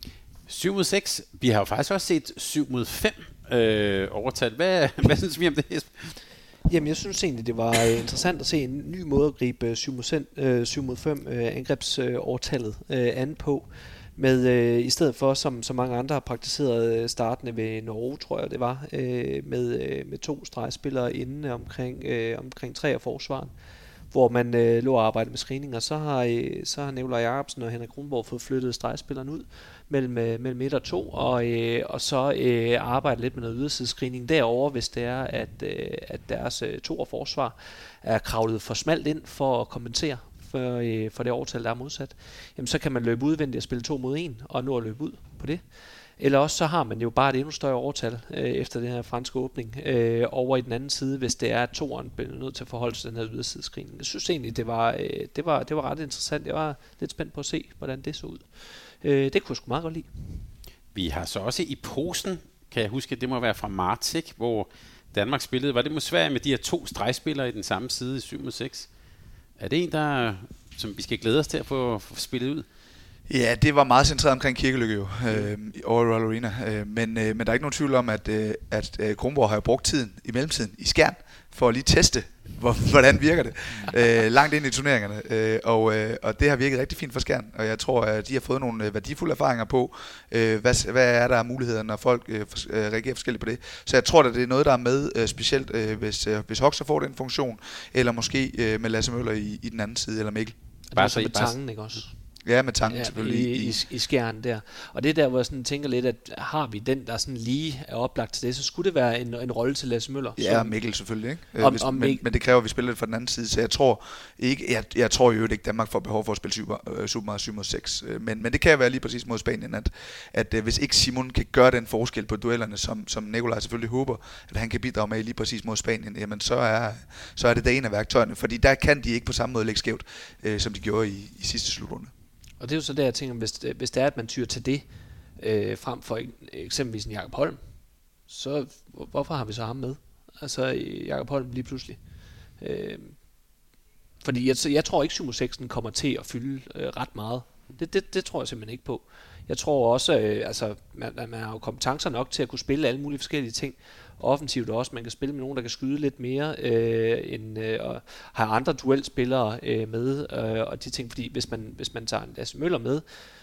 syv mod seks. Vi har jo faktisk også set syv mod fem øh, overtal. Hvad, hvad synes vi om det, Jesper? Jamen, jeg synes egentlig, det var interessant at se en ny måde at gribe syv mod fem øh, angrebsovertallet øh, an på. Med, øh, i stedet for, som, som mange andre har praktiseret øh, startende ved Norge, tror jeg det var, øh, med, øh, med to stregspillere inde omkring, øh, omkring tre af forsvaren, hvor man øh, lå og arbejdede med screeninger. Så har, øh, så har Nikolaj Jacobsen og Henrik Kronborg fået flyttet stregspilleren ud mellem, øh, mellem et og to, og, øh, og så øh, arbejde lidt med noget ydersidescreening derovre, hvis det er, at, øh, at deres øh, to af forsvar er kravlet for smalt ind for at kompensere for, øh, for det overtal, der er modsat. Jamen, så kan man løbe udvendigt og spille to mod en, og nå at løbe ud på det. Eller også så har man jo bare et endnu større overtal øh, efter den her franske åbning øh, over i den anden side, hvis det er, at toeren bliver nødt til at forholde sig til den her ydersidescreening. Jeg synes egentlig, det var, øh, det, var, det var ret interessant. Jeg var lidt spændt på at se, hvordan det så ud. Øh, det kunne jeg sgu meget godt lide. Vi har så også i posen, kan jeg huske, det må være fra marts, ikke? Hvor Danmark spillede. Var det mod Sverige med de her to stregspillere i den samme side i syv mod seks? Er det en, der, som vi skal glæde os til at få, få spillet ud? Ja, det var meget centreret omkring Kirkelykke jo, øh, over Royal Arena. Øh, men, øh, men der er ikke nogen tvivl om, at, øh, at øh, Kronborg har jo brugt tiden i mellemtiden i Skjern for at lige teste, hvor, hvordan virker det øh, langt ind i turneringerne. Øh, og, øh, og det har virket rigtig fint for Skjern, og jeg tror, at de har fået nogle øh, værdifulde erfaringer på, øh, hvad, hvad er der af muligheder, når folk øh, for, øh, reagerer forskelligt på det. Så jeg tror, at det er noget, der er med, øh, specielt øh, hvis, øh, hvis Hoxer får den funktion, eller måske øh, med Lasse Møller i, i den anden side, eller Mikkel. Bare så med tangen, ikke også? Ja, med tanken ja, selvfølgelig. I, i, i Skjern der. Og det er der, hvor jeg sådan tænker lidt, at har vi den, der sådan lige er oplagt til det, så skulle det være en, en rolle til Lasse Møller. Ja, og Mikkel selvfølgelig, ikke? Om, Hvis, om men, Mikkel. men det kræver, at vi spiller det fra den anden side, så jeg tror ikke, jeg, jeg tror jo ikke, Danmark får behov for at spille super, uh, super meget syv mod seks. Men, men det kan være lige præcis mod Spanien, at, at uh, hvis ikke Simon kan gøre den forskel på duellerne, som, som Nikolaj selvfølgelig håber, at han kan bidrage med lige præcis mod Spanien, jamen så er, så er det da en af værktøjerne, fordi der kan de ikke på samme måde lægge skævt, uh, som de gjorde i, i sidste slutrunde. Og det er jo så der, jeg tænker, hvis, hvis det er, at man tyrer til det, øh, frem for eksempelvis en Jakob Holm, så hvorfor har vi så ham med? Altså Jakob Holm lige pludselig. Øh, fordi jeg, jeg tror ikke, syv mod seks kommer til at fylde øh, ret meget. Det, det, det tror jeg simpelthen ikke på. Jeg tror også, øh, altså man, man har jo kompetencer nok til at kunne spille alle mulige forskellige ting. Offensivt også, man kan spille med nogen, der kan skyde lidt mere, øh, end øh, og have andre duelspillere øh, med, øh, og de ting, fordi hvis man, hvis man tager en Lasse Møller med,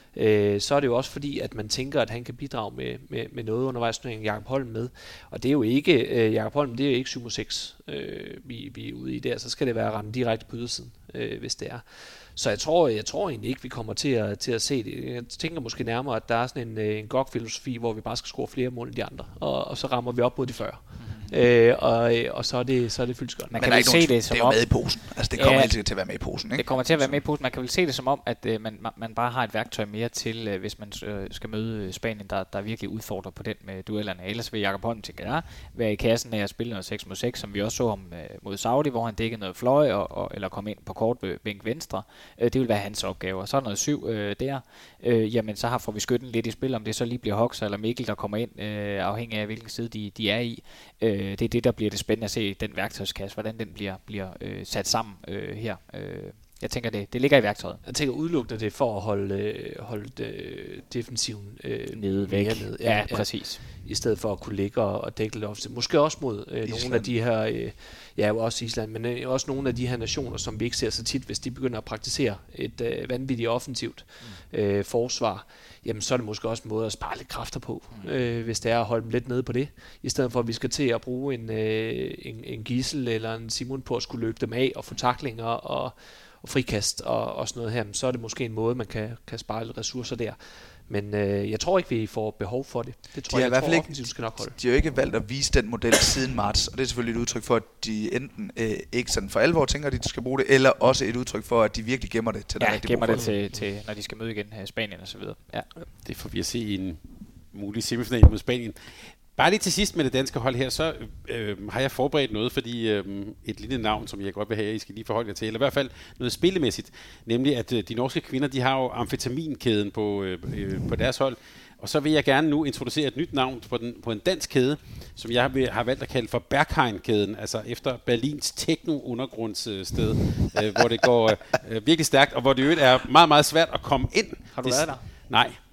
øh, så er det jo også fordi, at man tænker, at han kan bidrage med, med, med noget undervejs, når Jakob Holm med, og det er jo ikke, øh, Jakob Holm, det er jo ikke syv mod seks, øh, vi, vi er ude i der, så skal det være rende direkte på ydersiden, øh, hvis det er. Så jeg tror, jeg tror egentlig ikke, vi kommer til at, til at se det. Jeg tænker måske nærmere, at der er sådan en, en G O G-filosofi, hvor vi bare skal score flere mål end de andre, og, og så rammer vi op mod de fyrre. Mm-hmm. Øh, og, og så er det, så er det fyldt godt. Man kan vel se det som det er jo med i posen. Altså det kommer ja, altid til at være med i posen, ikke? Det kommer til at være med i posen. Man kan vel se det som om, at øh, man, man bare har et værktøj mere til, øh, hvis man øh, skal møde Spanien, der, der virkelig udfordrer på den med duellerne. Ellers vil Jakob Holm, tænker jeg, være i kassen af at spille noget seks mod seks, som vi også så om øh, mod Saudi, hvor han dækkede noget fløj, og, og, eller kom ind på kort bænk venstre. Øh, det vil være hans opgave. Og så er noget syv øh, der. Øh, jamen, så har får vi skytten lidt i spil, om det så lige bliver Hoxer eller Mikkel, der kommer ind, øh, afhængig af hvilken side de, de er i. Øh, det er det, der bliver det spændende at se, den værktøjskasse, hvordan den bliver, bliver øh, sat sammen øh, her. Øh, jeg tænker, det, det ligger i værktøjet. Jeg tænker udelukkende det for at holde, øh, holde øh, defensiven øh, nede væk. Ned. Ja, ja, præcis. I stedet for at kunne ligge og, og dække lidt offensivt. Måske også mod øh, nogle af de her, øh, ja jo også Island, men øh, også nogle af de her nationer, som vi ikke ser så tit, hvis de begynder at praktisere et øh, vanvittigt offensivt øh, forsvar, jamen så er det måske også en måde at spare lidt kræfter på, mm. øh, hvis det er at holde dem lidt nede på det, i stedet for at vi skal til at bruge en, øh, en, en Gidsel eller en Simon på at skulle løbe dem af og få tacklinger og, og frikast og, og sådan noget her, så er det måske en måde, man kan, kan spare lidt ressourcer der. Men øh, jeg tror ikke, vi får behov for det. Det tror de jeg, jeg jeg tror, ikke, offensivt skal nok holde. De har jo ikke valgt at vise den model siden marts, og det er selvfølgelig et udtryk for, at de enten øh, ikke sådan for alvor tænker, at de skal bruge det, eller også et udtryk for, at de virkelig gemmer det til der ja, rigtig gemmer brug det til, til, når de skal møde igen her i Spanien og så videre. Ja. Det får vi at se i en mulig semifinal mod Spanien. Bare lige til sidst med det danske hold her, så øh, har jeg forberedt noget, fordi øh, et lille navn, som jeg godt vil have, I skal lige forholde jer til, eller i hvert fald noget spillemæssigt, nemlig at øh, de norske kvinder, de har jo amfetaminkæden på, øh, øh, på deres hold, og så vil jeg gerne nu introducere et nyt navn på, den, på en dansk kæde, som jeg har, har valgt at kalde for Berghain-kæden, altså efter Berlins techno-undergrundssted, øh, hvor det går øh, virkelig stærkt, og hvor det jo er meget, meget svært at komme ind. Har du været der? Nej.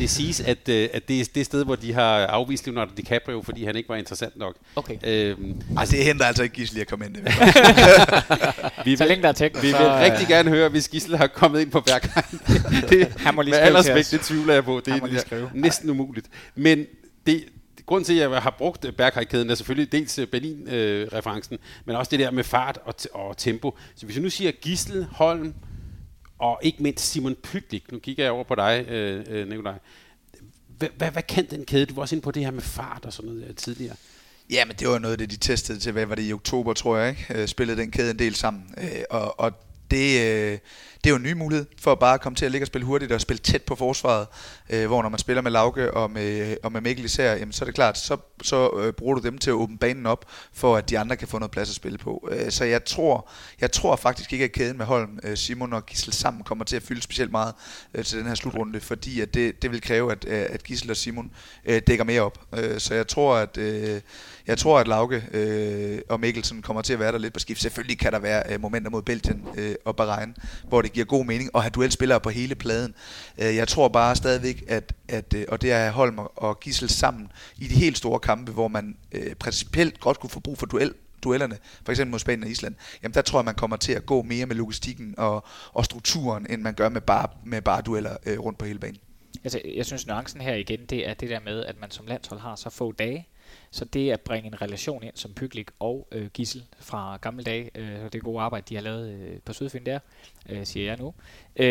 Det siges, at, øh, at det er det sted, hvor de har afvist Leonardo DiCaprio, fordi han ikke var interessant nok. Okay. Øhm, Ej, det henter altså ikke Gisle at komme ind. Det vi så længe der er teknik, Vi vil så, rigtig gerne høre, hvis Gisle har kommet ind på Berghain. det, han må lige med skrive al til respekt, os. det tvivler jeg på. Det Han må lige er skrive. næsten umuligt. Men det, grunden til, at jeg har brugt Berghain-kæden, er selvfølgelig dels Berlin-referencen, men også det der med fart og, t- og tempo. Så hvis jeg nu siger Gisle, Holm og ikke mindst Simon Pytlik, nu kigger jeg over på dig, øh, Nikolaj. Hvad, hvad kan den kæde? Du var også inde på det her med fart og sådan noget tidligere. Ja, men det var noget af det, de testede til, hvad var det i oktober, tror jeg, ikke? Spillede den kæde en del sammen. Og, og det, øh, det er jo en ny mulighed for at bare komme til at ligge og spille hurtigt og spille tæt på forsvaret, øh, hvor når man spiller med Lauke og med, og med Mikkel især, jamen, så er det klart, så, så øh, bruger du dem til at åbne banen op, for at de andre kan få noget plads at spille på. Øh, så jeg tror, jeg tror faktisk ikke, at kæden med Holm, øh, Simon og Gisle sammen kommer til at fylde specielt meget øh, til den her slutrunde, fordi at det, det vil kræve, at, øh, at Gisle og Simon øh, dækker mere op. Øh, så jeg tror, at øh, jeg tror, at Lauke øh, og Mikkelsen kommer til at være der lidt på skift. Selvfølgelig kan der være øh, momenter mod Belgien øh, og Bahrain, hvor det giver god mening at have duelspillere på hele pladen. Øh, jeg tror bare stadigvæk, at, at øh, og det er Holm og Gisle sammen i de helt store kampe, hvor man øh, principielt godt kunne få brug for duel duellerne, for eksempel mod Spanien og Island, jamen der tror jeg, man kommer til at gå mere med logistikken og, og strukturen, end man gør med bare, med bare dueller øh, rundt på hele banen. Altså, jeg synes, nuancen her igen, det er det der med, at man som landshold har så få dage, så det at bringe en relation ind som Pytlik og øh, Gisle fra gamle dage, øh, det gode arbejde, de har lavet øh, på Sydfyn der, øh, siger jeg nu,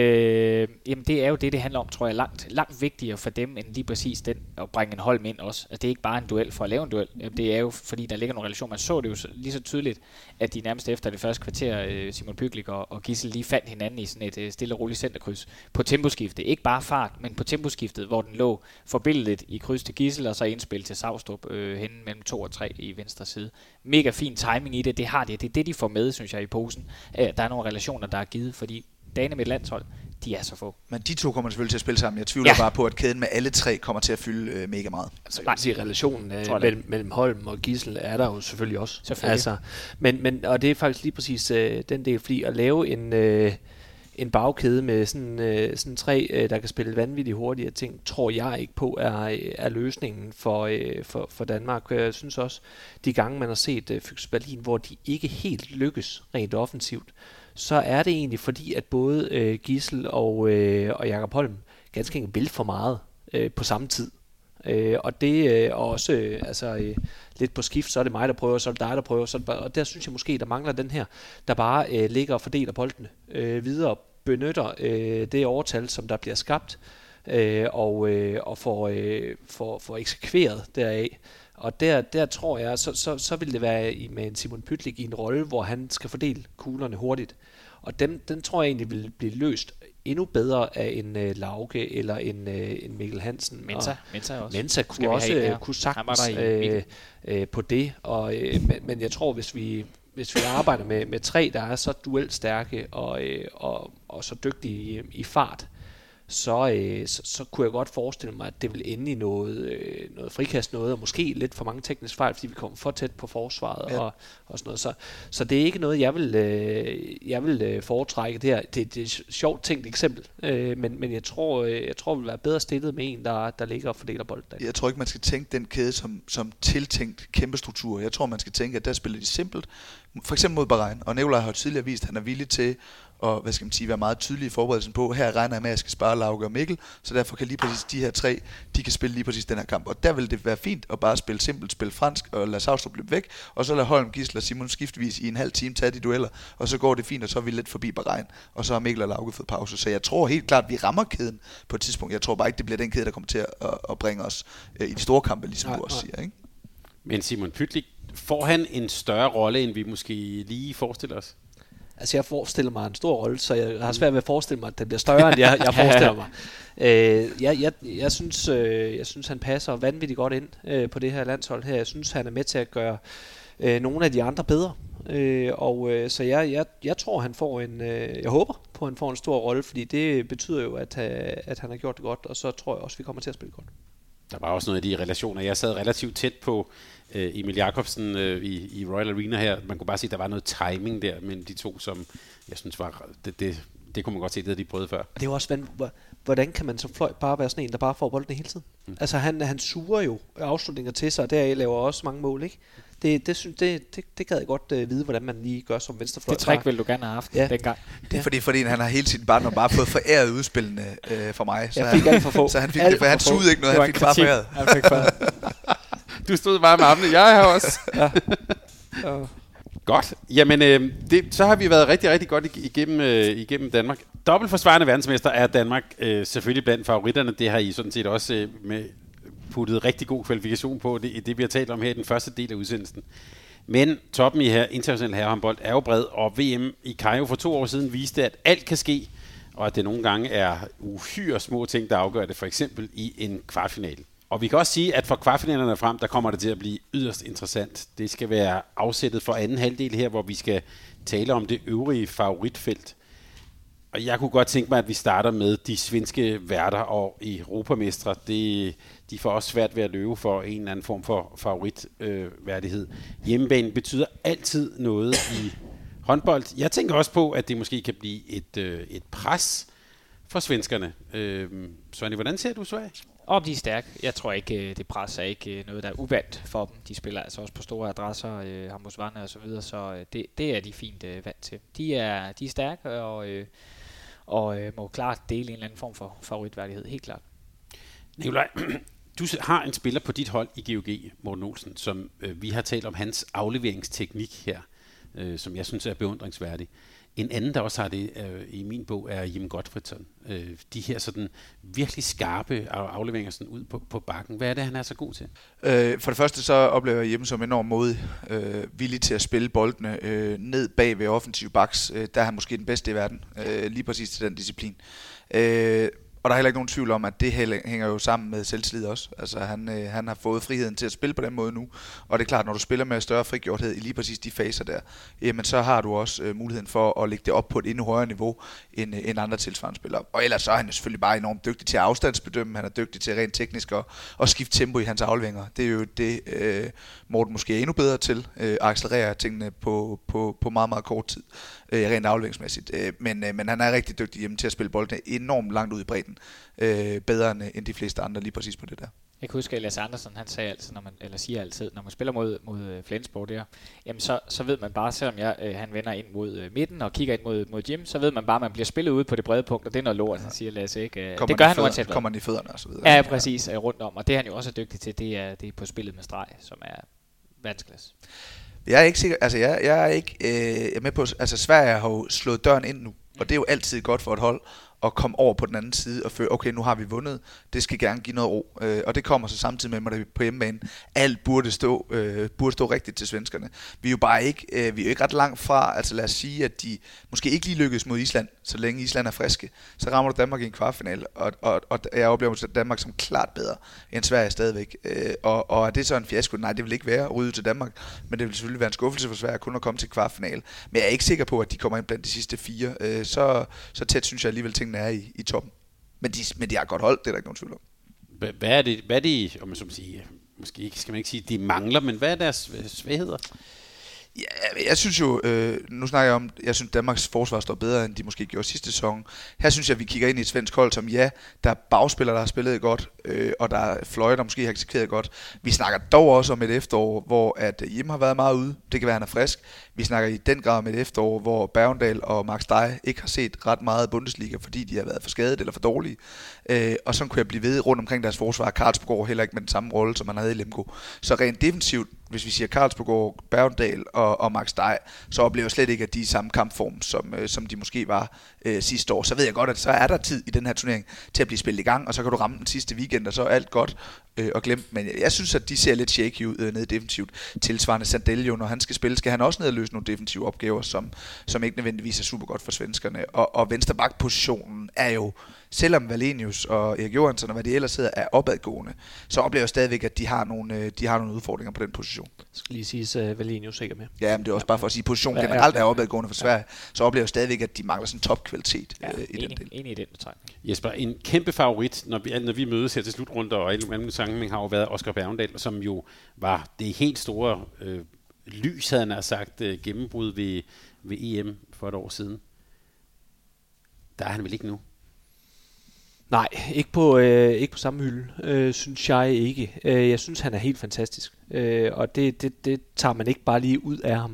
øh, jamen det er jo det, det handler om, tror jeg, langt, langt vigtigere for dem, end lige præcis den at bringe en Holm ind også. Altså det er ikke bare en duel for at lave en duel, jamen, det er jo fordi, der ligger nogle relation. Man så det jo så, lige så tydeligt, at de nærmest efter det første kvarter, øh, Simon Pytlik og, og Gisle lige fandt hinanden i sådan et øh, stille og roligt centerkryds på temposkiftet. Ikke bare fart, men på temposkiftet, hvor den lå forbilledet i kryds til Gisle, og så indspil til Savstrup øh, hen mellem to og tre i venstre side. Mega fin timing i det, det har de. Det er det, de får med, synes jeg, i posen. Øh, der er nogle relationer, der er givet, fordi dagene med et landshold, de er så få. Men de to kommer selvfølgelig til at spille sammen. Jeg tvivler ja. bare på, at kæden med alle tre kommer til at fylde øh, mega meget. Altså, jeg kan sige, relationen øh, mellem, mellem Holm og Gisle er der jo selvfølgelig også. Selvfølgelig. Altså, men, men, og det er faktisk lige præcis øh, den del, fordi at lave en... Øh, en bagkæde med sådan, øh, sådan tre, øh, der kan spille vanvittigt hurtige ting, tror jeg ikke på er, er løsningen for, øh, for, for Danmark. Jeg synes også, de gange man har set øh, Füchs Berlin, hvor de ikke helt lykkes rent offensivt, så er det egentlig fordi, at både øh, Gisle og, øh, og Jakob Holm ganske enkelt vil for meget øh, på samme tid. Øh, og det er øh, også øh, altså, øh, lidt på skift, så er det mig, der prøver, så er det dig, der prøver. Så det bare, og der synes jeg måske, der mangler den her, der bare øh, ligger og fordeler boldene øh, videre, benytter øh, det overtal, som der bliver skabt, øh, og, øh, og får, øh, får, får eksekveret deraf. Og der, der tror jeg, så, så, så vil det være i, med en Simon Pytlik i en rolle, hvor han skal fordele kuglerne hurtigt. Og den, den tror jeg egentlig vil blive løst endnu bedre af en uh, Lauke eller en, uh, en Mikkel Hansen. Mensa, Mensa også. Mensa kunne også kunne sagtens øh, øh, på det. Og, øh, men, men jeg tror, hvis vi hvis vi arbejder med, med tre, der er så duelstærke og, øh, og, og så dygtige i, i fart, så, øh, så, så kunne jeg godt forestille mig, at det vil ende i noget, øh, noget frikast noget, og måske lidt for mange tekniske fejl, fordi vi kommer for tæt på forsvaret, ja. og, og sådan noget. Så, så det er ikke noget, jeg vil, øh, jeg vil øh, foretrække. Det, her. Det, det er et sjovt tænkt eksempel, øh, men, men jeg tror, øh, jeg tror, vi vil være bedre stillet med en, der, der ligger og fordeler bolden. Jeg tror ikke, man skal tænke den kæde som, som tiltænkt kæmpe struktur. Jeg tror, man skal tænke, at der spiller de simpelt. For eksempel mod Bahrain, og Nikolaj har tidligere vist, at han er villig til og hvad skal man sige, være meget tydelig i forberedelsen på, her regner jeg med, at jeg skal spare Lauke og Mikkel, så derfor kan lige præcis de her tre, de kan spille lige præcis den her kamp. Og der vil det være fint at bare spille simpelt, spille fransk og lade Savstrup løbe væk, og så lade Holm, Gisle og Simon skiftevis i en halv time tage de dueller, og så går det fint, og så er vi lidt forbi Bahrain, og så har Mikkel og Lauke fået pause. Så jeg tror helt klart, at vi rammer kæden på et tidspunkt. Jeg tror bare ikke, det bliver den kæde, der kommer til at, at bringe os øh, i de store kampe, ligesom nej, du også nej. siger. Ikke? Men Simon Pytlik, får han en større rolle, end vi måske lige forestiller os? Altså jeg forestiller mig en stor rolle, så jeg har svært ved at forestille mig, at den bliver større, end jeg, jeg forestiller mig. Øh, jeg, jeg, jeg, synes, øh, jeg synes, han passer vanvittigt godt ind øh, på det her landshold her. Jeg synes, han er med til at gøre øh, nogle af de andre bedre. Øh, og øh, så jeg, jeg, jeg tror, han får en, øh, jeg håber på, at han får en stor rolle, fordi det betyder jo, at, at han har gjort det godt, og så tror jeg også, vi kommer til at spille godt. Der var også noget af de relationer. Jeg sad relativt tæt på øh, Emil Jakobsen øh, i, i Royal Arena her. Man kunne bare se, at der var noget timing der mellem de to, som jeg synes var... Det, det det kunne man godt se, det havde de prøvet før. Det er jo også, hvordan kan man som fløj bare være sådan en, der bare får bolden hele tiden? Mm. Altså han, han suger jo afslutninger til sig, og deraf laver også mange mål, ikke? Det, det, synes, det, det, det gad jeg godt uh, vide, hvordan man lige gør som venstrefløj. Det trick ville du gerne have haft ja. dengang. Det er fordi, fordi han har hele tiden bare, bare fået foræret udspillene øh, for mig. Så jeg fik alt for få. Så han fik alt det, for han sugede ikke noget, han fik bare foræret. Han fik foræret. Du stod bare med armene, jeg er her også. Ja. Ja. Godt. Jamen, øh, det, så har vi været rigtig, rigtig godt igennem, øh, igennem Danmark. Dobbeltforsvarende verdensmester er Danmark øh, selvfølgelig blandt favoritterne. Det har I sådan set også øh, med puttet rigtig god kvalifikation på, det, det vi har talt om her i den første del af udsendelsen. Men toppen i her international herrehåndbold er jo bred, og V M i Kairo for to år siden viste, at alt kan ske, og at det nogle gange er uhyre små ting, der afgør det, for eksempel i en kvartfinale. Og vi kan også sige, at for kvartfinalerne frem, der kommer det til at blive yderst interessant. Det skal være afsættet for anden halvdel her, hvor vi skal tale om det øvrige favoritfelt. Og jeg kunne godt tænke mig, at vi starter med de svenske værter og europamestre. Det, de får også svært ved at løbe for en eller anden form for favoritværdighed. Øh, Hjemmebanen betyder altid noget i håndbold. Jeg tænker også på, at det måske kan blive et, øh, et pres for svenskerne. Øh, Sonny, hvordan ser du Sverige? Og de er stærke. Jeg tror ikke, det pres er ikke noget, der er uvandt for dem. De spiller altså også på store adresser, øh, Hammers Vanne og så videre, så det, det er de fint øh, vant til. De er, de er stærke og, øh, og øh, må klart dele en eller anden form for favoritværdighed, helt klart. Nikolaj, du har en spiller på dit hold i G O G, Morten Olsen, som øh, vi har talt om hans afleveringsteknik her, øh, som jeg synes er beundringsværdig. En anden, der også har det øh, i min bog, er Jim Gottfridsson. Øh, de her sådan virkelig skarpe afleveringer sådan ud på, på bakken. Hvad er det, han er så god til? Øh, for det første så oplever jeg Jim som enormt modig, øh, villig til at spille boldene øh, ned bag ved offensive backs. Øh, der er han måske den bedste i verden, øh, lige præcis til den disciplin. Øh, Og der er heller ikke nogen tvivl om, at det hænger jo sammen med selvtillid også. Altså han, øh, han har fået friheden til at spille på den måde nu. Og det er klart, når du spiller med større frigjorthed i lige præcis de faser der, jamen så har du også øh, muligheden for at lægge det op på et endnu højere niveau end, øh, end andre tilsvarende spillere. Og ellers så er han jo selvfølgelig bare enormt dygtig til at afstandsbedømme. Han er dygtig til rent teknisk at, at skifte tempo i hans afleveringer. Det er jo det, øh, Morten måske er endnu bedre til. Øh, at accelerere tingene på, på, på meget, meget kort tid. Øh, rent afleveringsmæssigt. Øh, men, øh, men han er rigtig dygtig hjemme til at spille boldene enormt langt ud i bredden. Øh, bedre end, end de fleste andre lige præcis på det der. Jeg kan huske, at Lasse Andersen, han sagde altid, når man, eller siger altid, når man spiller mod, mod Flensborg der, jamen så, så ved man bare, selvom jeg, øh, han vender ind mod øh, midten og kigger ind mod, mod Jim, så ved man bare, at man bliver spillet ude på det brede punkt, og det er noget lort, han siger Lasse, ikke? Øh, det gør han uanset hvad. Kommer han i fødderne og så videre. Ja, præcis, øh, rundt om, og det er han jo også dygtig til, det er, det er på spillet med streg, som er verdensklasse. Jeg er ikke sikker, altså jeg, jeg er ikke øh, jeg er med på, altså Sverige har jo slået døren ind nu, og det er jo altid godt for et hold at komme over på den anden side og føle, okay, nu har vi vundet, det skal gerne give noget ro, øh, og det kommer så samtidig med, at på hjemmebane, alt burde stå, øh, burde stå rigtigt til svenskerne. Vi er jo bare ikke, øh, vi er jo ikke ret langt fra, altså lad os sige, at de måske ikke lige lykkes mod Island, så længe Island er friske, så rammer du Danmark i en kvartfinale, og, og, og jeg oplever Danmark som klart bedre end Sverige stadigvæk, øh, og, og er det så en fiasko? Nej, det vil ikke være at ryge til Danmark, men det vil selvfølgelig være en skuffelse for Sverige kun at komme til kvartfinale, men jeg er ikke sikker på, at de kommer ind blandt de sidste fire, øh, så, så tæt synes jeg alligevel tingene er i, i toppen. Men de, men de har godt holdt, det er der ikke nogen tvivl om. Hvad er det, hvad er det, om man så må sige, måske skal man ikke sige, de mangler, men hvad er deres svagheder? Ja, jeg synes jo, øh, nu snakker jeg om, jeg synes Danmarks forsvar står bedre, end de måske gjorde sidste sæson. Her synes jeg, vi kigger ind i et svensk hold, som ja, der er bagspillere, der har spillet godt, øh, og der er fløje, der måske har eksekveret godt. Vi snakker dog også om et efterår, hvor at Jim har været meget ude. Det kan være, han er frisk. Vi snakker i den grad om et efterår, hvor Bergendal og Max Dej ikke har set ret meget Bundesliga, fordi de har været for skadet eller for dårlige. Øh, og så kunne jeg blive ved rundt omkring deres forsvar. Karlsborg heller ikke med den samme rolle, som man havde i Lemgo. Så rent defensivt, hvis vi siger Karlsborg, Bergendal og, og Max Dej, så oplever jeg slet ikke, at de er i samme kampform, som, øh, som de måske var øh, sidste år. Så ved jeg godt, at så er der tid i den her turnering til at blive spillet i gang, og så kan du ramme den sidste weekend, og så er alt godt øh, og glemt. Men jeg, jeg synes, at de ser lidt shaky ud øh, nede defensivt. Tilsvarende Sandelio, når han skal spille, skal han også ned og løse nogle defensive opgaver, som, som ikke nødvendigvis er super godt for svenskerne. Og, og venstreback-positionen er jo, selvom Valenius og Erik Johansson og hvad de ellers hedder er opadgående, så oplever jeg stadigvæk, at de har nogle, de har nogle udfordringer på den position. Jeg skal lige sige, at Valenius ikke er med. Ja, men det er også bare for at sige, at positionen generelt er opadgående for Sverige, så oplever jeg stadigvæk, at de mangler sådan topkvalitet ja, øh, i enig, den del. Enig i den betragtning. Jesper, en kæmpe favorit, når vi, når vi mødes her til slutrunder, og en anden sammenhæng har jo været Oscar Bergendal, som jo var det helt store øh, lys, havde han sagt, øh, gennembrud ved, ved E M for et år siden. der er han vel ikke nu? Nej, ikke på, øh, ikke på samme hylde, øh, synes jeg ikke. Øh, jeg synes, han er helt fantastisk, øh, og det, det, det tager man ikke bare lige ud af ham.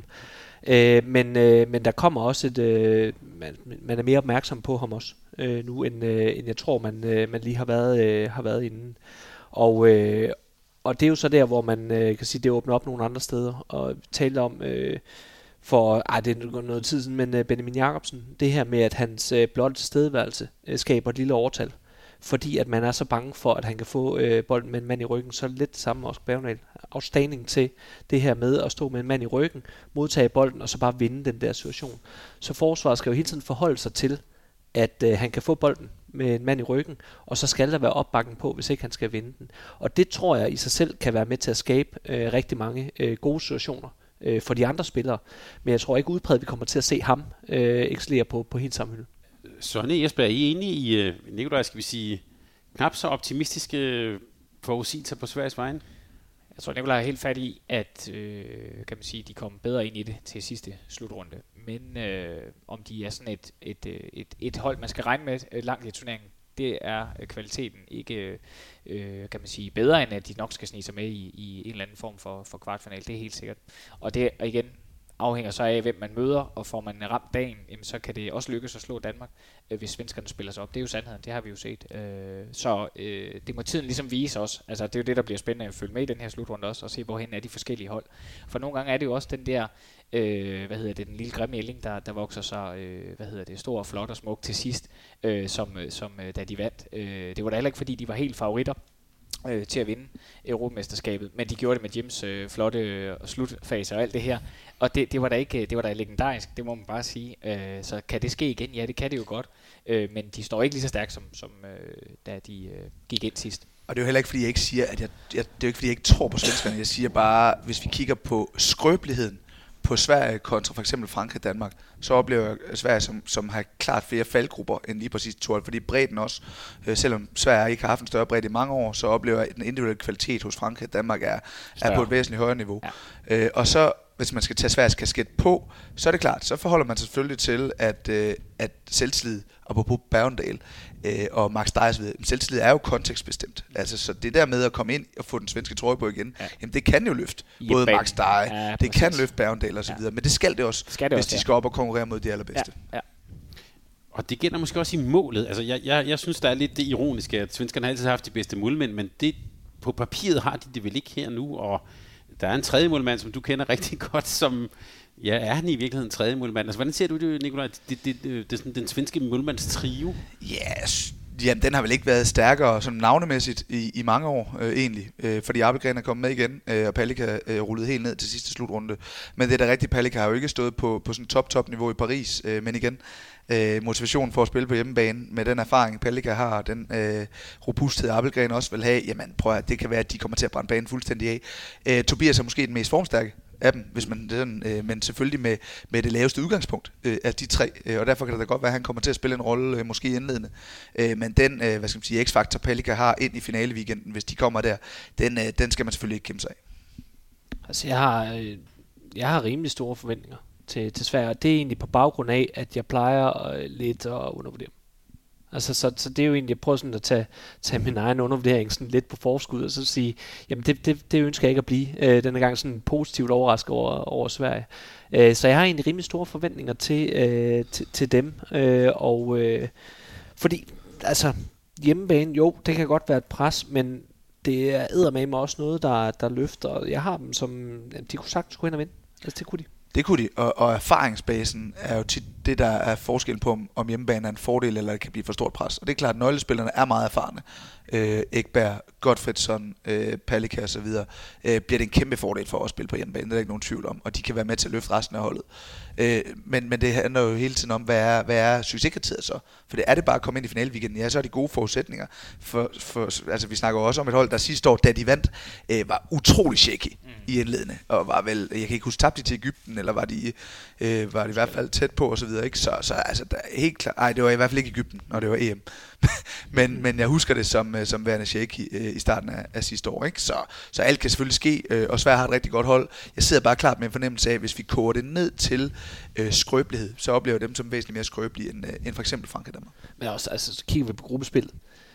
Øh, men, øh, men der kommer også et, øh, man, man er mere opmærksom på ham også øh, nu, end, øh, end jeg tror, man, øh, man lige har været, øh, har været inden. Og, øh, og det er jo så der, hvor man øh, kan sige, det åbner op nogle andre steder, og talte om... Øh, for, ej, det er noget tid siden, men uh, Benjamin Jacobsen, det her med, at hans uh, blotte tilstedeværelse uh, skaber et lille overtal, fordi at man er så bange for, at han kan få uh, bolden med en mand i ryggen, så er det lidt det samme også Bavendal. Afstanding til det her med at stå med en mand i ryggen, modtage bolden, og så bare vinde den der situation. Så forsvaret skal jo hele tiden forholde sig til, at uh, han kan få bolden med en mand i ryggen, og så skal der være opbakning på, hvis ikke han skal vinde den. Og det tror jeg i sig selv kan være med til at skabe uh, rigtig mange uh, gode situationer for de andre spillere. Men jeg tror ikke udpræget, vi kommer til at se ham øh, excellere på, på helt samme hylde. Sonny Jesper, er I enige i, uh, Nikolaj, skal vi sige, knap så optimistiske forudsigelser på Sveriges vejen? Jeg tror, Nikolaj er helt fat i, at øh, kan man sige, de kom bedre ind i det til sidste slutrunde. Men øh, om de er sådan et, et, et, et, et hold, man skal regne med øh, langt i turneringen, det er øh, kvaliteten ikke, øh, kan man sige, bedre end at de nok skal snige sig med i, i en eller anden form for, for kvartfinal. Det er helt sikkert. Og det igen afhænger så af, hvem man møder, og får man ramt dagen, jamen, så kan det også lykkes at slå Danmark, øh, hvis svenskerne spiller sig op. Det er jo sandheden, det har vi jo set. Øh, så øh, det må tiden ligesom vise os. Altså, det er jo det, der bliver spændende at følge med i den her slutrunde også, og se, hvorhen er de forskellige hold. For nogle gange er det jo også den der, øh, hvad hedder det, den lille grimme ælling, der, der vokser sig, øh, hvad hedder det, stor og flot og smuk til sidst, øh, som, som øh, da de vandt. Øh, det var da heller ikke, fordi de var helt favoritter øh, til at vinde Europamesterskabet, men de gjorde det med Jims øh, flotte øh, slutfase og alt det her. Og det, det var da ikke, det var da legendarisk, det må man bare sige. Øh, så kan det ske igen? Ja, det kan det jo godt. Øh, men de står ikke lige så stærkt, som, som øh, da de øh, gik ind sidst. Og det er jo heller ikke, fordi jeg ikke siger, at jeg, jeg, det er jo ikke, fordi jeg ikke tror på svenskerne. Jeg siger bare, hvis vi kigger på skrøbeligheden på Sverige kontra for eksempel Frankrig og Danmark, så oplever jeg Sverige, som, som har klart flere faldgrupper end lige præcis to hold, fordi bredden også, øh, selvom Sverige ikke har haft en større bredde i mange år, så oplever jeg, at den individuelle kvalitet hos Frankrig og Danmark er, er på et væsentligt højere niveau. Ja. Øh, og så, hvis man skal tage Sveriges kasket på, så er det klart, så forholder man sig selvfølgelig til, at, øh, at selvtillid, og på Bavendal øh, og Max Dejers ved, selvtillid er jo kontekstbestemt. Altså, så det der med at komme ind og få den svenske trøje på igen, ja. Jamen det kan jo løfte både Max Dej, ja, det kan løfte Bavendal og så videre, ja. Men det skal det også, skal det hvis også, de skal op og konkurrere mod de allerbedste. Ja. Ja. Og det gælder måske også i målet. Altså, jeg, jeg, jeg synes, der er lidt det ironiske, at svenskerne har altid haft de bedste målmænd, men det, på papiret har de det vel ikke her nu, og der er en tredje målmand, som du kender rigtig godt, som... Ja, er han i virkeligheden en tredje målmand? Altså, hvordan ser du det, Nikolaj? Det, det, det, det, det er sådan den svenske målmands trio? Yes. Jamen, den har vel ikke været stærkere sådan navnemæssigt i, i mange år, øh, egentlig. Øh, fordi Appelgren er kommet med igen, øh, og Palicka øh, rullede helt ned til sidste slutrunde. Men det er da rigtigt, Palicka har jo ikke stået på, på sådan top-top-niveau i Paris. Øh, men igen, øh, motivationen for at spille på hjemmebane med den erfaring, Palicka har, den øh, robusthed, Appelgren også vil have, jamen prøv at det kan være, at de kommer til at brænde banen fuldstændig af. Øh, Tobias er måske den mest formstærke af dem, hvis man sådan, øh, men selvfølgelig med, med det laveste udgangspunkt øh, af de tre, øh, og derfor kan det da godt være, at han kommer til at spille en rolle, øh, måske indledende. Øh, men den, øh, hvad skal man sige, X-faktor Palicka har ind i finaleweekenden, hvis de kommer der, den, øh, den skal man selvfølgelig ikke kæmpe sig af. Altså, jeg har, øh, jeg har rimelig store forventninger til, til Sverige, og det er egentlig på baggrund af, at jeg plejer øh, lidt at undervurdere. Altså, så, så det er jo egentlig, jeg prøver sådan at tage, tage min egen undervurdering sådan lidt på forskud, og så sige, jamen det, det, det ønsker jeg ikke at blive. Øh, denne gang sådan positivt overrasket over, over Sverige. Øh, så jeg har egentlig rimelig store forventninger til, øh, til, til dem. Øh, og øh, fordi, altså, hjemmebane, jo, det kan godt være et pres, men det er eddermame også noget, der, der løfter. Jeg har dem som, de kunne sagtens gå hen og vinde. Altså, det kunne de. Det kunne de, og, og erfaringsbasen er jo tit det, der er forskellen på, om, om hjemmebane er en fordel, eller det kan blive for stort pres. Og det er klart, at nøglespillerne er meget erfarne. Øh, Ekberg, Gottfridsson, øh, Palicka og så videre, øh, bliver det en kæmpe fordel for at spille på hjemmebane. Det er der ikke nogen tvivl om, og de kan være med til at løfte resten af holdet. Øh, men, men det handler jo hele tiden om, hvad er, hvad er succeskriteriet så? For det er det bare at komme ind i finaleweekenden, ja, så er de gode forudsætninger. For, for, altså, vi snakker også om et hold, der sidste år, da de vandt, øh, var utrolig shaky mm. i indledende, og var vel, jeg kan ikke huske, tabte de til Egypten, eller var de, øh, var de i hvert fald tæt på, og så videre, ikke? Så, så altså, der er helt klart, ej, det var i hvert fald ikke Egypten, når det var E M. men, men jeg husker det som, som, som værende shake i, i starten af, af sidste år. Ikke? Så, så alt kan selvfølgelig ske, øh, og Sverige har et rigtig godt hold. Jeg sidder bare klart med en fornemmelse af, at hvis vi koger det ned til øh, skrøbelighed, så oplever dem som væsentligt mere skrøbelige end, øh, end for eksempel Frankrig Danmark. Men også, altså, så kigger vi på gruppespillet,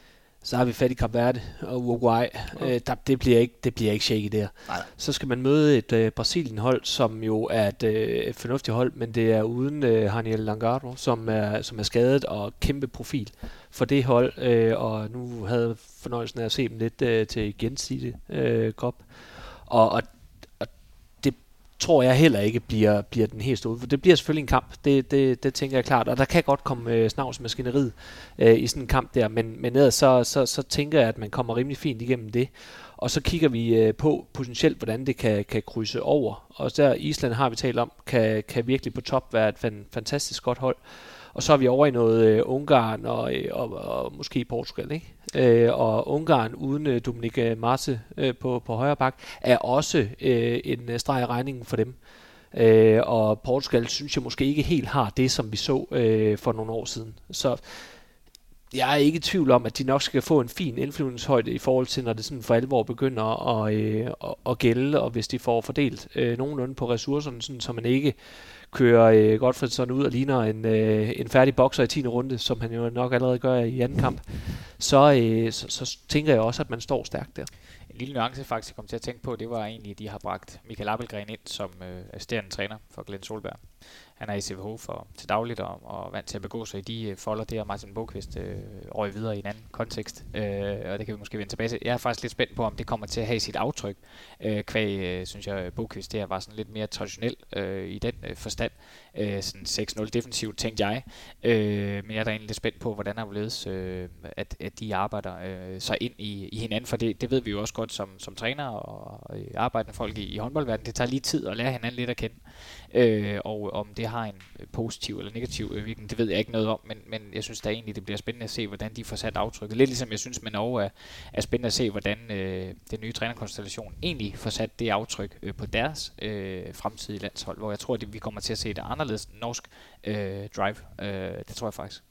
så har vi fat i Kap Verde og Uruguay. Okay. Øh, der, det, bliver ikke, det bliver ikke shaky der. Nej. Så skal man møde et øh, Brasilien-hold, som jo er et, øh, et fornuftigt hold, men det er uden øh, Haniel Langaro, som er, som er skadet og kæmpe profil for det hold. Øh, og nu havde fornøjelsen af at se dem lidt øh, til gensidigt øh, Cup. Og, og, og det tror jeg heller ikke bliver, bliver den helt store. For det bliver selvfølgelig en kamp, det, det, det tænker jeg klart. Og der kan godt komme øh, snavsmaskineriet øh, i sådan en kamp der, men, men ellers så, så, så tænker jeg, at man kommer rimelig fint igennem det. Og så kigger vi øh, på potentielt, hvordan det kan, kan krydse over. Og der Island har vi talt om, kan, kan virkelig på top være et fan, fantastisk godt hold. Og så er vi over i noget øh, Ungarn og, og, og måske Portugal, ikke? Øh, og Ungarn uden øh, Dominik Marse øh, på, på højre bak er også øh, en streg i regningen for dem. Øh, og Portugal synes jeg måske ikke helt har det, som vi så øh, for nogle år siden. Så jeg er ikke i tvivl om, at de nok skal få en fin indflyvningshøjde i forhold til, når det sådan for alvor begynder at, øh, at, at gælde, og hvis de får fordelt øh, nogenlunde på ressourcerne, sådan, så man ikke kører øh, Gottfridsson ud og ligner en, øh, en færdig bokser i tiende runde, som han jo nok allerede gør i anden kamp, så, øh, så, så tænker jeg også, at man står stærkt der. En lille nuance faktisk, jeg kom til at tænke på, det var egentlig, at de har bragt Michael Appelgren ind som øh, assisterende træner for Glenn Solberg. Han er i C V H for til dagligt og, og vant til at begå sig i de øh, folder, det og Martin Boqvist øh, røg videre i en anden kontekst, øh, og det kan vi måske vende tilbage til. Jeg er faktisk lidt spændt på, om det kommer til at have sit aftryk. Øh, kvæg, øh, synes jeg, Boqvist der var sådan lidt mere traditionel øh, i den øh, forstand. Øh, sådan seks nul defensivt, tænkte jeg. Øh, men jeg er da egentlig lidt spændt på, hvordan der øh, at, at de arbejder øh, sig ind i, i hinanden, for det, det ved vi jo også godt som, som træner og, og arbejdende folk i, i håndboldverdenen. Det tager lige tid at lære hinanden lidt at kende. Øh, og om det har en positiv eller negativ virkning, det ved jeg ikke noget om, men, men jeg synes da egentlig, det bliver spændende at se, hvordan de får sat aftrykket. Lidt ligesom jeg synes med Norge er, er spændende at se, hvordan øh, den nye trænerkonstellation egentlig får sat det aftryk øh, på deres øh, fremtidige landshold, hvor jeg tror, at vi kommer til at se det anderledes norsk øh, drive. Øh, det tror jeg faktisk.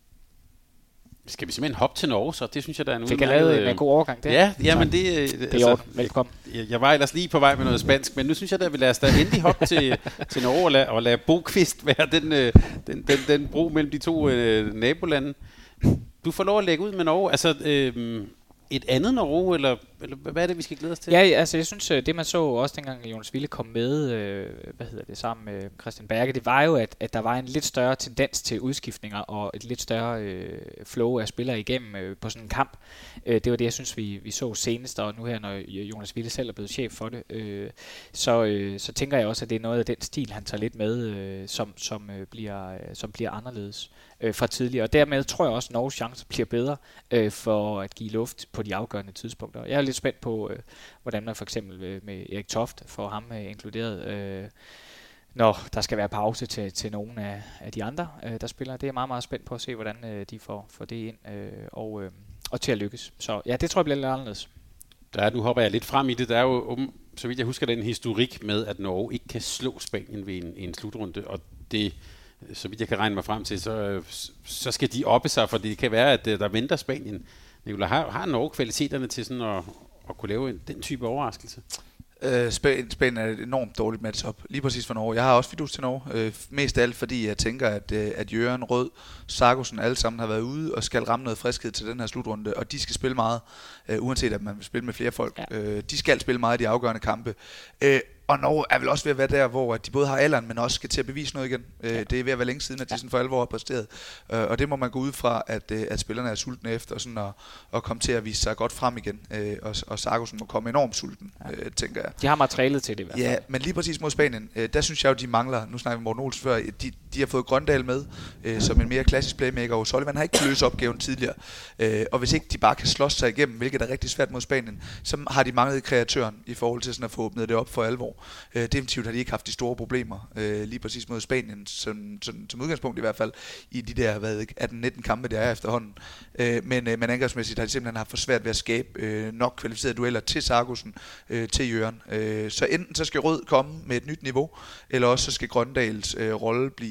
Skal vi simpelthen hoppe til Norge, så det synes jeg, der er en udmærket... Fik jeg lavet en god overgang der? Ja, ja men det... Det er altså, velkommen. Jeg, jeg var ellers lige på vej med noget spansk, men nu synes jeg, at vi lader os da endelig hoppe til, til Norge og lade, og lade Boqvist være den, den, den, den bro mellem de to øh, nabolande. Du får lov at lægge ud med Norge. Altså... Øh, et andet Norge, eller, eller hvad er det, vi skal glæde os til? Ja, altså jeg synes, det man så også dengang Jonas Wille kom med, øh, hvad hedder det, sammen med Christian Berge, det var jo, at, at der var en lidt større tendens til udskiftninger og et lidt større øh, flow af spillere igennem øh, på sådan en kamp. Øh, det var det, jeg synes, vi, vi så senest, og nu her, når Jonas Wille selv er blevet chef for det, øh, så, øh, så tænker jeg også, at det er noget af den stil, han tager lidt med, øh, som, som, øh, bliver, øh, som bliver anderledes øh, fra tidligere. Og dermed tror jeg også, at Norges chance bliver bedre øh, for at give luft på de afgørende tidspunkter. Jeg er lidt spændt på, øh, hvordan man for eksempel øh, med Erik Toft får ham øh, inkluderet, øh, når der skal være pause til, til nogle af, af de andre, øh, der spiller. Det er meget, meget spændt på at se, hvordan øh, de får, får det ind øh, og, øh, og til at lykkes. Så ja, det tror jeg bliver lidt anderledes. Der, nu hopper jeg lidt frem i det. Der er jo, um, så vidt jeg husker, den historik med, at Norge ikke kan slå Spanien ved en, en slutrunde, og det, så vidt jeg kan regne mig frem til, så, så skal de oppe sig, for det kan være, at der venter Spanien. Nicolai, har, har Norge kvaliteterne til sådan at, at kunne lave en, den type overraskelse? Øh, Spanien, Spanien er et enormt dårligt matchup, lige præcis for Norge. Jeg har også fidus til Norge, øh, mest af alt fordi jeg tænker, at, øh, at Jørgen, Rød, Sargussen alle sammen har været ude og skal ramme noget friskhed til den her slutrunde, og de skal spille meget, øh, uanset at man vil spille med flere folk. Ja. Øh, de skal spille meget i de afgørende kampe. Øh, Og Norge er vel også ved at være der, hvor de både har alderen, men også skal til at bevise noget igen. Ja. Det er ved at være længe siden, at de sådan for alvor har præsteret. Og det må man gå ud fra, at, at spillerne er sultne efter sådan at, at komme til at vise sig godt frem igen. Og, og Sargussen må komme enormt sulten, ja. tænker jeg. De har materialet til det i hvert fald. Ja, men lige præcis mod Spanien, der synes jeg jo, de mangler, nu snakker vi Morten Olsen før, de, de har fået Grøndal med som en mere klassisk playmaker, og Sullivan har ikke kunnet løse opgaven tidligere. Og hvis ikke de bare kan slås sig igennem, hvilket er rigtig svært mod Spanien, så har de manglet kreatøren i forhold til sådan at få åbnet det op for alvor. Definitivt har de ikke haft de store problemer, øh, lige præcis mod Spanien, som, som, som udgangspunkt i hvert fald, i de der hvad, atten nitten kampe, der er efterhånden. Øh, men, øh, men angrebsmæssigt har de simpelthen haft for svært ved at skabe øh, nok kvalificerede dueller til Sargussen, øh, til Jørgen. Øh, så enten så skal Rød komme med et nyt niveau, eller også så skal Grøndals øh, rolle blive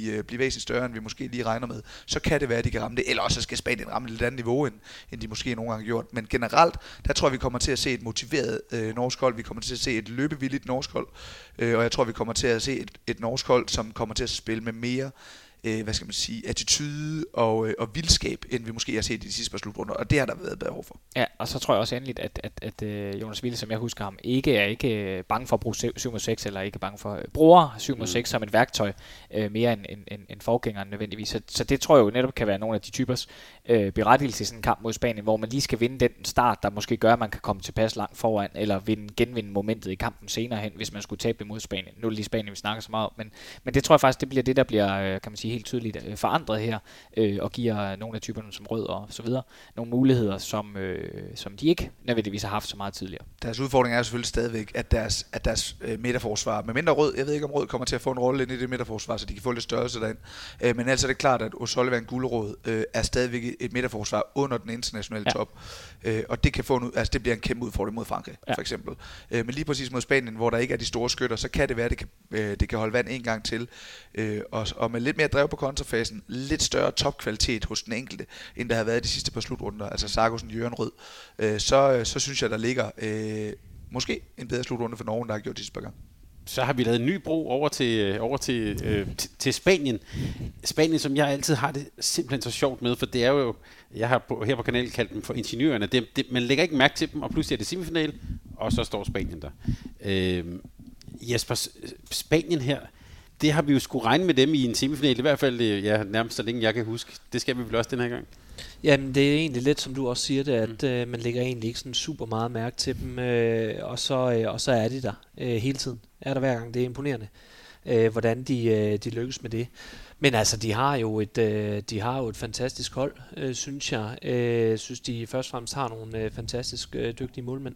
blive, blive væsentligt større, end vi måske lige regner med, så kan det være, at de kan ramme det, eller også skal Spanien ramme et lidt andet niveau, end, end de måske nogle gange har gjort. Men generelt, der tror jeg, vi kommer til at se et motiveret øh, norsk hold, vi kommer til at se et løbevilligt norsk hold, øh, og jeg tror, vi kommer til at se et, et norsk hold, som kommer til at spille med mere øh, hvad skal man sige, attitude og, øh, og vildskab, end vi måske har set i de sidste par slutrunder, og det har der været behov for. Ja, og så tror jeg også endeligt, at, at, at, at Jonas Wilde, som jeg husker ham, ikke er ikke bange for at bruge syv mod seks, eller ikke bange for at bruge syv mod seks mm. som et værktøj, øh, mere end, end, end, end forgængeren nødvendigvis. Så, så det tror jeg jo netop kan være nogle af de typers øh, berettigelse i sådan en kamp mod Spanien, hvor man lige skal vinde den start, der måske gør, at man kan komme tilpas langt foran, eller vinde, genvinde momentet i kampen senere hen, hvis man skulle tabe imod Spanien. Nu er det lige Spanien, vi snakker så meget om, men, men det tror jeg faktisk, det bliver det, der bliver, kan man sige, helt tydeligt øh, forandret her, øh, og giver nogle af typerne som Rød og så videre nogle muligheder, som, øh, som de ikke nødvendigvis har haft så meget tidligere. Deres udfordring er selvfølgelig stadigvæk, at deres, at deres øh, midterforsvar, med mindre Rød, jeg ved ikke om Rød kommer til at få en rolle ind i det midterforsvar, så de kan få lidt størrelse derind, øh, men altså er det klart, at O'Sullivan Gullerød øh, er stadigvæk et midterforsvar under den internationale ja. top, øh, og det kan få en, altså det bliver en kæmpe udfordring mod Frankrig, ja. for eksempel. Øh, men lige præcis mod Spanien, hvor der ikke er de store skytter, så kan det være, at det kan, øh, det kan holde vand en gang til, øh, og, og med lidt mere drev på kontrafasen, lidt større topkvalitet hos den enkelte, end der har været de sidste par slutrunder, altså Sargussen, Jørgen Rød, øh, så, så synes jeg, der ligger øh, måske en bedre slutrunde for Norge, der har gjort de sidste par gange. Så har vi lavet en ny bro over til, over til, øh, til, til Spanien. Spanien, som jeg altid har det simpelthen så sjovt med, for det er jo, jeg har på, her på kanalen kaldt dem for ingeniørerne. Det, det, man lægger ikke mærke til dem, og pludselig er det semifinal, og så står Spanien der. Øh, Jesper, Spanien her, det har vi jo skulle regne med dem i en semifinal, i hvert fald ja, nærmest så længe jeg kan huske. Det skal vi vel også den her gang. Jamen det er egentlig lidt som du også siger det, at mm. øh, man lægger egentlig ikke sådan super meget mærke til dem, øh, og, så, øh, og så er de der øh, hele tiden. Er der hver gang, det er imponerende, øh, hvordan de, øh, de lykkes med det. Men altså de har jo et, øh, de har jo et fantastisk hold, øh, synes jeg. Jeg øh, synes de først og fremmest har nogle øh, fantastisk øh, dygtige målmænd.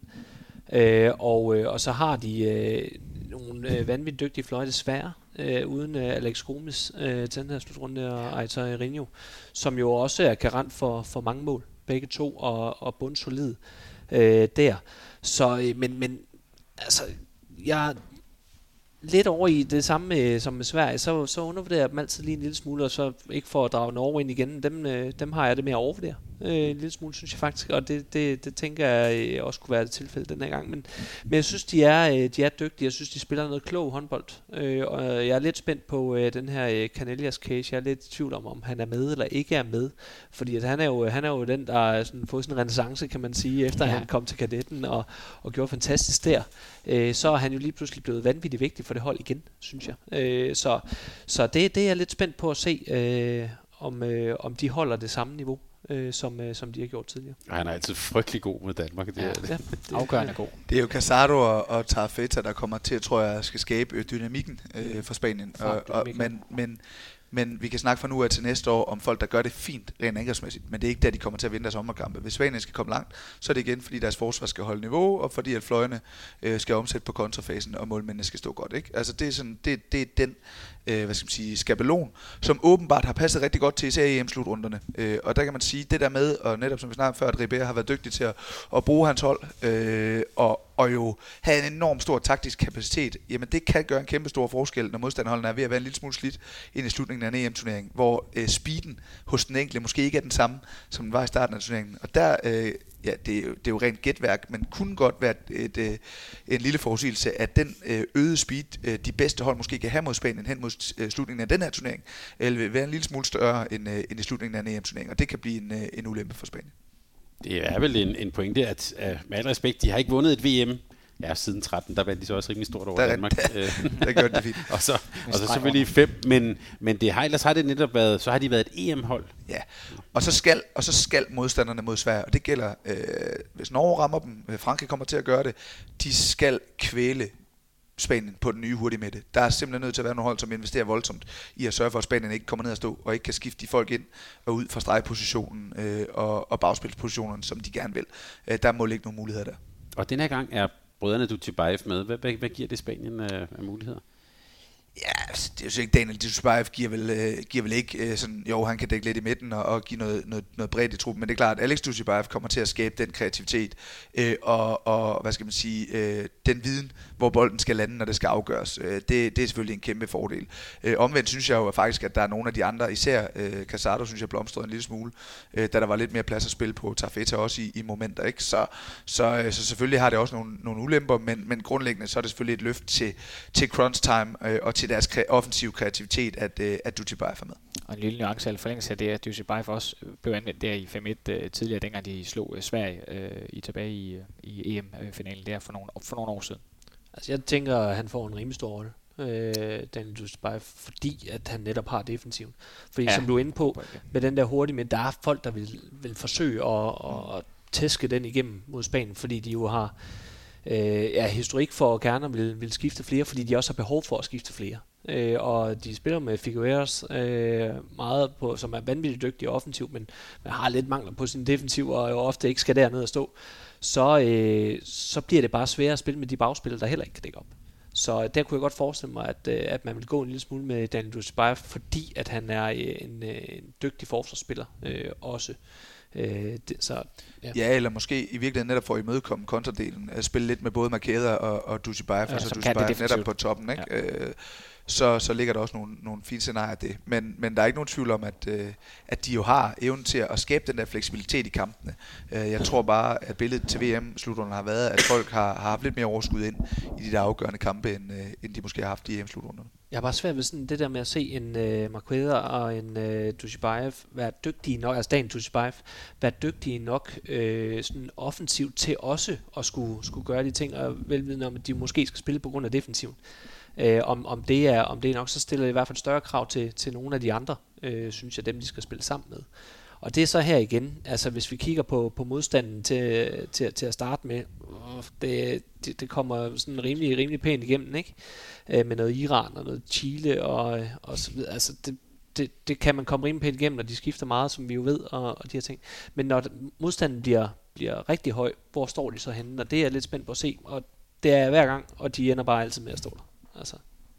Øh, og, øh, og så har de øh, nogle øh, vanvittigt dygtige fløjte, desværre, øh, uden øh, Alex Gomes øh, til den her slutrunde, og Aitor Erinho, som jo også er garant for, for mange mål, begge to, og, og bundsolid øh, der. Så, øh, men, men altså, jeg lidt over i det samme med, som med Sverige, så, så undervurderer jeg dem altid lige en lille smule, og så ikke for at drage Norge ind igen, dem, øh, dem har jeg det mere over der. Øh, en lille smule, synes jeg faktisk, og det, det, det tænker jeg øh, også kunne være et tilfælde den her gang. Men, men jeg synes, de er, øh, de er dygtige, jeg synes, de spiller noget klog håndbold, øh, og jeg er lidt spændt på øh, den her øh, Canellas case. Jeg er lidt i tvivl om, om han er med eller ikke er med, fordi at han, er jo, han er jo den, der har sådan, fået sådan en renaissance, kan man sige, efter ja. han kom til kadetten og, og gjorde fantastisk der. Øh, så er han jo lige pludselig blevet vanvittigt vigtig for det hold igen, synes jeg. Øh, så så det, det er jeg lidt spændt på at se, øh, om, øh, om de holder det samme niveau, øh, som, øh, som de har gjort tidligere. Og han er altid frygtelig god med Danmark. Det ja, er det. Ja, det er afgørende god. Det er jo Casado og, og Tarfeta, der kommer til, tror jeg, skal skabe øh, dynamikken øh, for Spanien. Og, og, men, men Men vi kan snakke fra nu af til næste år om folk, der gør det fint rent angrebsmæssigt, men det er ikke der, de kommer til at vinde deres ommerkampe. Hvis Spanien skal komme langt, så er det igen, fordi deres forsvar skal holde niveau, og fordi at fløjene øh, skal omsætte på kontrafasen, og målmændene skal stå godt. Ikke? Altså det er, sådan, det, det er den øh, hvad skal man sige, skabelon, som åbenbart har passet rigtig godt til især i E M-slutrunderne. Øh, og der kan man sige, det der med, og netop som vi snakkede før, at Ribéry har været dygtig til at, at bruge hans hold, øh, og og jo have en enorm stor taktisk kapacitet, jamen det kan gøre en kæmpe stor forskel, når modstanderholdene er ved at være en lille smule slidt ind i slutningen af en E M-turnering, hvor øh, speeden hos den enkelte måske ikke er den samme, som den var i starten af turneringen. Og der, øh, ja, det er, jo, det er jo rent gætværk, men kunne godt være et, et, en lille forudsigelse, at den øh, øgede speed, øh, de bedste hold måske kan have mod Spanien hen mod øh, slutningen af den her turnering, eller vil være en lille smule større end, øh, end i slutningen af en E M-turnering, og det kan blive en, øh, en ulempe for Spanien. Det er vel en, en pointe, at uh, med al respekt, de har ikke vundet et V M. Ja, siden tretten, der vandt de så også rimelig stort over der, Danmark. Der, der gør det fint. og så, og så selvfølgelig fem, men, men det har, ellers har det netop været, så har de været et E M-hold. Ja, og så skal, og så skal modstanderne mod Sverige, og det gælder, øh, hvis Norge rammer dem, Frankrig kommer til at gøre det, de skal kvæle Spanien på den nye hurtigmætte. Der er simpelthen nødt til at være nogle hold, som investerer voldsomt i at sørge for, at Spanien ikke kommer ned og stå, og ikke kan skifte de folk ind og ud fra stregpositionen øh, og, og bagspilspositionen, som de gerne vil. Øh, der må ligge nogle muligheder der. Og den her gang er brødrene Dutjebaev med. Hvad, hvad, hvad giver det Spanien af, af muligheder? Ja, altså, det er jo så ikke Daniel Dusbaev giver vel, øh, giver vel ikke øh, sådan, jo, han kan dække lidt i midten og, og give noget, noget, noget bredt i truppen, men det er klart, at Alex Dusbaev kommer til at skabe den kreativitet øh, og, og, hvad skal man sige, øh, den viden, hvor bolden skal lande, når det skal afgøres. Øh, det, det er selvfølgelig en kæmpe fordel. Øh, omvendt synes jeg jo faktisk, at der er nogle af de andre, især øh, Casado, synes jeg blomstrede en lille smule, øh, da der var lidt mere plads at spille på. Tafeta også i, i momenter, ikke? Så, så, øh, så selvfølgelig har det også nogle, nogle ulemper, men, men grundlæggende så er det selvfølgelig et løft til, til crunch time øh, og til deres kre- offensive kreativitet, at, øh, at Dusbaev er med. Og en lille nuance eller forlængelse af det, at Dusbaev også blev anvendt der i fem et øh, tidligere, dengang de slog øh, Sverige øh, i tilbage i, i E M-finalen der for nogle, for nogle år siden. Altså jeg tænker, at han får en rimelig stor rolle, øh, Daniel Dusbaev, fordi at han netop har defensiven. Fordi ja, som du er inde på, med den der hurtige, men der er folk, der vil, vil forsøge at, at, at tæske den igennem mod Spanien, fordi de jo har øh, ja, historik for at gerne vil, vil skifte flere, fordi de også har behov for at skifte flere. Øh, og de spiller med Figueres øh, meget på, som er vanvittigt dygtig og offensiv, men man har lidt mangler på sin defensiv, og jo ofte ikke skal derned og stå. Så, øh, så bliver det bare sværere at spille med de bagspillere, der heller ikke kan dække op. Så der kunne jeg godt forestille mig, at, øh, at man vil gå en lille smule med Daniel Dusbaev, fordi at han er en, en dygtig forsvarsspiller øh, også. Øh, det, så, ja. ja, eller måske i virkeligheden netop for at imødekomme kontradelen, at spille lidt med både Makeda og, og Dusbaev, ja, altså Dusbaev netop på toppen, ikke? Ja. Øh, så, så ligger der også nogle, nogle fine scenarier af det. Men, men der er ikke nogen tvivl om, at, øh, at de jo har evnen til at skabe den der fleksibilitet i kampene. Øh, jeg tror bare, at billedet til V M-slutrunderne har været, at folk har, har haft lidt mere overskud ind i de der afgørende kampe, end, øh, end de måske har haft i E M-slutrunderne. Jeg har bare svært ved sådan det der med at se en øh, Makeda og en øh, Dusbaev være dygtige nok, altså Daniel Dusbaev, være dygtige nok øh, sådan offensivt til også at skulle, skulle gøre de ting, og velvidende om, at de måske skal spille på grund af defensiven. Øh, om, om, det er, om det er nok, så stiller det i hvert fald større krav til, til nogle af de andre, øh, synes jeg, dem de skal spille sammen med. Og det er så her igen, altså hvis vi kigger på, på modstanden til, til, til at starte med, det, det, det kommer sådan rimelig, rimelig pænt igennem, ikke? Øh, med noget Iran og noget Chile og, og så videre. Altså det, det, det kan man komme rimelig pænt igennem, når de skifter meget, som vi jo ved, og, og de her ting. Men når modstanden bliver, bliver rigtig høj, hvor står de så henne? Og det er jeg lidt spændt på at se, og det er hver gang, og de ender bare altid med at stå der. Altså.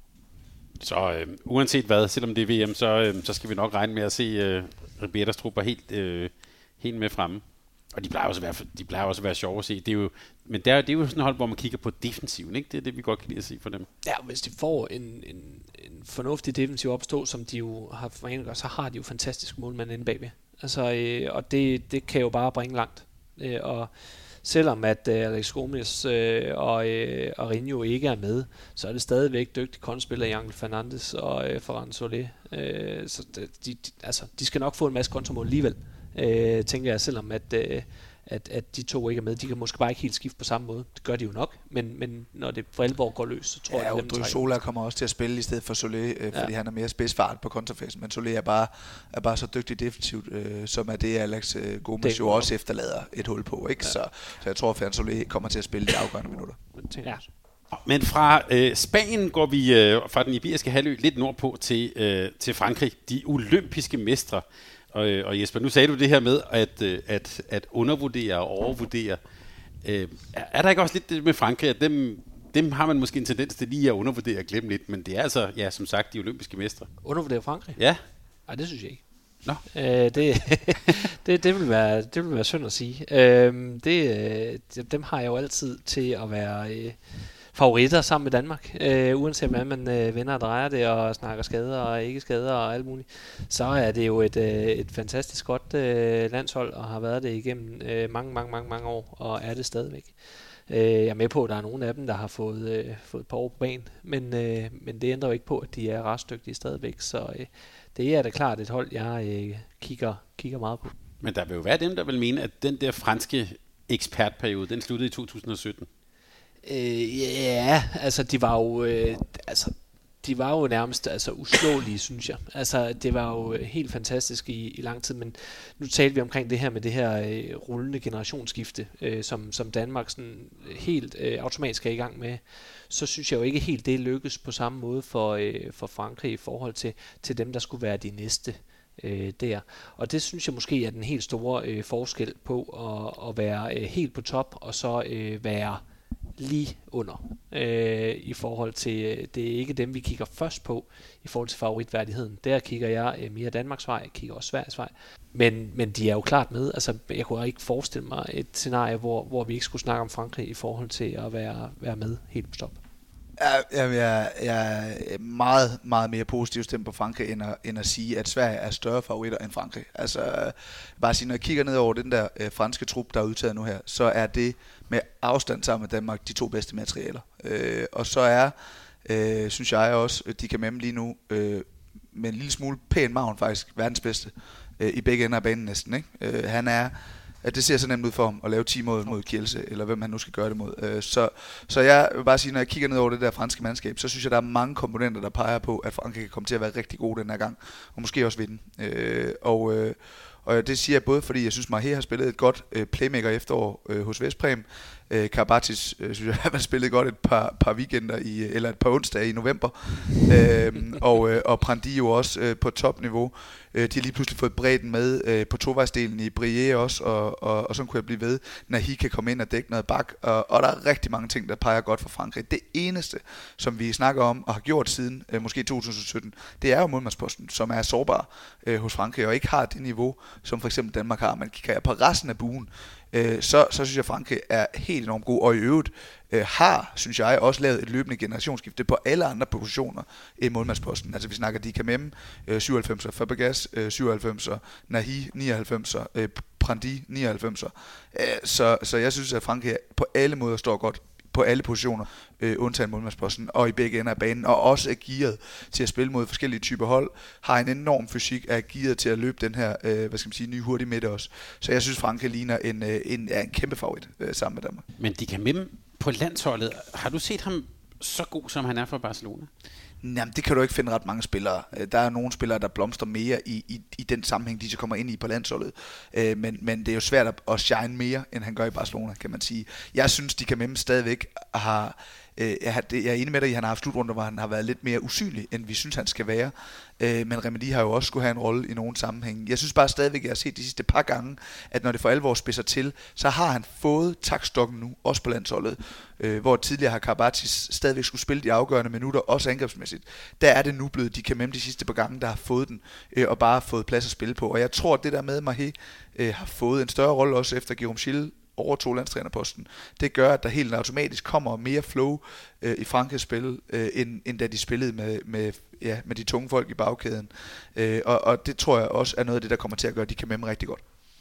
Så øh, uanset hvad, selvom det er V M, så, øh, så skal vi nok regne med at se øh, Ribeiras trupper helt, øh, helt med fremme. Og de plejer også at være, de plejer også at være sjove at se. Det er jo, men der, det er jo sådan et hold, hvor man kigger på defensiven, ikke? Det er det, vi godt kan lide at se for dem. Ja, hvis de får en, en, en fornuftig defensiv opstå, som de jo har forhindret, så har de jo fantastisk målmand inde bagved. Altså, øh, og det, det kan jo bare bringe langt. Øh, og selvom at øh, Alex Gomes øh, og øh, Arinho ikke er med, så er det stadigvæk dygtige kontrspillere i Angel Fernandes og øh, Ferran Solé. Øh, så de, de, altså, de skal nok få en masse kontramål alligevel, øh, tænker jeg, selvom at, øh, at, at de to ikke er med. De kan måske bare ikke helt skifte på samme måde. Det gør de jo nok, men, men når det for alvor går løs, så tror ja, jeg, at dem Sola kommer også til at spille i stedet for Solé, øh, fordi ja. han er mere spidsfart på kontrafasen, men Solé er bare, er bare så dygtig defensivt, øh, som er det, Alex øh, Gomes jo også efterlader et hul på, ikke? Ja. Så, så jeg tror, at Ferran Solé kommer til at spille de afgørende minutter. Ja. Men fra øh, Spanien går vi øh, fra den iberiske halvø lidt nordpå til, øh, til Frankrig, de olympiske mestre. Og, og Jesper, nu sagde du det her med at, at, at undervurdere og overvurdere. Øh, er der ikke også lidt det med Frankrig, at dem, dem har man måske en tendens til lige at undervurdere og glemme lidt, men det er altså, ja, som sagt, de olympiske mestre. Undervurdere Frankrig? Ja. Nej, det synes jeg ikke. Nå. Øh, det, det, det, vil være, det vil være synd at sige. Øh, det, dem har jeg jo altid til at være øh, favoritter sammen med Danmark. Øh, uanset hvordan man øh, vender og drejer det og snakker skader og ikke skader og alt muligt, så er det jo et, øh, et fantastisk godt øh, landshold og har været det igennem øh, mange, mange, mange, mange år og er det stadigvæk. Øh, jeg er med på, at der er nogle af dem, der har fået, øh, fået et par år på banen, men, øh, men det ændrer jo ikke på, at de er restdygtige stadigvæk, så øh, det er da klart et hold, jeg øh, kigger, kigger meget på. Men der vil jo være dem, der vil mene, at den der franske ekspertperiode, den sluttede i to tusind og sytten. Øh, ja, altså de var jo, øh, altså de var jo nærmest altså uslåelige, synes jeg. Altså det var jo helt fantastisk i, i lang tid, men nu talte vi omkring det her med det her øh, rullende generationsskifte, øh, som, som Danmark sådan helt øh, automatisk er i gang med. Så synes jeg jo ikke helt det lykkes på samme måde for, øh, for Frankrig i forhold til, til dem, der skulle være de næste øh, der. Og det synes jeg måske er den helt store øh, forskel på at, at være øh, helt på top, og så øh, være lige under øh, i forhold til, det er ikke dem, vi kigger først på i forhold til favoritværdigheden. Der kigger jeg øh, mere Danmarks vej, jeg kigger også Sveriges vej. Men, men de er jo klart med. Altså, jeg kunne ikke forestille mig et scenarie, hvor, hvor vi ikke skulle snakke om Frankrig i forhold til at være, være med helt på stop. Ja, jeg, jeg er meget, meget mere positiv stemt på Frankrig, end at, end at sige, at Sverige er større favoritter end Frankrig. Altså, bare sige, når jeg kigger ned over den der øh, franske trup, der er udtaget nu her, så er det med afstand sammen med Danmark de to bedste materialer. Øh, og så er, øh, synes jeg også, de kan med dem lige nu, øh, med en lille smule pæn margen faktisk, verdens bedste, øh, i begge ender af banen næsten. Ikke? Øh, han er... at det ser så nemt ud for ham at lave ti mål mod Kielse, eller hvem han nu skal gøre det mod. Så, så jeg vil bare sige, når jeg kigger ned over det der franske mandskab, så synes jeg, der er mange komponenter, der peger på, at Frankrig kan komme til at være rigtig gode den her gang, og måske også vinde. Og, og det siger jeg både, fordi jeg synes, Mahé har spillet et godt playmaker efterår hos Vestprem. Karabatic øh, synes jeg, han har spillet godt et par, par weekender, i, eller et par onsdage i november. øhm, og, øh, og Prandi jo også øh, på topniveau. Øh, de har lige pludselig fået bredden med øh, på tovejsdelen i Brie også, og, og, og sådan kunne jeg blive ved, når Nahi kan komme ind og dække noget bak. Og, og der er rigtig mange ting, der peger godt for Frankrig. Det eneste, som vi snakker om og har gjort siden øh, måske to tusind sytten, det er jo målmandsposten, som er sårbar øh, hos Frankrig, og ikke har det niveau, som for eksempel Danmark har. Man kigger på resten af buen, øh, så, så synes jeg, at Frankrig er helt enormt god, og i øvrigt øh, har, synes jeg, også lavet et løbende generationsskifte på alle andre positioner i målmandsposten. Altså vi snakker Di Kamem, øh, syvoghalvfemser, Fabregas, øh, syvoghalvfemser, Nahi, nioghalvfemser, øh, Prandi, nioghalvfemser. Øh, så, så jeg synes, at Frankrig på alle måder står godt på alle positioner, øh, undtagen målmandsposten, og i begge ender af banen, og også er gearet til at spille mod forskellige typer hold, har en enorm fysik, er gearet til at løbe den her, øh, hvad skal man sige, nye hurtige midte også. Så jeg synes, Frankrig ligner en, øh, en, er en kæmpe favorit øh, sammen med Danmark. Men de kan med dem på landsholdet. Har du set ham så god, som han er for Barcelona? Jamen, det kan du ikke finde ret mange spillere. Der er nogle spillere, der blomstrer mere i, i, i den sammenhæng, de så kommer ind i på landsholdet. Øh, men, men det er jo svært at, at shine mere, end han gør i Barcelona, kan man sige. Jeg synes, de kan med dem stadigvæk har... Øh, jeg, jeg er enig med dig, at han har haft slutrunder, hvor han har været lidt mere usynlig, end vi synes, han skal være. Øh, men Remedi har jo også skulle have en rolle i nogle sammenhæng. Jeg synes bare stadigvæk, at jeg har set de sidste par gange, at når det for alvor spidser til, så har han fået taktstokken nu, også på landsholdet. Øh, hvor tidligere har Karabatic stadigvæk skulle spille de afgørende minutter, også angrebsmæssigt. Der er det nu blevet de kan med de sidste par gange, der har fået den, øh, og bare fået plads at spille på. Og jeg tror, at det der med Mahé øh, har fået en større rolle også efter Guillaume Gilles overtog landstrænerposten. Det gør, at der helt automatisk kommer mere flow øh, i Frankrigs spil, øh, end, end da de spillede med, med, ja, med de tunge folk i bagkæden. Øh, og, og det tror jeg også er noget af det, der kommer til at gøre, at de kan med dem rigtig godt.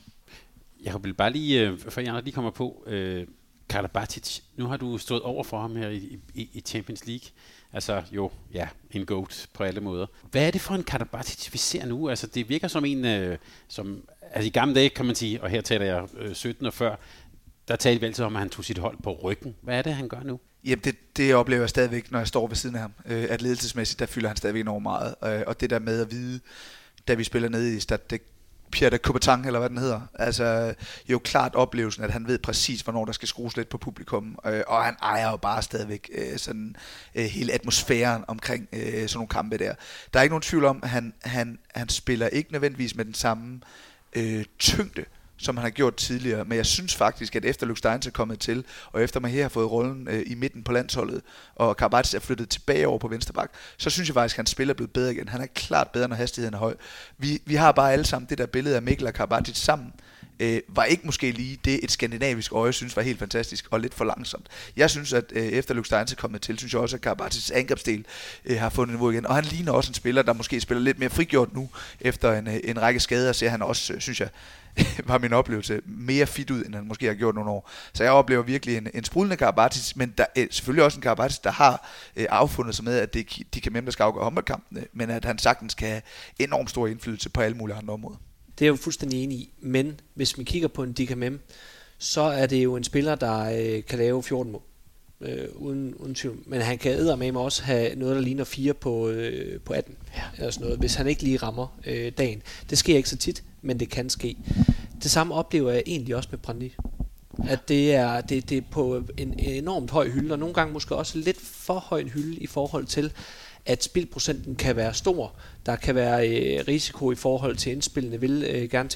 Jeg vil bare lige, for jeg lige kommer på, øh, Karabatic, nu har du stået over for ham her i, i, i Champions League. Altså jo, ja, en goat på alle måder. Hvad er det for en Karabatic, vi ser nu? Altså det virker som en, øh, som, altså i gamle dage kan man sige, og her taler jeg øh, sytten og før, der talte vi altid om, at han tog sit hold på ryggen. Hvad er det, han gør nu? Jamen det, det oplever jeg stadigvæk, når jeg står ved siden af ham. Øh, at ledelsesmæssigt, der fylder han stadigvæk enormt meget. Øh, og det der med at vide, da vi spiller nede i Stade de Pierre de Coubertin, eller hvad den hedder. Altså, jo klart oplevelsen, at han ved præcis, hvornår der skal skrues lidt på publikum, øh, og han ejer jo bare stadigvæk øh, sådan øh, hele atmosfæren omkring øh, sådan nogle kampe der. Der er ikke nogen tvivl om, at han, han, han spiller ikke nødvendigvis med den samme øh, tyngde, som han har gjort tidligere, men jeg synes faktisk, at efter Luc Steins er kommet til, og efter Mahé har fået rollen øh, i midten på landsholdet, og Karabatic er flyttet tilbage over på venstre bak, så synes jeg faktisk, at hans spil er blevet bedre igen. Han er klart bedre, når hastigheden er høj. Vi, vi har bare alle sammen det der billede af Mikkel og Karabatic sammen, øh, var ikke måske lige det, et skandinavisk øje synes var helt fantastisk, og lidt for langsomt. Jeg synes, at øh, efter Luc Steins er kommet til, synes jeg også, at Karabatic' angrebsdel øh, har fundet niveau igen, og han ligner også en spiller, der måske spiller lidt mere frigjort nu, efter en, øh, en række skader, ser han også, øh, synes jeg, var min oplevelse, mere fit ud, end han måske har gjort nogle år. Så jeg oplever virkelig en, en sprudlende Karabatic, men der er selvfølgelig også en Karabatic, der har øh, affundet sig med, at det de kan med, der skal afgøre håndboldkampene, men at han sagtens kan have enormt stor indflydelse på alle mulige andre områder. Det er jeg jo fuldstændig enig i, men hvis man kigger på en Di Kamem, så er det jo en spiller, der øh, kan lave fjorten mål. Øh, uden, uden tvivl. Men han kan eddermame også have noget, der ligner fire på, øh, på atten. Ja. Eller sådan noget, hvis han ikke lige rammer øh, dagen. Det sker ikke så tit, men det kan ske. Det samme oplever jeg egentlig også med Prandi. At det er, det, det er på en enormt høj hylde, og nogle gange måske også lidt for høj en hylde i forhold til, at spilprocenten kan være stor. Der kan være øh, risiko i forhold til indspillene, vil øh, gerne tænke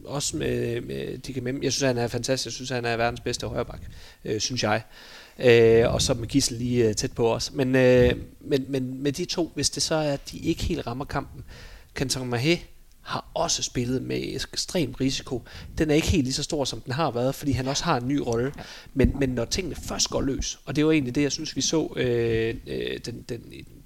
også med, med D K M. Jeg synes, han er fantastisk. Jeg synes, han er verdens bedste højreback, øh, synes jeg. Øh, og så med Gissel lige øh, tæt på os. Men, øh, men, men med de to, hvis det så er, at de ikke helt rammer kampen. Kentong Mahé har også spillet med ekstrem risiko. Den er ikke helt lige så stor, som den har været, fordi han også har en ny rolle. Ja. Men, men når tingene først går løs, og det var egentlig det, jeg synes, vi så øh, øh, den, den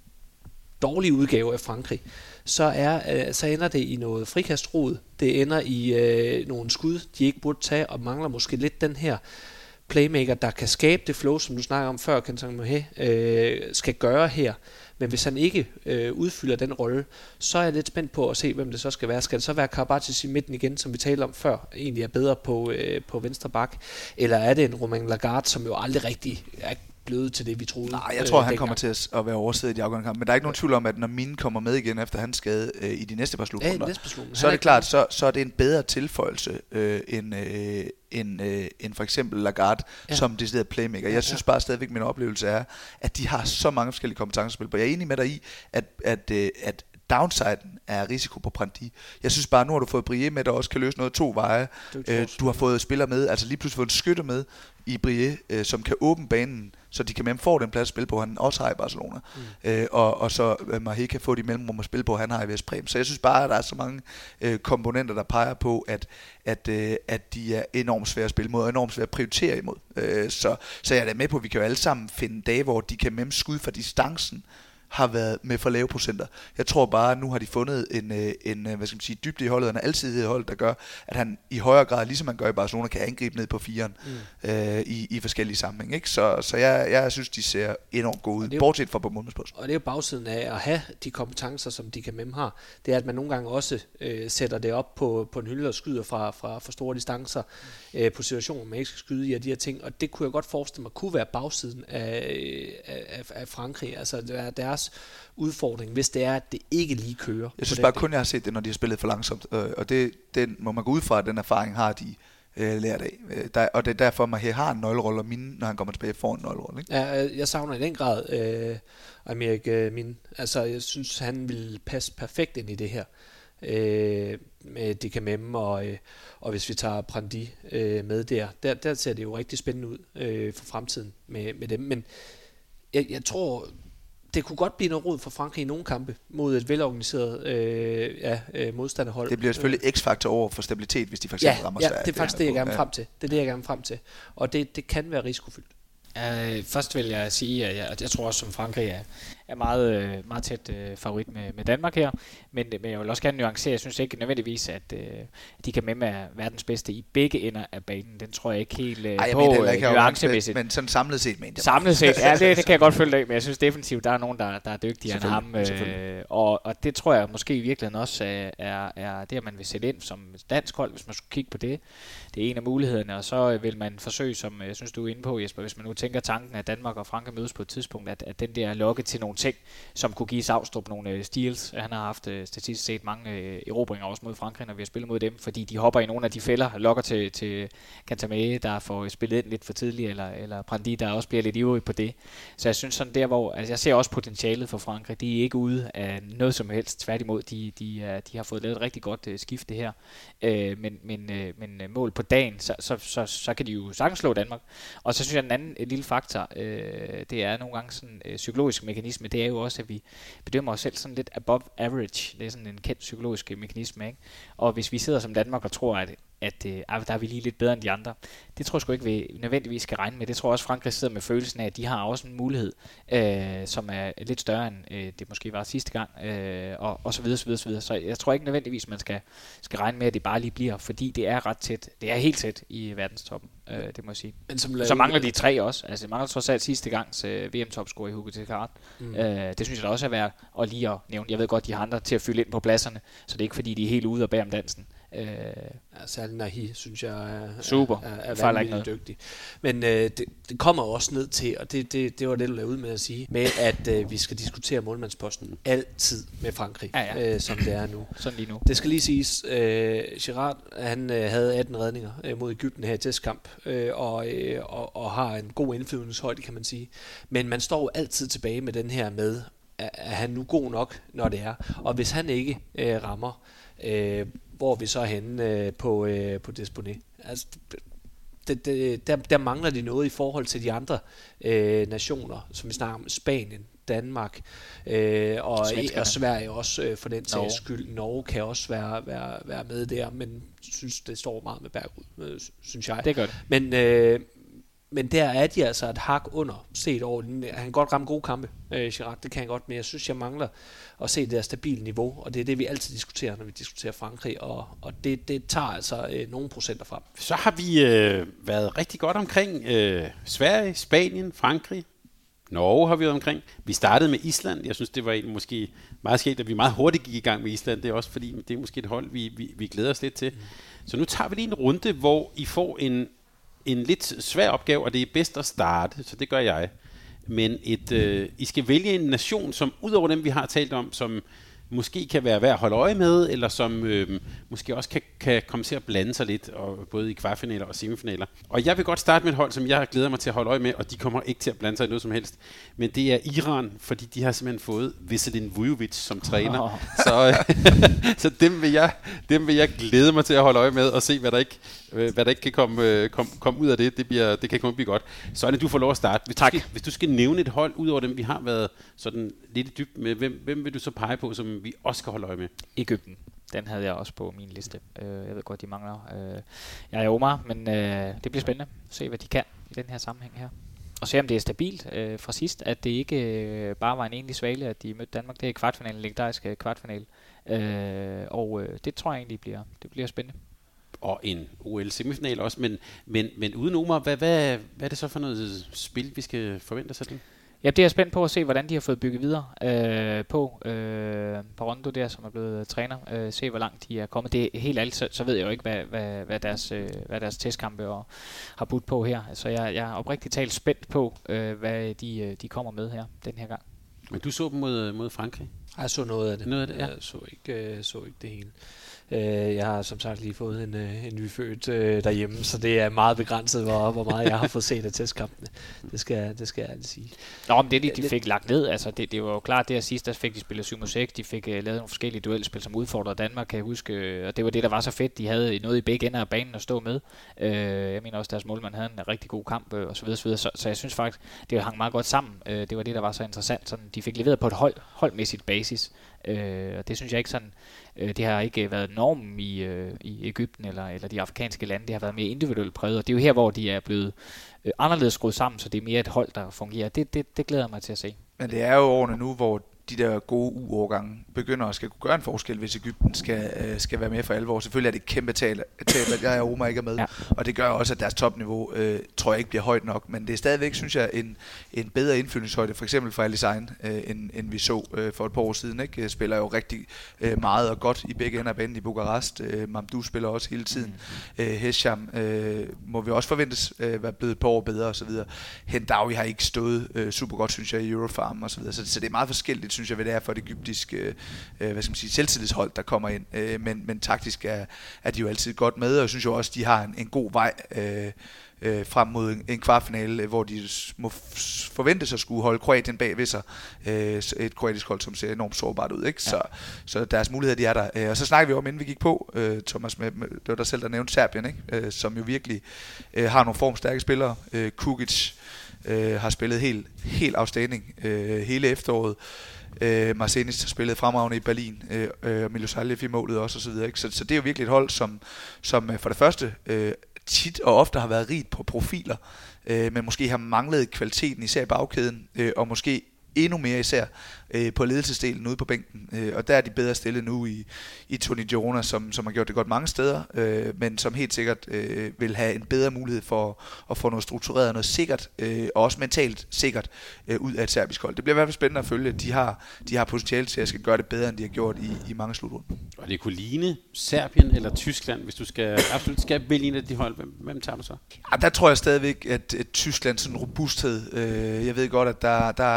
dårlige udgave af Frankrig, så, er, øh, så ender det i noget frikastrod. Det ender i øh, nogle skud, de ikke burde tage, og mangler måske lidt den her playmaker, der kan skabe det flow, som du snakker om før, Kentong Mahé øh, skal gøre her. Men hvis han ikke øh, udfylder den rolle, så er jeg lidt spændt på at se, hvem det så skal være. Skal det så være Karabatic i midten igen, som vi talte om før, egentlig er bedre på, øh, på venstre bak? Eller er det en Romain Lagarde, som jo aldrig rigtig er blevet til det, vi troede? Nej, jeg tror, øh, han kommer til at, at være oversiddet i de afgørende kampe. Men der er ikke nogen tvivl om, at når Mine kommer med igen efter hans skade øh, i de næste par slutrunder, ja, så er det klart, så, så er det en bedre tilføjelse øh, end... Øh, end, øh, end for eksempel Lagarde, ja. Som decideret playmaker. Jeg synes bare stadigvæk, min oplevelse er, at de har så mange forskellige kompetencer. Jeg er enig med dig i, at, at, øh, at downsiden er risiko på Brandy. Jeg synes bare, nu har du fået Brie med, der også kan løse noget to veje. Øh, du har fået spillere med, altså lige pludselig fået en skytte med i Brie, øh, som kan åbne banen, så de kan med få den plads at spille på, han også har i Barcelona. Mm. Øh, og, og så øh, Mahé kan få de mellemrum at spille på, han har i Vestbrem. Så jeg synes bare, at der er så mange øh, komponenter, der peger på, at, at, øh, at de er enormt svære at spille mod, og enormt svære at prioritere imod. Øh, så, så jeg er da med på, at vi kan jo alle sammen finde dage, hvor de kan med skud fra distancen, har været med for lave procenter. Jeg tror bare, at nu har de fundet en, en hvad skal man sige, dybde i holdet, og en alsidighed i holdet, der gør, at han i højere grad, ligesom man gør i Barcelona, kan angribe ned på firen mm. øh, i, i forskellige sammenhæng. Ikke? Så, så jeg, jeg synes, de ser enormt gode ud, bortset fra på målmandsposten. Og det er jo bagsiden af at have de kompetencer, som de kan med har. Det er, at man nogle gange også øh, sætter det op på, på en hylde og skyder fra, fra for store distancer øh, på situationer, man ikke skal skyde i, og de her ting. Og det kunne jeg godt forestille mig, kunne være bagsiden af, af, af Frankrig. Altså, det er deres udfordring, hvis det er, at det ikke lige kører. Jeg synes bare kun, jeg har set det, når de har spillet for langsomt, og det den, må man gå ud fra, at den erfaring har de øh, lært af. Der, og det er derfor, at man har en nøglerolle, og Mine, når han kommer tilbage, får en nøglerolle. Ikke? Ja, jeg savner i den grad øh, Aymeric øh, Mine. Altså, jeg synes, han vil passe perfekt ind i det her. Øh, med D K M og, øh, og hvis vi tager Brandy øh, med der, der, der ser det jo rigtig spændende ud øh, for fremtiden med, med dem. Men jeg, jeg tror... Det kunne godt blive noget rod for Frankrig i nogle kampe mod et velorganiseret øh, ja, øh, modstanderhold. Det bliver selvfølgelig x-faktor over for stabilitet, hvis de for eksempel ja, rammer ja, Sverige. det er faktisk det, jeg gerne ja. frem til. Det er det, jeg gerne frem til. Og det, det kan være risikofyldt. Uh, først vil jeg sige, at jeg, jeg tror også, som Frankrig er, er meget, meget tæt uh, favorit med, med Danmark her. Men, men jeg vil også gerne nuancere. Jeg synes ikke nødvendigvis, at uh, de kan med med verdens bedste i begge ender af banen. Den tror jeg ikke helt uh, Ej, på uh, nuancemæssigt. Men sådan samlet set, mener jeg. Samlet set, ja, det, det kan jeg godt følge af. Men jeg synes definitivt, der er nogen, der, der er dygtigere end ham. Uh, og, og det tror jeg måske i virkeligheden også er, er, er det, at man vil sætte ind som dansk hold, hvis man skulle kigge på det. Det er en af mulighederne. Og så vil man forsøge, som jeg synes, du er inde på, Jesper, hvis man nu tænker tanken, at Danmark og Frankrig mødes på et tidspunkt, at, at den der lokke til nogle ting, som kunne give Savstrup nogle øh, steals. Han har haft øh, statistisk set mange øh, erobringer også mod Frankrig, når vi har spillet mod dem, fordi de hopper i nogle af de fælder, lokker til, til Kantamé, der får spillet ind lidt for tidligt, eller, eller Brandy, der også bliver lidt ivrig på det. Så jeg synes sådan der, hvor altså jeg ser også potentialet for Frankrig. De er ikke ude af noget som helst. Tværtimod, de, de, er, de har fået lavet et rigtig godt øh, skifte her. Øh, men men, øh, men mål på dagen, så, så, så, så kan de jo sagtens slå Danmark. Og så synes jeg, den anden øh, lille faktor, øh, det er nogle gange sådan en øh, psykologisk mekanisme, det er jo også, at vi bedømmer os selv sådan lidt above average. Det er sådan en kendt psykologisk mekanisme, ikke? Og hvis vi sidder som Danmark og tror, at at øh, der er vi lige lidt bedre end de andre. Det tror jeg sgu ikke, vi nødvendigvis skal regne med. Det tror jeg også, Frankrig sidder med følelsen af, at de har også en mulighed, øh, som er lidt større end øh, det måske var sidste gang, øh, og, og så videre, så videre, så videre. Så jeg tror ikke nødvendigvis, man skal, skal regne med, at det bare lige bliver, fordi det er ret tæt. Det er helt tæt i verdenstoppen, øh, det må jeg sige. Men som så mangler de tre også. Altså det mangler trods alt sidste gangs øh, V M-topscore i Hugo Tilkarat. Mm. Øh, det synes jeg da også er værd at lige at nævne. Jeg ved godt, de har andre til at fylde ind på pladserne, så det er ikke fordi, de er helt ude og bag om dansen. Øh, ja, særlig Nahi, synes jeg er, super. er, er, er vanvittigt dygtig. Men øh, det, det kommer også ned til, og det, det, det var det, du lavede ud med at sige, med at øh, vi skal diskutere målmandsposten altid med Frankrig, ja, ja. Øh, som det er nu. Sådan lige nu. Det skal lige siges, øh, Girard, han øh, havde atten redninger øh, mod Egypten her i testkamp, øh, og, øh, og, og har en god indflyvningshøjde, kan man sige. Men man står jo altid tilbage med den her med, er, er han nu god nok, når det er? Og hvis han ikke øh, rammer, øh, hvor er vi så henne øh, på, øh, på Disponé. Altså, det, det, der, der mangler de noget i forhold til de andre øh, nationer, som vi snakker om, Spanien, Danmark øh, og, og Sverige også øh, for den sags skyld. Norge kan også være, være, være med der, men synes, det står meget med Berg ud, øh, synes jeg. Det gør det. Men, øh, men der er de altså et hak under set over. Han kan godt ramme gode kampe, øh, Chirac, det kan han godt, men jeg synes, jeg mangler at se det der stabile niveau, og det er det, vi altid diskuterer, når vi diskuterer Frankrig, og, og det, det tager altså øh, nogle procenter frem. Så har vi øh, været rigtig godt omkring øh, Sverige, Spanien, Frankrig. Norge har vi været omkring. Vi startede med Island. Jeg synes, det var egentlig måske meget skægt, at vi meget hurtigt gik i gang med Island. Det er også fordi, det er måske et hold, vi, vi, vi glæder os lidt til. Så nu tager vi lige en runde, hvor I får en, en lidt svær opgave, og det er bedst at starte, så det gør jeg. Men et, øh, I skal vælge en nation, som ud over dem, vi har talt om, som måske kan være værd at holde øje med, eller som øh, måske også kan, kan komme til at blande sig lidt, og både i kvartfinaler og semifinaler. Og jeg vil godt starte med et hold, som jeg glæder mig til at holde øje med, og de kommer ikke til at blande sig i noget som helst. Men det er Iran, fordi de har simpelthen fået Veselin Vujovic som træner. Oh. Så, så dem, vil jeg, dem vil jeg glæde mig til at holde øje med, og se, hvad der ikke, hvad der ikke kan komme, komme, komme ud af det. Det, bliver, det kan kun blive godt. Så er det, du får lov at starte. Hvis, tak. Du skal, hvis du skal nævne et hold, ud over dem, vi har været sådan lidt i dybden med, hvem, hvem vil du så pege på, som vi også skal holde øje med? Egypten. Den havde jeg også på min liste. Jeg ved godt, de mangler. Jeg er Omar, men det bliver spændende at se, hvad de kan i den her sammenhæng her. Og se, om det er stabilt fra sidst, at det ikke bare var en enlig svale, at de mødte Danmark. Det er kvartfinalen, en legendarisk kvartfinale. Og det tror jeg egentlig bliver, det bliver spændende. Og en O L-semifinal også, men, men, men uden Omar, hvad, hvad, hvad er det så for noget spil, vi skal forvente os af det? Ja, det er jeg spændt på at se, hvordan de har fået bygget videre øh, på øh, Rondo der, som er blevet træner. Øh, se, hvor langt de er kommet. Det er helt alt, så, så ved jeg jo ikke, hvad, hvad, hvad, deres, øh, hvad deres testkampe og, har budt på her. Så jeg, jeg er oprigtigt talt spændt på, øh, hvad de, de kommer med her den her gang. Men du så dem mod, mod Frankrig? Jeg så noget af det. Noget af det, ja. Jeg så ikke, så ikke det hele. Jeg har som sagt lige fået en, en nyfødt øh, derhjemme, så det er meget begrænset, hvor, hvor meget jeg har fået set af testkampene. Det skal, det skal jeg altid sige. Nå, men det de, de fik lagt ned, altså det, det var jo klart, det her sidst, der fik de spillet syv mod seks, de fik uh, lavet nogle forskellige duelspil, som udfordrede Danmark, kan jeg huske, og det var det, der var så fedt, de havde noget i begge ender af banen at stå med. Uh, jeg mener også, deres målmand havde en rigtig god kamp, uh, og så videre, så videre, så, så jeg synes faktisk, det hang meget godt sammen. Uh, det var det, der var så interessant, sådan, de fik leveret på et hold, holdmæssigt basis, uh, og det synes jeg ikke sådan, det har ikke været normen i, øh, i Egypten eller, eller de afrikanske lande. Det har været mere individuelt præget, og det er jo her, hvor de er blevet øh, anderledes skruet sammen, så det er mere et hold, der fungerer. Det, det, det glæder jeg mig til at se. Men det er jo årene nu, hvor de der gode U-årgange begynder at skal kunne gøre en forskel, hvis Egypten skal, øh, skal være med for alvor. Selvfølgelig er det et kæmpe tab, at jeg og Omar ikke er med, ja. Og det gør også, at deres topniveau, øh, tror jeg ikke bliver højt nok, men det er stadigvæk, synes jeg, en, en bedre indflyvningshøjde, for eksempel for Alisain, øh, end, end vi så øh, for et par år siden. Ikke? Spiller jo rigtig øh, meget og godt i begge ender af banen i Bukarest. Øh, Mamdou spiller også hele tiden. Mm. Øh, Hesham øh, må vi også forventes øh, være blevet et par år bedre osv. Hendawi har ikke stået øh, super godt, synes jeg, i Eurofarm og så videre. Så, så det er meget forskelligt, synes jeg, hvad det er for det egyptiske øh, hvad skal man sige, selvtillidshold, der kommer ind. Øh, men, men taktisk er, er de jo altid godt med, og jeg synes jo også, de har en, en god vej øh, øh, frem mod en, en kvartfinale, hvor de må f- forventes at skulle holde Kroatien bag ved sig. Øh, et kroatisk hold, som ser enormt sårbart ud. Ikke? Ja. Så, så deres muligheder, de er der. Øh, og så snakker vi om, inden vi gik på, øh, Thomas, med, med, det var der selv, der nævnte Serbien, ikke? Øh, som jo virkelig øh, har nogle formstærke spillere. Øh, Kukic øh, har spillet helt, helt afstanding øh, hele efteråret. Uh, Marcenis har spillet fremragende i Berlin, uh, uh, Milosavljev i målet også og så videre, ikke? Så, så det er jo virkelig et hold, som, som uh, for det første uh, tit og ofte har været rigt på profiler, uh, men måske har manglet kvaliteten især i bagkæden, uh, og måske endnu mere især øh, på ledelsesdelen ude på bænken. Øh, og der er de bedre stillet nu i, i Toni Girona, som, som har gjort det godt mange steder, øh, men som helt sikkert øh, vil have en bedre mulighed for at få noget struktureret og noget sikkert, øh, og også mentalt sikkert øh, ud af et serbisk hold. Det bliver i hvert fald spændende at følge. De har, de har potentiale til at skal gøre det bedre, end de har gjort i, i mange slutrunder. Og det kunne ligne Serbien eller Tyskland, hvis du skal absolut skal vælge en af de hold. Hvem, hvem tager du så? Ja, der tror jeg stadigvæk, at, at Tyskland sådan robusthed, øh, jeg ved godt, at der, der er også en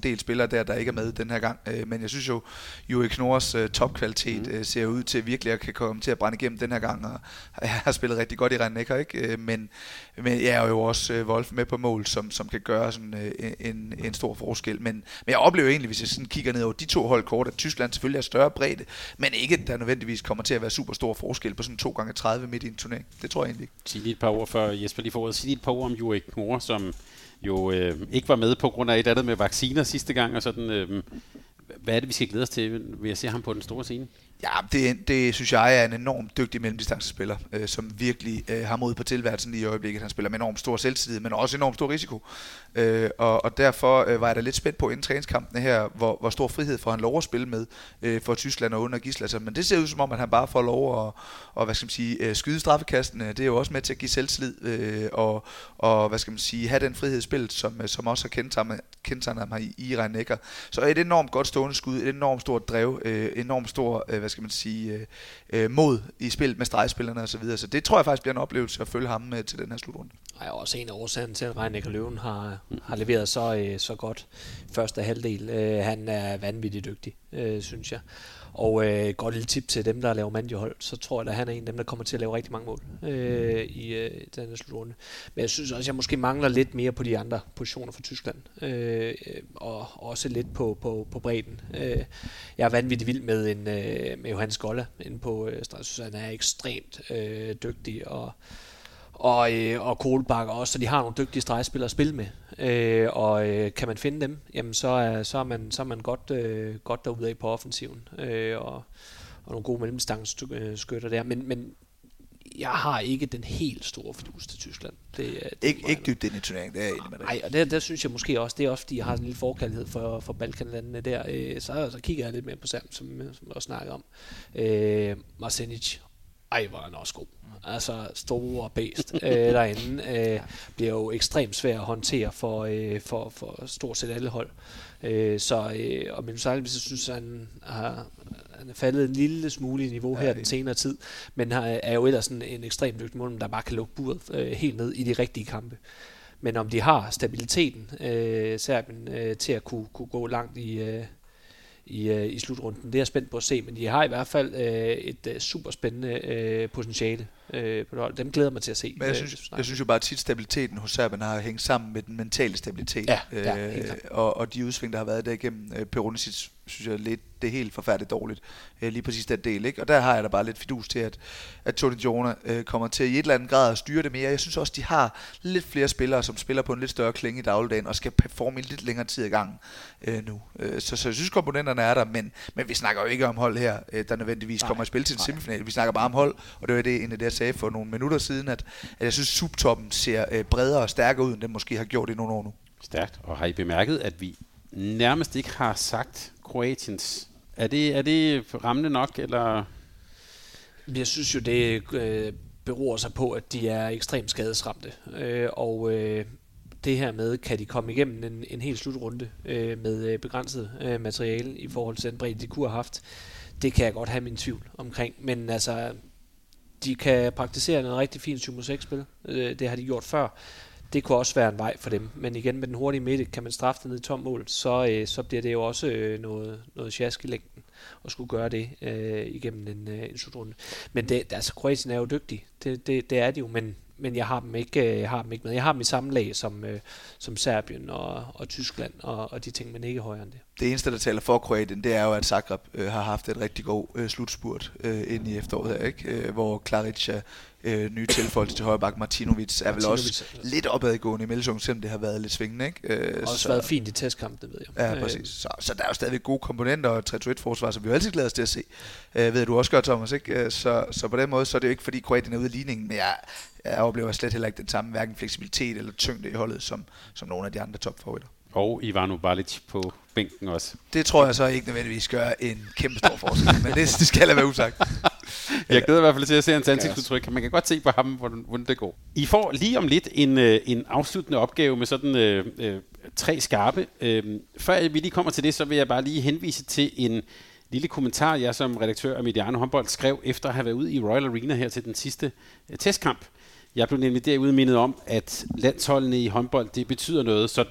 del spillere der, der ikke er med den her gang. Øh, men jeg synes jo, Joey Knors øh, topkvalitet øh, ser ud til virkelig at kan komme til at brænde igennem den her gang, og jeg har spillet rigtig godt i Rhein-Neckar, ikke? Øh, men, men jeg er jo også øh, Wolf med på mål, som, som kan gøre sådan øh, en, en stor forskel. Men, men jeg oplever egentlig, hvis jeg sådan kigger ned over de to hold kort, at Tyskland selvfølgelig er større bredde, men ikke, der nødvendigvis kommer til at være super stor forskel på sådan to gange tredive midt i en turnering. Det tror jeg egentlig ikke. Sig lige et par ord før Jesper lige får ordet. Sig lige et par ord om Joey Knor, som jo øh, ikke var med på grund af et andet med vacciner sidste gang, og sådan, øh, hvad er det, vi skal glæde os til ved at se ham på den store scene? Ja, det, det synes jeg er en enormt dygtig mellemdistancespiller, øh, som virkelig øh, har mod på tilværelsen lige i øjeblikket. Han spiller med enormt stor selvtillid, men også enormt stor risiko. Øh, og, og derfor øh, var jeg da lidt spændt på inden træningskampene her, hvor, hvor stor frihed får han lov at spille med øh, for Tyskland og under Gislason. Men det ser ud som om, at han bare får lov at og, hvad skal man sige, øh, skyde straffekasten. Det er jo også med til at give selvtillid øh, og, og hvad skal man sige, have den frihed i spillet, som, som også har kendetegnet ham i, i Rhein-Neckar. Så et enormt godt stående skud, et enormt stort drev, øh, enormt stor øh, hvad skal man sige, øh, mod i spil med stregspillerne og så videre. Så det tror jeg faktisk bliver en oplevelse at følge ham med til den her slutrunde. Ej, også en af årsagen til, at Rhein-Neckar Löwen har, har leveret så, øh, så godt første halvdel. Øh, han er vanvittigt dygtig, øh, synes jeg. Og øh, godt lille tip til dem, der laver mandiehold, så tror jeg, at han er en af dem, der kommer til at lave rigtig mange mål øh, i øh, den her slutrunde. Men jeg synes også, at jeg måske mangler lidt mere på de andre positioner for Tyskland. Øh, og også lidt på, på, på bredden. Øh, jeg er vanvittigt vild med, en, øh, med Johannes Golla inde på øh, jeg synes, han er ekstremt øh, dygtig og og, øh, og Kohlbakker også, så de har nogle dygtige stregspillere at spille med. Øh, og øh, kan man finde dem, jamen så er, så er man, så er man godt, øh, godt derude af på offensiven. Øh, og, og nogle gode mellemstangsskytter der. Men, men jeg har ikke den helt store fidus til Tyskland. Det, det ikke ikke dybt ind i turneringen, det er jeg enig med dig. Nej, og der, der synes jeg måske også, det er også fordi, jeg har en lille forkærlighed for, for Balkanlandene der. Øh, så, så kigger jeg lidt mere på Sam, som, som jeg også snakker om. Øh, Marsenic. Ej, hvor er han også god. Altså, store bæst øh, derinde. Øh, bliver jo ekstremt svært at håndtere for, øh, for, for stort set alle hold. Øh, så, øh, og men særligt, hvis jeg synes, han har han er faldet en lille smule i niveau her ja, den senere tid, men har, er jo ellers en, en ekstremt dygtig mål, der bare kan lukke buret øh, helt ned i de rigtige kampe. Men om de har stabiliteten, øh, Serbien, øh, til at kunne, kunne gå langt i... Øh, I, øh, i slutrunden. Det er jeg spændt på at se, men de har i hvert fald øh, et øh, super spændende øh, potentiale øh, på det hold. Dem glæder mig til at se. Men jeg synes, jeg synes jo bare, at tit stabiliteten hos Serbien har hængt sammen med den mentale stabilitet. Ja, ja, øh, og, og de udsving, der har været der igennem øh, Perunicic, synes jeg lidt, det er helt forfærdeligt dårligt. Øh, lige præcis den del, ikke? Og der har jeg da bare lidt fidus til, at, at Toni Jona øh, kommer til i et eller andet grad at styre det mere. Jeg synes også, de har lidt flere spillere, som spiller på en lidt større klinge i dagligdagen, og skal performe i lidt længere tid i gang øh, nu. Øh, så, så jeg synes, komponenterne er der, men, men vi snakker jo ikke om hold her, øh, der nødvendigvis nej, kommer at spille til en semifinal. Vi snakker bare om hold, og det var det, en af det, jeg sagde for nogle minutter siden, at, at jeg synes, subtoppen ser øh, bredere og stærkere ud, end den måske har gjort i nogle år nu. Stærkt. Og har I bemærket, at vi nærmest ikke har sagt Kroatiens? Er det, er det rammende nok, eller? Jeg synes jo, det øh, beror sig på, at de er ekstremt skadesramte. Øh, og øh, det her med, kan de komme igennem en, en hel slutrunde øh, med begrænset øh, materiale i forhold til den bredde, de kunne have haft, det kan jeg godt have min tvivl omkring. Men altså, de kan praktisere noget rigtig fint syv mod seks-spil. Øh, det har de gjort før. Det kunne også være en vej for dem. Men igen, med den hurtige midte, kan man straffe det ned i tom mål, så, øh, så bliver det jo også øh, noget, noget sjask i længden at skulle gøre det øh, igennem en, øh, en slutrunde. Men det, altså, Kroatien er jo dygtig. Det, det, det er de jo, men, men jeg har dem ikke, jeg har dem ikke med. Jeg har dem i samme lag som, øh, som Serbien og, og Tyskland og, og de ting, men ikke højere end det. Det eneste, der taler for Kroatien, det er jo, at Zagreb øh, har haft et rigtig god øh, slutspurt øh, ind i efteråret her, ikke? Øh, hvor Klarića, øh, nye tilføjelse til højreback Martinovic, er vel også lidt opadgående i Melsung, selvom det har været lidt svingende, ikke? Øh, også så, været fint i testkampen, ved jeg. Ja, præcis. Så, så der er jo stadigvæk gode komponenter og tre to et-forsvar, som vi jo altid glæder os til at se. Øh, ved du også godt, Thomas, ikke? Så, så på den måde, så er det jo ikke, fordi Kroatien er ude i ligningen, men jeg, jeg oplever slet heller ikke den samme hverken fleksibilitet eller tyngde i holdet, som, som nogle af de andre topfavoritter. Og Ivano Balic på bænken også. Det tror jeg så ikke nødvendigvis gør en kæmpe stor forskel, men det, det skal lade være usagt. Jeg glæder i hvert fald til at se hans ansigtsudtryk. Man kan godt se på ham, hvordan, hvordan det går. I får lige om lidt en, en afsluttende opgave med sådan øh, øh, tre skarpe. Øh, før vi lige kommer til det, så vil jeg bare lige henvise til en lille kommentar, jeg som redaktør af Mediano Håndbold skrev efter at have været ude i Royal Arena her til den sidste øh, testkamp. Jeg blev nemlig derude mindet om, at landsholdene i håndbold, det betyder noget sådan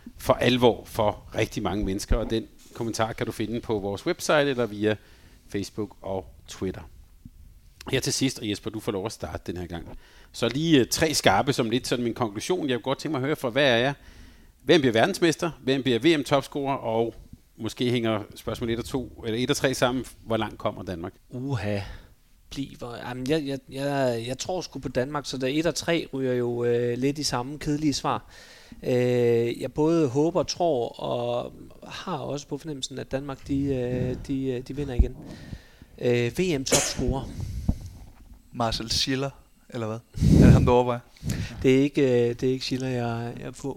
for alvor for rigtig mange mennesker, og den kommentar kan du finde på vores website eller via Facebook og Twitter. Her til sidst, og Jesper, du får lov at starte den her gang. Så lige uh, tre skarpe som lidt sådan min konklusion. Jeg vil godt tænke mig at høre fra, hvad er jeg? Hvem bliver verdensmester? Hvem bliver V M-topscorer? Og måske hænger spørgsmål et og to, eller et og tre sammen. Hvor langt kommer Danmark? Uha. Bliver. Jamen, jeg, jeg, jeg, jeg tror sgu på Danmark, så der et og tre ryger jo øh, lidt i samme kedelige svar. Øh, jeg både håber, tror og har også på fornemmelsen, at Danmark de, øh, de, de vinder igen. Øh, V M-topscorer. Marcel Schiller, eller hvad? Er det ham, du overvejer? Det er ikke, øh, det er ikke Schiller, jeg, jeg er på.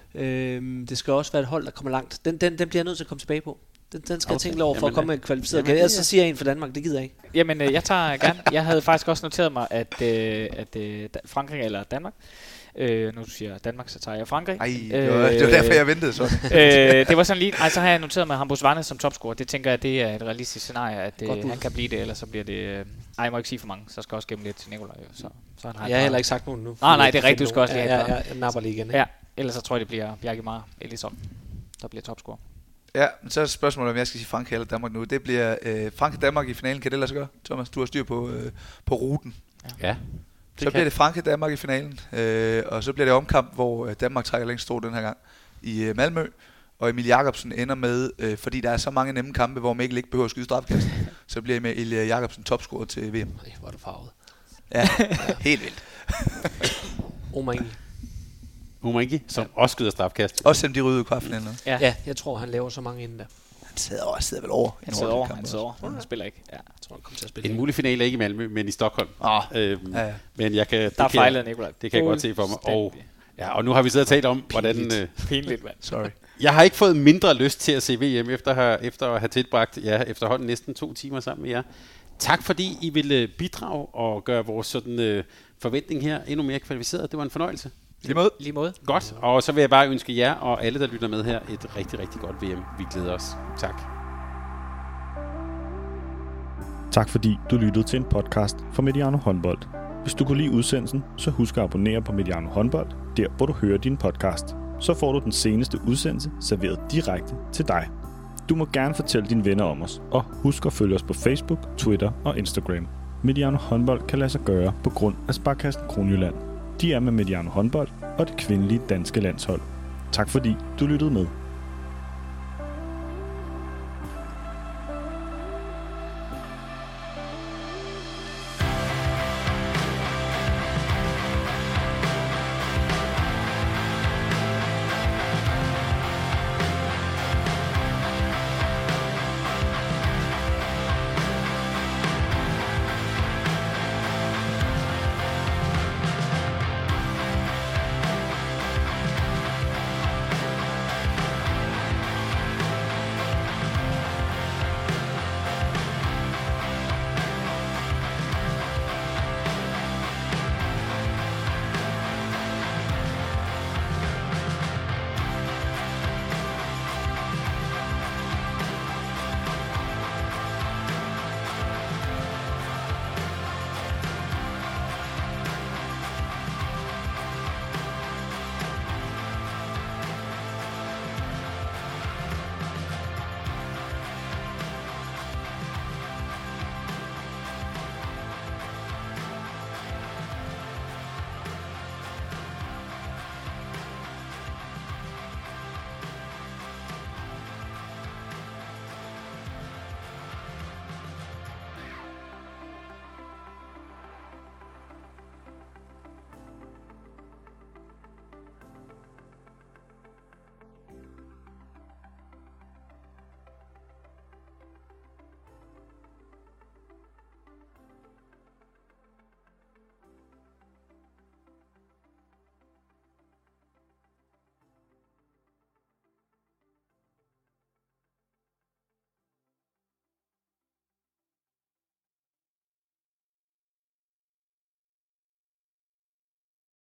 Øh, det skal også være et hold, der kommer langt. Den, den, den bliver jeg nødt til at komme tilbage på. Den, den skal okay. jeg tænke over for jamen, at komme med kvalificeret. Jamen, ellers så siger jeg en for Danmark, det gider jeg ikke. Jamen, øh, jeg tager gerne. Jeg havde faktisk også noteret mig, at, øh, at øh, Frankrig eller Danmark. Øh, nu siger jeg Danmark, så tager jeg Frankrig. Ej, det var, øh, det var derfor, jeg ventede så. øh, det var sådan lige, altså så har jeg noteret mig Hambos Varnes som topscorer. Det tænker jeg, det er et realistisk scenarie, at øh, han kan blive det, ellers så bliver det... Øh, ej, jeg må ikke sige for mange, så skal jeg også gemme lidt til Nikolaj. Så, så han har jeg har heller ikke sagt nogen nu. Nej, nej, det er rigtigt, du skal også lige have ja, ja, jeg napper lige igen. Ikke? Ja, ellers så tror jeg, det bliver Bjarke Mar Elisson, der bliver topscorer. Ja, men så er spørgsmålet, om jeg skal sige Frankrig eller Danmark nu. Det bliver øh, Frankrig-Danmark i finalen. Kan det lade sig gøre, Thomas? Du har styr på, øh, på ruten. Ja. Så kan. bliver det Frankrig-Danmark i finalen. Øh, og så bliver det omkamp, hvor Danmark trækker længst strå den her gang i øh, Malmø. Og Emil Jacobsen ender med, øh, fordi der er så mange nemme kampe, hvor Mikkel ikke behøver at skyde straffekast, så bliver Emil Jacobsen topscorer til V M. Ej, hvor er du farvet. Ja, helt vildt. Omangi. Omangi, som ja. også skyder strafkast. Også selvom de ryger ud i kvartfinalen. Ja. ja, jeg tror, han laver så mange inden der. Han sidder, over, sidder vel over. Han sidder over, han sidder over. Han spiller ikke. Ja, jeg tror, han kommer til at spille. En mulig finale ikke i Malmø, men i Stockholm. Oh. Øhm, ja, ja. Men jeg kan... Der fejlede Nikolaj. Det kan jeg godt se for mig. Og, ja, og nu har vi siddet og talt om, hvordan... Øh, Pinligt, mand. Sorry. Jeg har ikke fået mindre lyst til at se V M, efter at have, efter at have tilbragt ja, efterhånden næsten to timer sammen med jer. Tak fordi I ville bidrage og gøre vores sådan, øh, forventning her endnu mere kvalificeret. Det var en fornøjelse. Lige måde. Lige måde. Godt. Og så vil jeg bare ønske jer og alle, der lytter med her, et rigtig, rigtig godt V M. Vi glæder os. Tak. Tak fordi du lyttede til en podcast fra Mediano Håndbold. Hvis du kunne lide udsendelsen, så husk at abonnere på Mediano Håndbold, der hvor du hører din podcast. Så får du den seneste udsendelse serveret direkte til dig. Du må gerne fortælle dine venner om os, og husk at følge os på Facebook, Twitter og Instagram. Mediano Håndbold kan lade sig gøre på grund af Sparkassen Kronjylland. De er med Mediano Håndbold og det kvindelige danske landshold. Tak fordi du lyttede med.